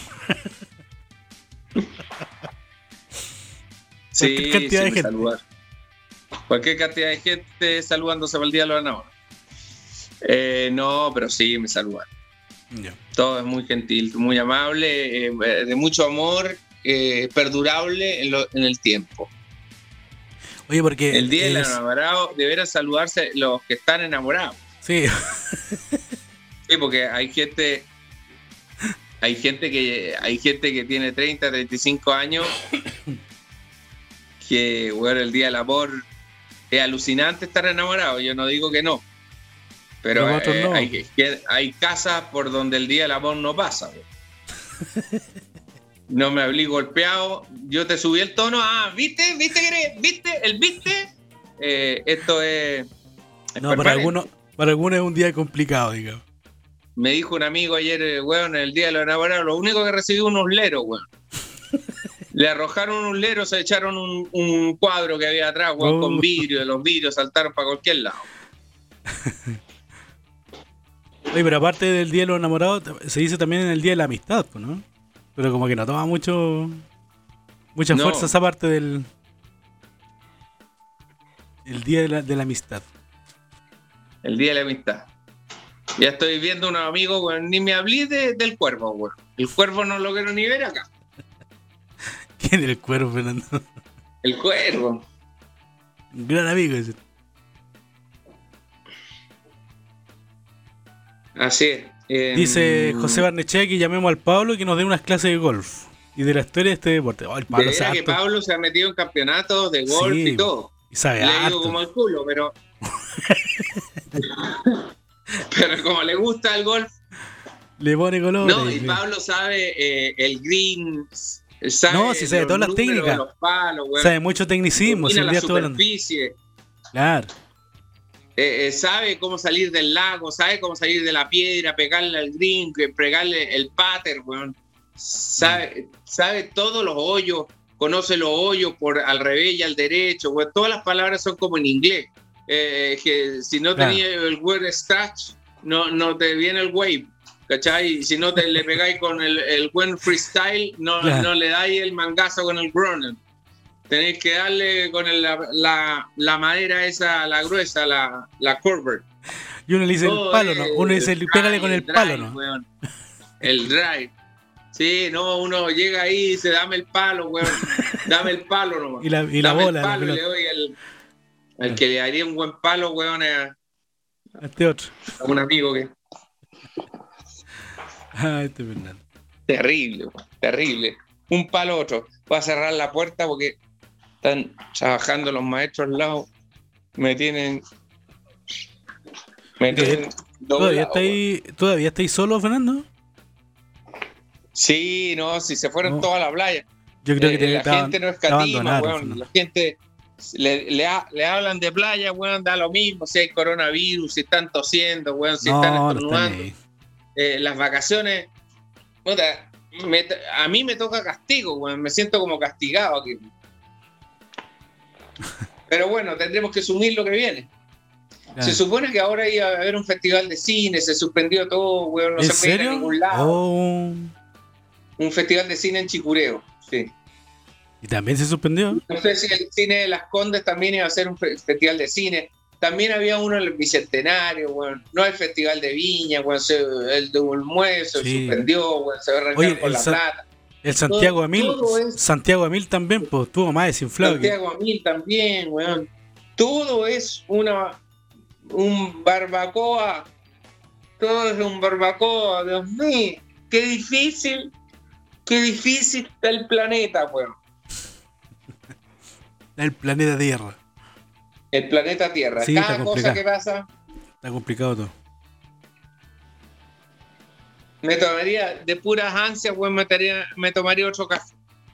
Sí, Cualquier cantidad sí, de me gente. saludaron. Cualquier cantidad de gente saludándose para el día de los enamorados. Eh, no, pero sí, me saludaron. Ya. Todo es muy gentil, muy amable, eh, de mucho amor, eh, perdurable en, lo- en el tiempo. Oye, porque. El día del es- enamorado deberán saludarse los que están enamorados. Sí. Sí, porque hay gente, hay gente que, hay gente que tiene treinta, treinta y cinco años que, bueno, el día del amor es alucinante estar enamorado. Yo no digo que no, pero Pero otros eh, no. hay, que- hay casas por donde el día del amor no pasa. güey. No me hablé golpeado. Yo te subí el tono. Ah, ¿viste? ¿Viste? que- ¿Viste? ¿El viste? Eh, esto es. es No, para permanente. algunos, para algunos es un día complicado, digamos. Me dijo un amigo ayer, eh, weón, en el día de los enamorados, lo único que recibió unos leros, weón. Le arrojaron un lero, se echaron un, un cuadro que había atrás, weón, Oh. con vidrio, los vidrios saltaron para cualquier lado. Oye, pero aparte del Día de los Enamorados, se dice también en el Día de la Amistad, pues, ¿no? Pero como que no toma mucho mucha No. fuerza esa parte del el Día de la, de la Amistad. El día de la amistad. Ya estoy viendo unos amigos, weón, ni me hablé de, del Cuervo, weón. El Cuervo no lo quiero ni ver acá. ¿Quién es el Cuervo, Fernando? El Cuervo. Un gran amigo ese. Así es. Eh, Dice José Barnechea que llamemos al Pablo y que nos dé unas clases de golf y de la historia de este deporte. Oh, el Pablo de verdad que Pablo se ha metido en campeonatos de golf sí, y todo. Y sabe le harto. digo como el culo, pero... pero como le gusta el golf... Le pone color. No, y Pablo sabe eh, el green... Sabe no, si sabe todas las técnicas. Los palos, sabe mucho tecnicismo. Domina si la superficie. Claro. Eh, eh, sabe cómo salir del lago, sabe cómo salir de la piedra, pegarle al green, pegarle el pattern, weón. Sabe, mm. sabe todos los hoyos, conoce los hoyos por al revés y al derecho, weón. Todas las palabras son como en inglés. Eh, que si no claro. tenías el word scratch, no, no te viene el wave, ¿cachai? Si no te le pegáis con el, el buen freestyle, no, claro. no le dais el mangazo con el groner. Tenéis que darle con el, la, la, la madera esa, la gruesa, la, la curve. Y uno le dice oh, el palo, ¿no? Uno dice, el, pégale con el, el drive, palo, ¿no? Weón. El drive. Sí, no, uno llega ahí y dice, dame el palo, weón. Dame el palo nomás. Y la, y la dame bola. El palo la y le doy el, el que le daría un buen palo, weón, es a este otro. A un amigo que... Ah, este Fernando. Terrible, weón, terrible. Un palo a otro. Voy a cerrar la puerta porque... Están trabajando los maestros al lado. Me tienen. Me tienen ¿Todavía estáis ¿Todavía estáis solos, Fernando? Sí, no, si se fueron no. todos a la playa. Yo creo eh, que te, la te gente no escatima, weón. Fernando. La gente le, le, ha, le hablan de playa, weón, da lo mismo. Si hay coronavirus, si están tosiendo, weón, si no, están estornudando. No eh, las vacaciones. Puta, me, a mí me toca castigo, weón. Me siento como castigado aquí. Pero bueno, tendremos que asumir lo que viene. Claro. Se supone que ahora iba a haber un festival de cine, se suspendió todo, weón, no ¿En se puede ir a ningún lado. Oh. Un festival de cine en Chicureo, sí. ¿Y también se suspendió? No sé si el cine de Las Condes también iba a ser un festival de cine. También había uno en el Bicentenario, weón. No el festival de Viña, weón, se, el de Bulmuez se sí. suspendió, weón, se va a arrancar con la San... plata. El Santiago Amil, Santiago Amil también, pues estuvo más desinflado. Santiago que... Amil también, weón. Todo es una un barbacoa. Todo es un barbacoa, Dios mío. Qué difícil, qué difícil está el planeta, weón. El planeta Tierra. El planeta Tierra. Sí, cada cosa que pasa. Está complicado todo. Me tomaría, de puras ansias, weón, me, me tomaría otro café.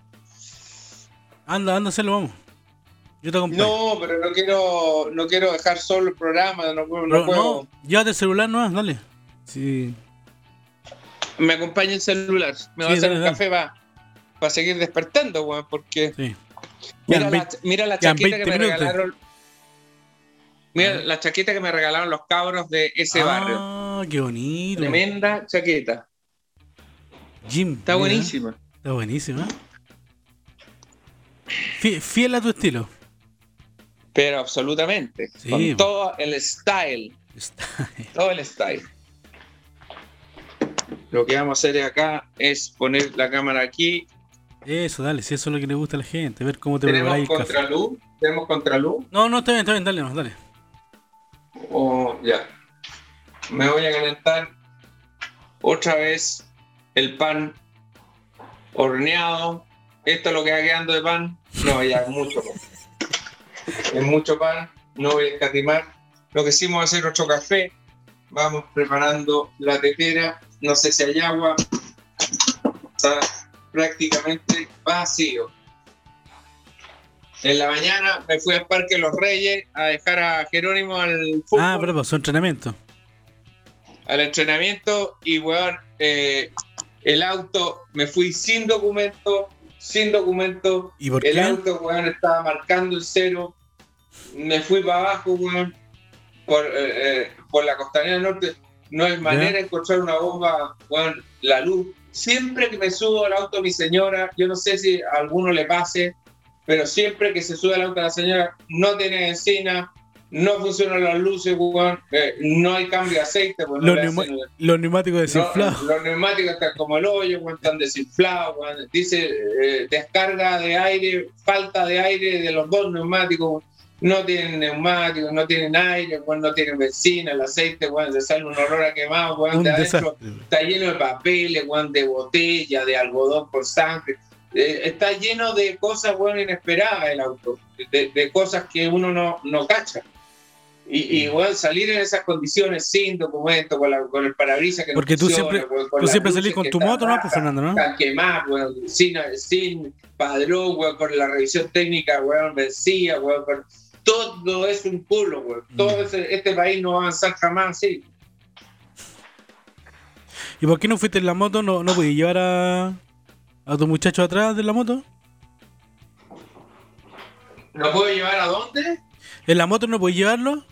Anda, anda, hacerlo, vamos. Yo te acompaño. No, pero no quiero, no quiero dejar solo el programa, no, no pero, puedo. No, llévate el celular, no, dale. Sí. Me acompaña el celular. Me sí, voy a hacer dale, un dale. café para pa seguir despertando, weón, porque. Sí. Mira, la, mira la chaqueta que me minutos. regalaron. Mira la chaqueta que me regalaron los cabros de ese ah, barrio. Ah, qué bonito. Tremenda chaqueta. Jim. Está mira, buenísima. Está buenísima. Fiel a tu estilo. Pero absolutamente. Sí, con todo el style. style. Todo el style. Lo que vamos a hacer acá es poner la cámara aquí. Eso, dale, si eso es lo que le gusta a la gente, ver cómo te preparas el café. ¿Tenemos contraluz? ¿Tenemos contraluz? No, no, está bien, está bien, dale, no, dale. Oh, ya. Me voy a calentar otra vez el pan horneado. Esto es lo que va quedando de pan. No, ya es mucho pan. Es mucho pan. No voy a escatimar. Lo que hicimos es hacer otro café. Vamos preparando la tetera. No sé si hay agua. Está prácticamente vacío. En la mañana me fui al Parque Los Reyes a dejar a Jerónimo al fútbol. Ah, pero su entrenamiento. Al entrenamiento y, weón, eh, el auto, me fui sin documento, sin documento. ¿Y por el qué? auto, weón, estaba marcando el cero. Me fui para abajo, weón, por, eh, por la Costanera Norte. No hay manera ¿Ya? de encontrar una bomba, weón, la luz. Siempre que me subo al auto de mi señora, yo no sé si a alguno le pase, pero siempre que se sube al auto de la señora, no tiene benzina, no funcionan las luces, weón, eh, no hay cambio de aceite, weón, los, no neuma- hacen, los neumáticos desinflados. no, los neumáticos están como el hoyo, weón, están desinflados, weón. Dice eh, descarga de aire, falta de aire de los dos neumáticos, weón. No tienen neumáticos, no tienen aire, weón, no tienen benzina, el aceite, weón, se sale un olor a quemado, weón, Un de adentro desastre. está lleno de papeles, weón, de botella, de algodón por sangre. Eh, está lleno de cosas, weón, inesperadas el auto, de, de cosas que uno no, no cacha. Y, y weón, salir en esas condiciones sin documento, con, la, con el parabrisas que no Porque tú funciona, siempre, weón, con tú las siempre luces salís con que tu están moto, ¿no? Pues bajas, Fernando, ¿no? están quemadas, weón, sin, sin padrón, weón, con la revisión técnica, weón, vencida, weón, con- todo es un culo, weón. Todo Mm. ese- este país no va a avanzar jamás, sí. ¿Y por qué no fuiste en la moto? ¿No, no podías llevar a, a tu muchacho atrás de la moto? ¿No puedo llevar a dónde? ¿En la moto no podías llevarlo?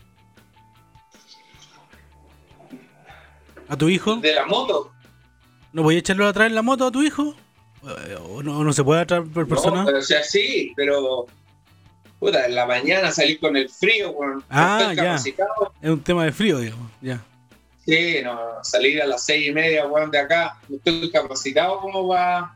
¿A tu hijo? De la moto. ¿No podías echarlo atrás en la moto a tu hijo? ¿O no, o no se puede atrás por persona? No, o sea, sí, pero puta, en la mañana salir con el frío, weón. Ah, No estoy ya. capacitado. Es un tema de frío, digamos. Ya. Sí, no, salir a las seis y media, weón, de acá, no estoy capacitado como va.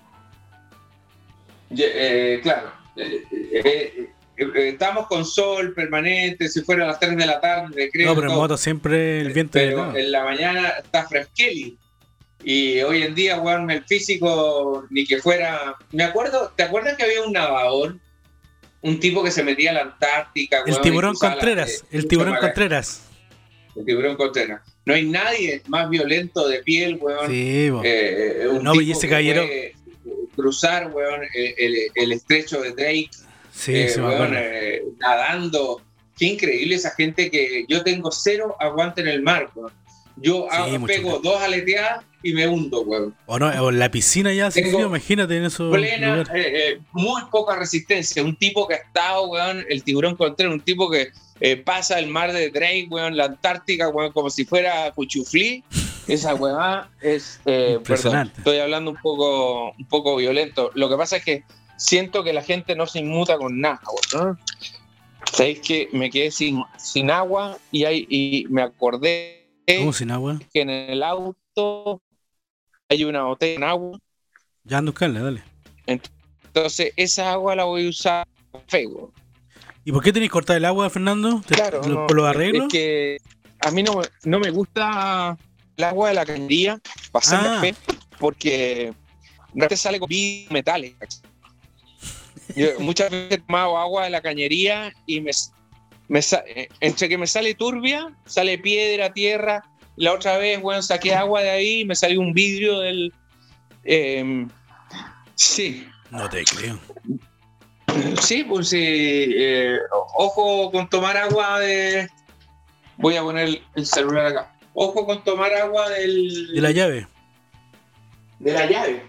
Eh, claro, eh, eh, eh, estamos con sol permanente, si fuera a las tres de la tarde, creo. No, pero en moto siempre el viento de Pero lado. en la mañana está fresqueli. Y hoy en día, weón, el físico, ni que fuera. Me acuerdo, ¿te acuerdas que había un nadador? Un tipo que se metía a la Antártica, El weón, tiburón y cruzaba la- Contreras. eh, El mucho tiburón más- Contreras. El tiburón Contreras. No hay nadie más violento de piel, weón. Sí, bo. Eh, un No, tipo y ese que caballero- puede cruzar, weón, el, el- el estrecho de Drake, Sí, eh, sí, me weón, acuerdo. eh, nadando. Qué increíble esa gente que yo tengo cero aguante en el mar, weón. Yo Sí, hago- mucho pego más. dos aleteadas y me hundo, weón. O no, o en la piscina ya hace Tengo frío, imagínate en esos Plena, lugares. eh, eh, muy poca resistencia. Un tipo que ha estado, weón, el tiburón Contreras, un tipo que eh, pasa el mar de Drake, weón, la Antártica, weón, como si fuera cuchuflí. Esa weá es. Eh, Impresionante. perdón, estoy hablando un poco, un poco violento. Lo que pasa es que siento que la gente no se inmuta con nada, weón, ¿no? Sabéis que me quedé sin, sin agua y, hay, y me acordé ¿Cómo sin agua? que en el auto hay una botella con agua. Ya ando a buscarla, dale. Entonces, esa agua la voy a usar con café, weón. ¿Y por qué tenéis cortar el agua, Fernando? ¿Te- Claro, lo- no, ¿Por los arreglos? es que a mí no, no me gusta el agua de la cañería para hacer Ah. café porque realmente sale con vidrio y metales. Yo muchas veces he tomado agua de la cañería y me, me sa- eh, entre que me sale turbia, sale piedra, tierra. La otra vez, bueno, saqué agua de ahí y me salió un vidrio del... eh, sí, No te creo. sí, pues sí. eh, ojo con tomar agua de... Voy a poner el celular acá. Ojo con tomar agua del... ¿De la llave? de la llave.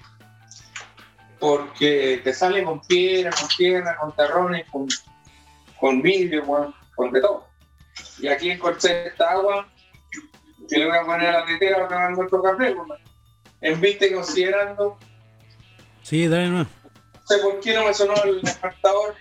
Porque te sale con piedra, con tierra, con terrones, con, con vidrio, con, con de todo. Y aquí encontré esta agua, que le voy a poner a la tetera para tomar nuestro café, pues, en vista y considerando, Sí, dale no. no sé por qué no me sonó el despertador.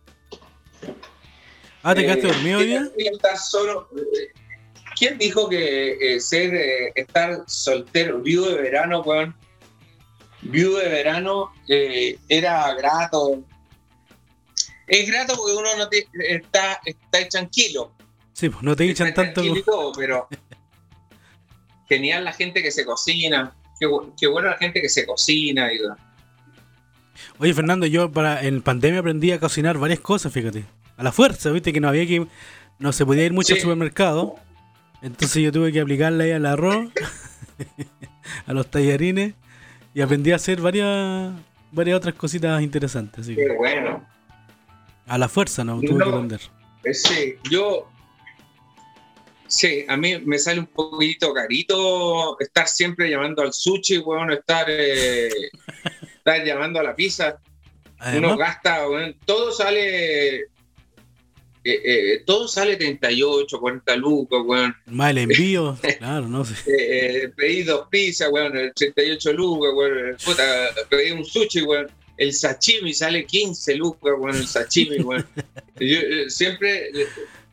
Ah, ¿te quedaste Eh, dormido hoy día? ¿quién dijo estar solo? Eh, ¿Quién dijo que eh, ser, eh, estar soltero, viudo de verano, weón? Viudo de verano eh, era grato. Es grato porque uno no te, está, está tranquilo. Sí, pues no te Está hinchan tanto. tranquilo y todo, pero genial la gente que se cocina. Qué, bu- qué buena la gente que se cocina. Y, Oye, Fernando, yo para en pandemia aprendí a cocinar varias cosas, fíjate. A la fuerza, viste que no había que... No se podía ir mucho Sí. al supermercado. Entonces yo tuve que aplicarle ahí al arroz, a los tallarines, y aprendí a hacer varias varias otras cositas interesantes. Así que qué bueno. a la fuerza no tuve No. que aprender. Eh, Sí, yo. Sí, a mí me sale un poquito carito estar siempre llamando al sushi, weón, estar, eh, estar llamando a la pizza. Uno Además, gasta, weón, todo sale. Eh, eh, todo sale treinta y ocho, cuarenta lucas, weón. más el envío, claro, no sé. Eh, eh, pedí dos pizzas, weón, treinta y ocho lucas, weón. Puta, pedí un sushi, weón. El sashimi sale quince lucas, weón, el sashimi, weón. Yo eh, siempre.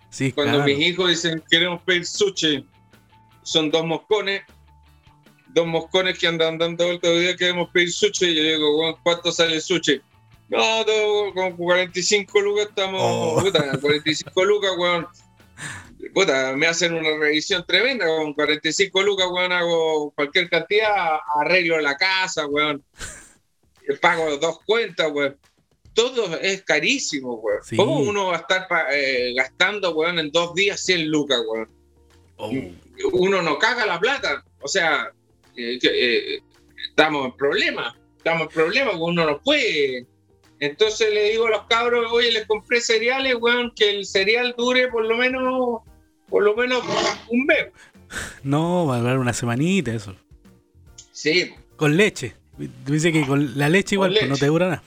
Sí, Cuando claro. mis hijos dicen queremos pedir sushi, son dos moscones, dos moscones que andan dando vueltas hoy día, queremos pedir sushi. Y yo digo, bueno, ¿cuánto sale el sushi? No, todo, con cuarenta y cinco lucas estamos, Oh. puta, cuarenta y cinco lucas, weón. Puta, me hacen una revisión tremenda, con cuarenta y cinco lucas, weón, hago cualquier cantidad, arreglo la casa, weón. Pago dos cuentas, weón. Todo es carísimo, weón. Sí. ¿Cómo uno va a estar pa- eh, gastando, weón, en dos días cien lucas, weón? Oh. Uno no caga la plata. O sea, eh, que, eh, estamos en problemas. Estamos en problemas, uno no puede. Entonces le digo a los cabros, oye, les compré cereales, weón, que el cereal dure por lo menos, por lo menos un mes. No, va a durar una semanita eso. Sí. Con leche. Tú dices que con la leche igual, Con pues no leche. te dura nada.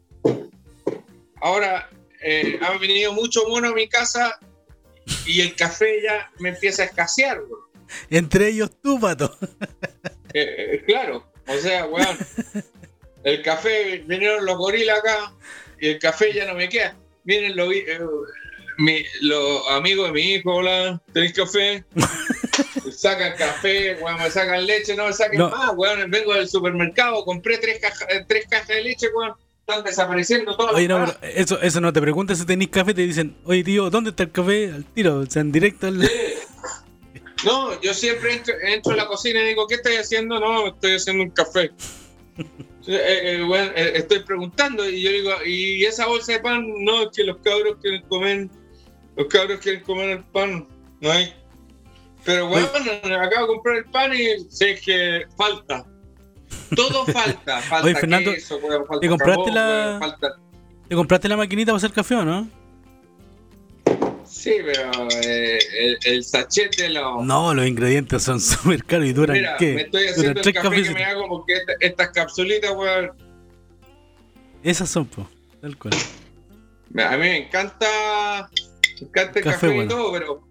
Ahora, eh, han venido muchos monos a mi casa y el café ya me empieza a escasear, weón. Entre ellos tú, pato. Eh, eh, claro, o sea, weón, el café, vinieron los gorilas acá y el café ya no me queda. Vienen los, eh, mi- los amigos de mi hijo, hola, ¿tenéis café? Sacan café, weón, me sacan leche, no me saquen No. más, weón, vengo del supermercado, compré tres, caja- eh, tres cajas de leche, weón, están desapareciendo todas Oye, las no, cajas. pero eso, eso no te preguntas si tenés café, te dicen, oye tío, ¿dónde está el café? Al tiro, o sea, en directo al... No, yo siempre entro, entro a la cocina y digo, ¿qué estoy haciendo? No, estoy haciendo un café. Eh, eh, bueno, eh, estoy preguntando y yo digo, ¿y esa bolsa de pan? No, es que los cabros quieren comer, los cabros quieren comer el pan, no hay. Pero bueno, acabo de comprar el pan y sé que falta. Todo falta, falta Oye, Fernando, queso, weón, falta ¿te compraste jamón, la- weón, falta... ¿Te compraste la maquinita para hacer café o no? Sí, pero eh, el, el sachet de los... No, los ingredientes son súper caros y duran, Mira, ¿qué? me estoy Duran haciendo el tres café que cafecitos. me hago porque esta- estas capsulitas, weón, Esas son, pues, tal cual. a mí me encanta, me encanta el Café, café, bueno. y todo, pero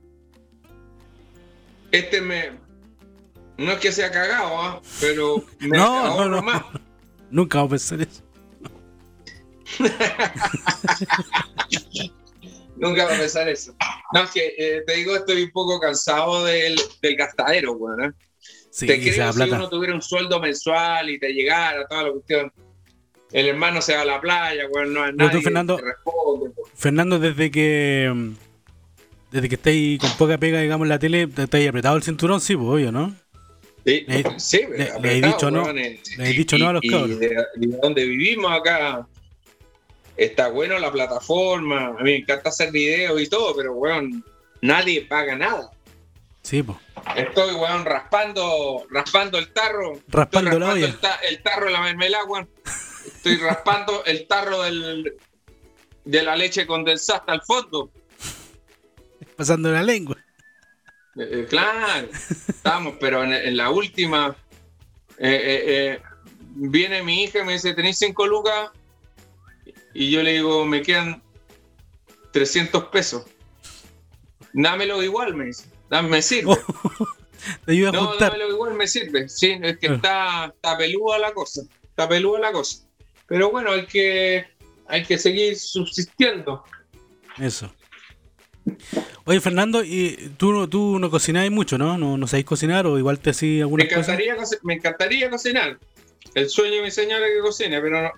este me, no es que sea cagado, ¿ah? Pero me No, no, ahorro no. más. Nunca vamos a pensar eso. Nunca va a pensar eso. No, es que eh, te digo, estoy un poco cansado del, del gastadero, weón, ¿eh? Sí, Te que creo sea si plata. uno tuviera un sueldo mensual y te llegara toda la cuestión. El hermano se va a la playa, weón, no hay Pero tú, nadie Fernando- que responde. weón. Fernando, desde que mm, desde que estáis con poca pega, digamos, en la tele, te estáis apretado el cinturón, sí, pues, obvio, ¿no? Sí, Le- sí, le- le he apretado, dicho no, weón, eh, le he dicho no a los y- cabros. Y de, y de donde vivimos acá está bueno la plataforma. A mí me encanta hacer videos y todo, pero weón, nadie paga nada. Sí, pues. Estoy, weón, raspando, raspando el tarro. Raspando Estoy la olla. el, ta- el tarro de la mermelada, weón. Estoy raspando el tarro del, de la leche condensada hasta el fondo. Pasando la lengua. Eh, eh, claro, estamos, pero en, en la última eh, eh, eh, viene mi hija y me dice, ¿tenéis cinco lucas? Y yo le digo, me quedan trescientos pesos. Dámelo igual, me dice. Dame, me sirve. Te ayuda a No, juntar. dámelo igual, me sirve. Sí, es que Ah. está, está pelúa la cosa. Está pelúa la cosa. Pero bueno, hay que, hay que seguir subsistiendo. Eso. Oye, Fernando, ¿y tú, no- tú no cocináis mucho, ¿no? ¿No, no sabéis cocinar o igual te hacís Me algunas cosas? encantaría, co- me encantaría cocinar. El sueño de mi señora es que cocine, pero no.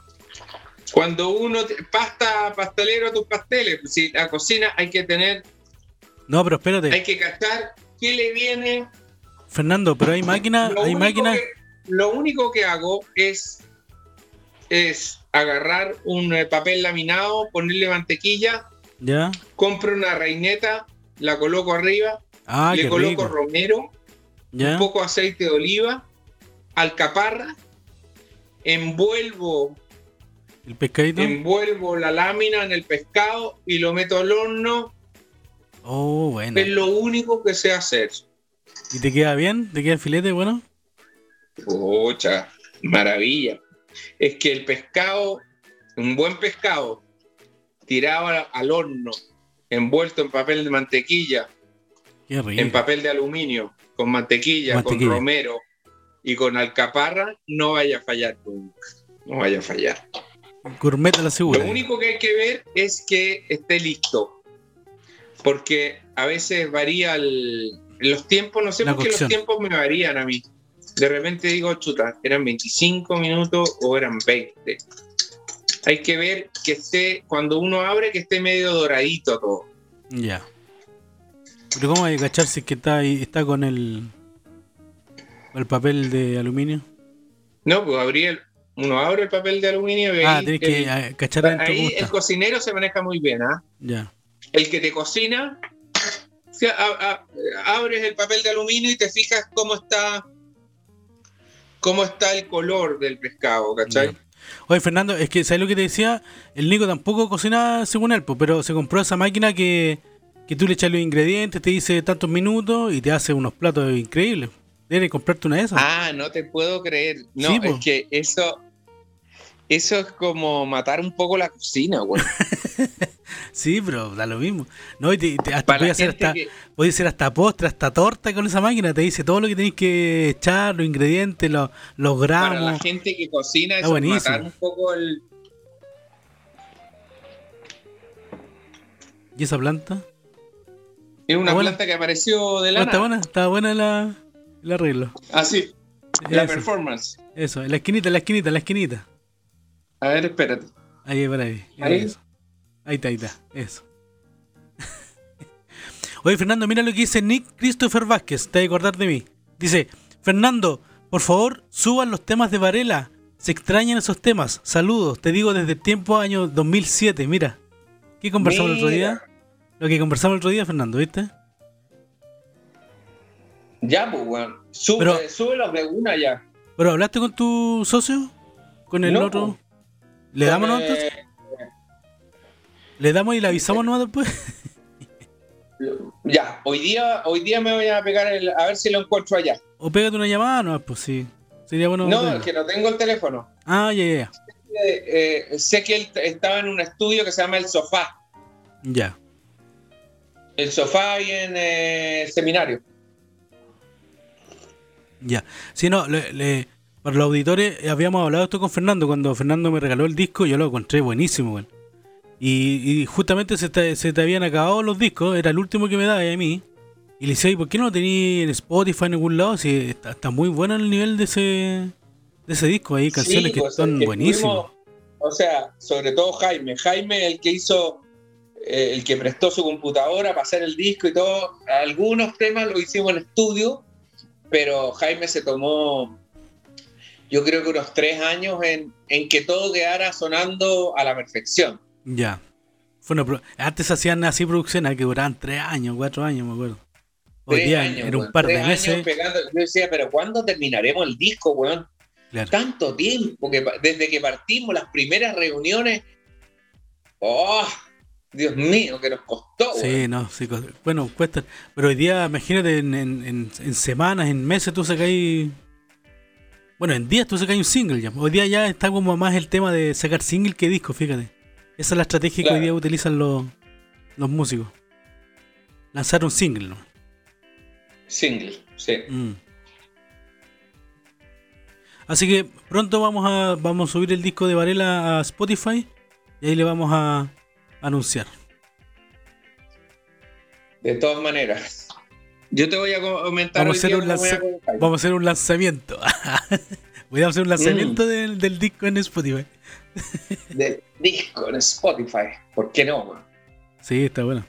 Cuando uno te- pasta pastelero tus pasteles, si la cocina hay que tener, No, pero espérate. hay que cachar qué le viene. Fernando, pero hay máquinas, Lo hay único máquinas. que- lo único que hago es, es agarrar un eh, papel laminado, ponerle mantequilla, ¿Ya? compro una reineta, la coloco arriba, Ah, le qué coloco rico. romero, ¿Ya? un poco aceite de oliva, alcaparra, envuelvo, El pescadito. envuelvo la lámina en el pescado y lo meto al horno. Oh, bueno. Es lo único que sé hacer. ¿Y te queda bien? ¿Te queda el filete, bueno? Pucha, maravilla. Es que el pescado, un buen pescado, tirado a- al horno, envuelto en papel de mantequilla, Qué rico. en papel de aluminio, con mantequilla, Mantequilla. con romero y con alcaparra, no vaya a fallar nunca. No vaya a fallar. Gourmet a la segura. Lo único que hay que ver es que esté listo. porque a veces varía el, los tiempos, no sé La por qué los cocción. tiempos me varían a mí. De repente digo, chuta, eran veinticinco minutos o eran veinte. Hay que ver que esté, cuando uno abre, que esté medio doradito todo. Ya. Pero ¿cómo hay que cachar si es que está ahí, está con el, el papel de aluminio? No, pues abrí el, uno abre el papel de aluminio y Ah, ahí, tenés que el, eh, cachar adentro cómo ahí está. el cocinero se maneja muy bien, ¿ah? Ya. El que te cocina, si a- a- abres el papel de aluminio y te fijas cómo está cómo está el color del pescado, ¿cachai? Ya. Oye, Fernando, es que, ¿sabes lo que te decía? El Nico tampoco cocinaba según él, po, pero se compró esa máquina que, que tú le echas los ingredientes, te dice tantos minutos y te hace unos platos increíbles. Debes comprarte una de esas. Ah, no te puedo creer. No, Sí, po. es que eso eso es como matar un poco la cocina, güey. Sí, pero da lo mismo. No, y te, te- hasta Para puede la hacer gente hasta, que- puede hacer hasta postre, hasta torta con esa máquina. Te dice todo lo que tenéis que echar, los ingredientes, los, los Para la gramos. gente que cocina, Ah, eso es buenísimo. matar un poco el... ¿Y esa planta? Es una ¿Está buena? planta que apareció de la Ah, está nada. buena, está buena la, el arreglo. Así, la Eso. performance. Eso, en la esquinita, en la esquinita, en la esquinita. A ver, espérate. Ahí, por ahí. Ahí. Eso. Ahí está, ahí está. Eso. Oye, Fernando, mira lo que dice Nick Christopher Vázquez. Te vas a acordar de mí. Dice, Fernando, por favor, suban los temas de Varela. Se extrañan esos temas. Saludos. Te digo desde el tiempo año dos mil siete. Mira. ¿Qué conversamos el otro día? Mira. Lo que conversamos el otro día, Fernando, ¿viste? Ya, pues, weón. Sube, Pero- súbelos de una ya. ¿Pero hablaste con tu socio? ¿Con el No, otro? po. ¿Le damos Con, nomás entonces? eh, ¿Le damos y le avisamos nomás después? Ya, hoy día, hoy día me voy a pegar el, a ver si lo encuentro allá. O pégate una llamada, no, pues sí. Sería bueno. No, tenerlo. es que no tengo el teléfono. Ah, ya, ya, ya. Eh, eh, sé que él estaba en un estudio que se llama El Sofá. Ya. El Sofá ahí en eh, el seminario. Ya. Sí, no, le, le- para los auditores eh, habíamos hablado esto con Fernando. Cuando Fernando me regaló el disco, yo lo encontré buenísimo, güey. Y, y justamente se te, se te habían acabado los discos, era el último que me daba a mí. Y le decía, ¿y por qué no lo tenías en Spotify en algún lado? Si está, está muy bueno el nivel de ese de ese disco. Hay canciones Sí, que pues, están que buenísimas. fuimos- o sea, sobre todo Jaime. Jaime, el que hizo, eh, el que prestó su computadora para hacer el disco y todo. Algunos temas lo hicimos en estudio, pero Jaime se tomó, yo creo que unos tres años en, en que todo quedara sonando a la perfección. Ya. Fue una pro- Antes hacían así producciones que duraban tres años, cuatro años, me acuerdo. Hoy Tres día años, era un weón, par de tres meses. años pegando. Yo decía, pero ¿cuándo terminaremos el disco, weón? Claro. Tanto tiempo, que pa- desde que partimos las primeras reuniones. ¡Oh! Dios mío, que nos costó, Sí, weón. no, sí, co- bueno, cuesta. Pero hoy día, imagínate, en, en, en- en semanas, en meses, tú sacáis. Bueno, en días tú sacáis un single ya. Hoy día ya está como más el tema de sacar single que disco, fíjate. Esa es la estrategia que Claro. hoy día utilizan los, los músicos. Lanzar un single, ¿no? Single, sí. Mm. Así que pronto vamos a vamos a subir el disco de Varela a Spotify y ahí le vamos a anunciar. De todas maneras. Yo te voy a comentar Vamos a hoy hacer día un cómo voy a lanza- comentar. Vamos a hacer un lanzamiento. Voy a hacer un lanzamiento Mm. del, del disco en Spotify. de disco en Spotify. ¿Por qué no, weón? Sí, está bueno.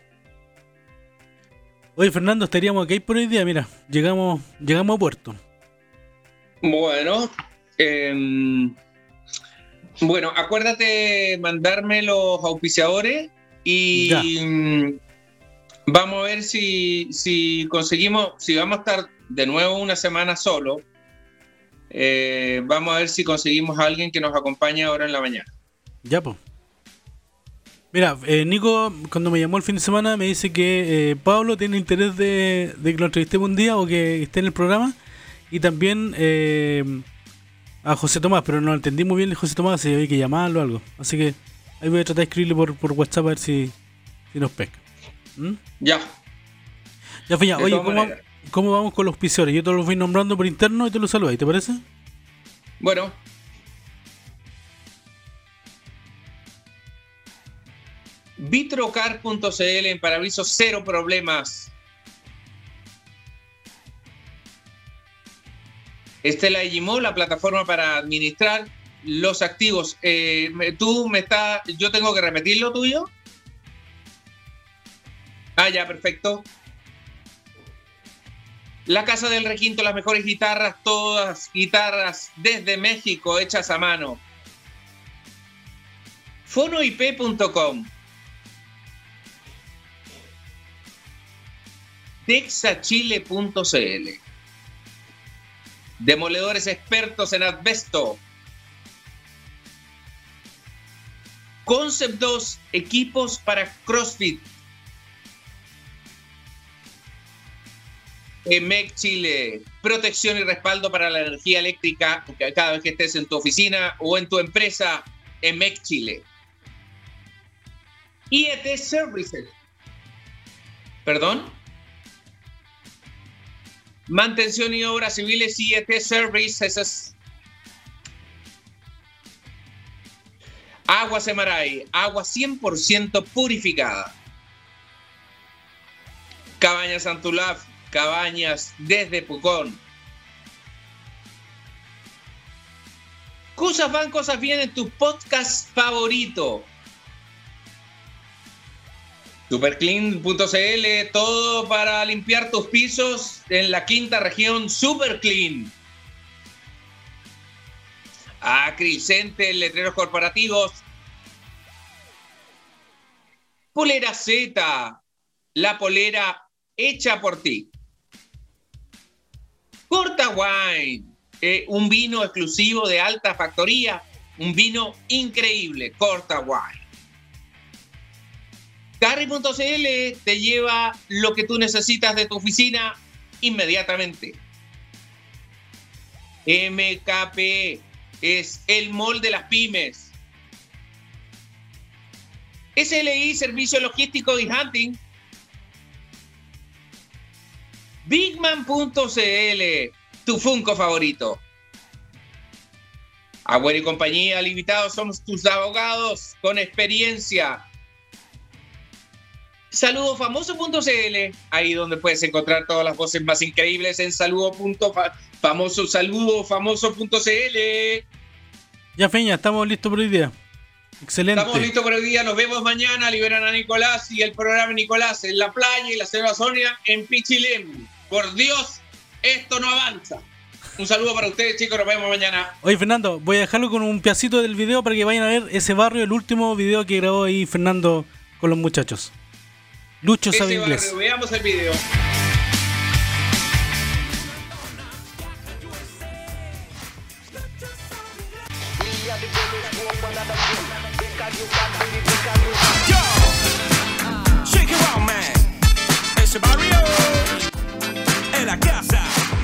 Oye, Fernando, estaríamos aquí por hoy día. Mira, llegamos llegamos a puerto. Bueno, em, bueno, acuérdate mandarme los auspiciadores y Ya. mm, vamos a ver si, si conseguimos, si vamos a estar de nuevo una semana solo, eh, vamos a ver si conseguimos a alguien que nos acompañe ahora en la mañana. Ya, pues. Mira, eh, Nico, cuando me llamó el fin de semana, me dice que eh, Pablo tiene interés de, de que lo entrevistemos un día o que esté en el programa. Y también eh, a José Tomás, pero no lo entendí muy bien de José Tomás, si había que llamarlo o algo. Así que ahí voy a tratar de escribirle por, por WhatsApp a ver si, si nos pesca. ¿Mm? Ya, Ya fue ya. De Oye, todas ¿cómo, maneras. ¿cómo vamos con los auspiciadores? Yo te los voy nombrando por interno y te los saludo ahí, ¿te parece? bueno. Vitrocar punto c l, en parabrisas cero problemas. Estela Digimon, la plataforma para administrar los activos. Eh, tú me estás, yo tengo que repetir lo tuyo. Ah, ya, perfecto. La Casa del Requinto, las mejores guitarras, todas guitarras desde México, hechas a mano. fonoip punto com. Texachile punto c l. Demoledores expertos en asbesto. Concept dos, equipos para CrossFit. E M E C Chile, protección y respaldo para la energía eléctrica cada vez que estés en tu oficina o en tu empresa. E M E C Chile. I E T Services. ¿Perdón? Mantención y obras civiles, I E T Services. Agua Semaray, agua cien por ciento purificada. Cabañas Antulaf, cabañas desde Pucón. Cosas van, cosas vienen, tu podcast favorito. Superclean punto c l, todo para limpiar tus pisos en la quinta región. Superclean. Acrisente, letreros corporativos. Polera Z, la polera hecha por ti. Corta Wine, eh, un vino exclusivo de alta factoría, un vino increíble. Corta Wine. Carry punto c l te lleva lo que tú necesitas de tu oficina inmediatamente. M K P es el mall de las pymes. S L I, servicio logístico y hunting. Bigman punto c l, tu Funko favorito. Agüero y compañía limitados, somos tus abogados con experiencia. Saludo famoso punto c l, ahí donde puedes encontrar todas las voces más increíbles en saludo. Famoso, saludo famoso punto c l. Ya, Feña, estamos listos por hoy día. Excelente. Estamos listos por hoy día, nos vemos mañana. Liberan a Nicolás y el programa Nicolás en la playa y la señora Sonia en Pichilemu. Por Dios, esto no avanza. Un saludo para ustedes, chicos, nos vemos mañana. Oye, Fernando, voy a dejarlo con un pedacito del video para que vayan a ver ese barrio, el último video que grabó ahí Fernando con los muchachos. Lucho sabe inglés. Barrio, veamos el video. Yo, shake it out, man. Ese barrio en la casa.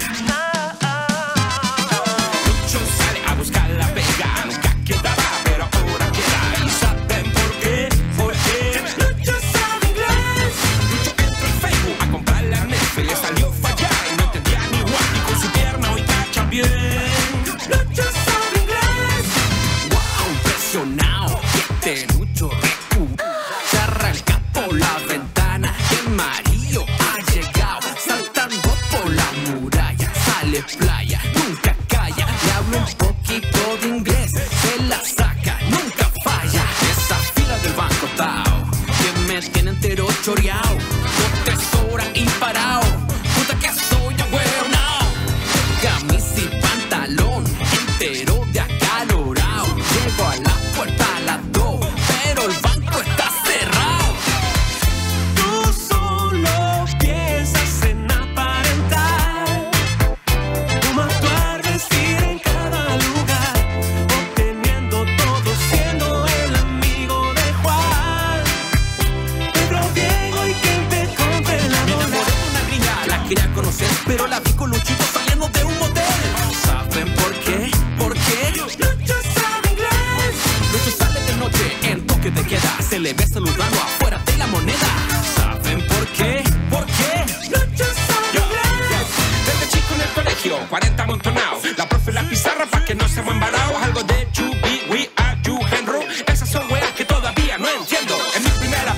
Lucho sale a buscar la pega, nunca quedaba, pero ahora queda. ¿Y saben por qué? Porque Lucho sabe inglés. Lucho entró en Facebook a comprar la Netflix, le salió fallar y no entendía ni igual, y con su pierna hoy cacha bien. Lucho sabe inglés. Wow, impresionado, este Lucho recu se arranca por la ventana. El Mario ha llegado, saltando por la muralla, sale playa, nunca calla, le habla un poquito de inglés, se la saca, nunca falla. Esa fila del banco Tao, que me tiene entero choreado, no te sobra y parado, puta que soy agüero now. Camisa y pantalón, entero de acalorado, llego a la puerta a las dos, pero el banco está cerrado. Tú solo piensas en aparentar, cómo actuar, vestir en cada lugar, obteniendo todo, siendo el amigo de Juan. Pedro Diego y quien te compre la. Me enamoré de una gringa, la quería conocer, pero la vi con Luchito saliendo de un motel. ¿Saben por qué? ¿Por qué? Lucho sabe inglés. Lucho sale de noche en toque de queda, se le ve saludando afuera de la Moneda. ¿Saben por qué? ¿Por qué? Lucho sabe inglés. Desde chico en el colegio, cuarenta amontonados, la profe la pizarra pa' que no se muevan varados. Algo de to be, we are you, Henry. Esas son weas que todavía no entiendo. En mi primera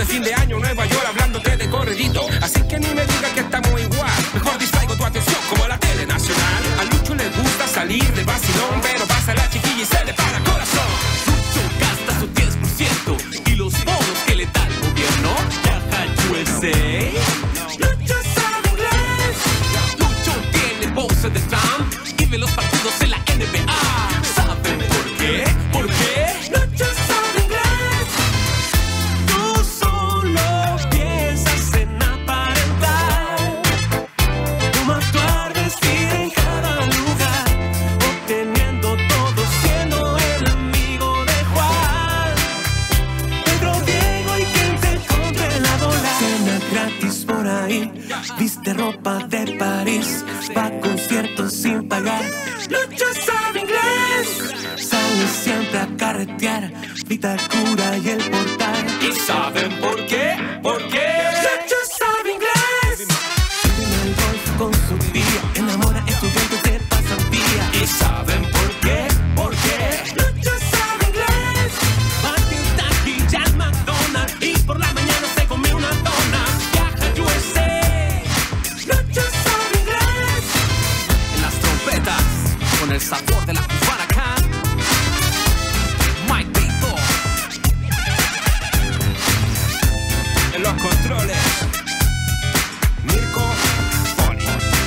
fin de año Nueva York hablándote de corredito. Así que ni me digas que estamos igual. Mejor distraigo tu atención como la tele nacional. A Lucho le gusta salir de vacilón, pero pasa la chiquilla y se le para corazón. Lucho gasta su diez por ciento y los bonos que le da el gobierno. Caja U S A. Lucho sabe inglés. Lucho tiene voces de Trump y ve los partidos en la N B A. ¿Saben por qué? ¿Por qué? Lucho sabe inglés. Tú solo piensas en aparentar, cómo actuar, vestir en cada lugar, obteniendo todo siendo el amigo de Juan, Pedro, Diego y quien te compre la bola. Cena gratis por ahí, viste ropa de París, va a conciertos sin pagar. Lucho sabe inglés. Sale siempre a carretear, Vitacura y el Portal. ¿Y saben por qué? ¿Por qué? Lucho sabe inglés. En el golf con su tía, enamora estudiantes de pasantía. ¿Y saben por qué? ¿Por qué? Lucho sabe inglés. Va a Kentucky y al McDonald's y por la mañana se come una dona. Viaja U S A. Lucho sabe inglés. En las trompetas, con el sabor de la cubana acá. Mike Tito. En los controles, Mirko Foni.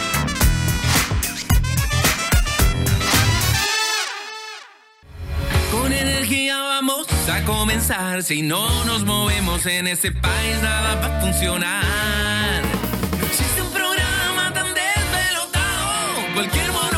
Con energía vamos a comenzar. Si no nos movemos en ese país, nada va a funcionar. No existe un programa tan desvelotado. Cualquier momento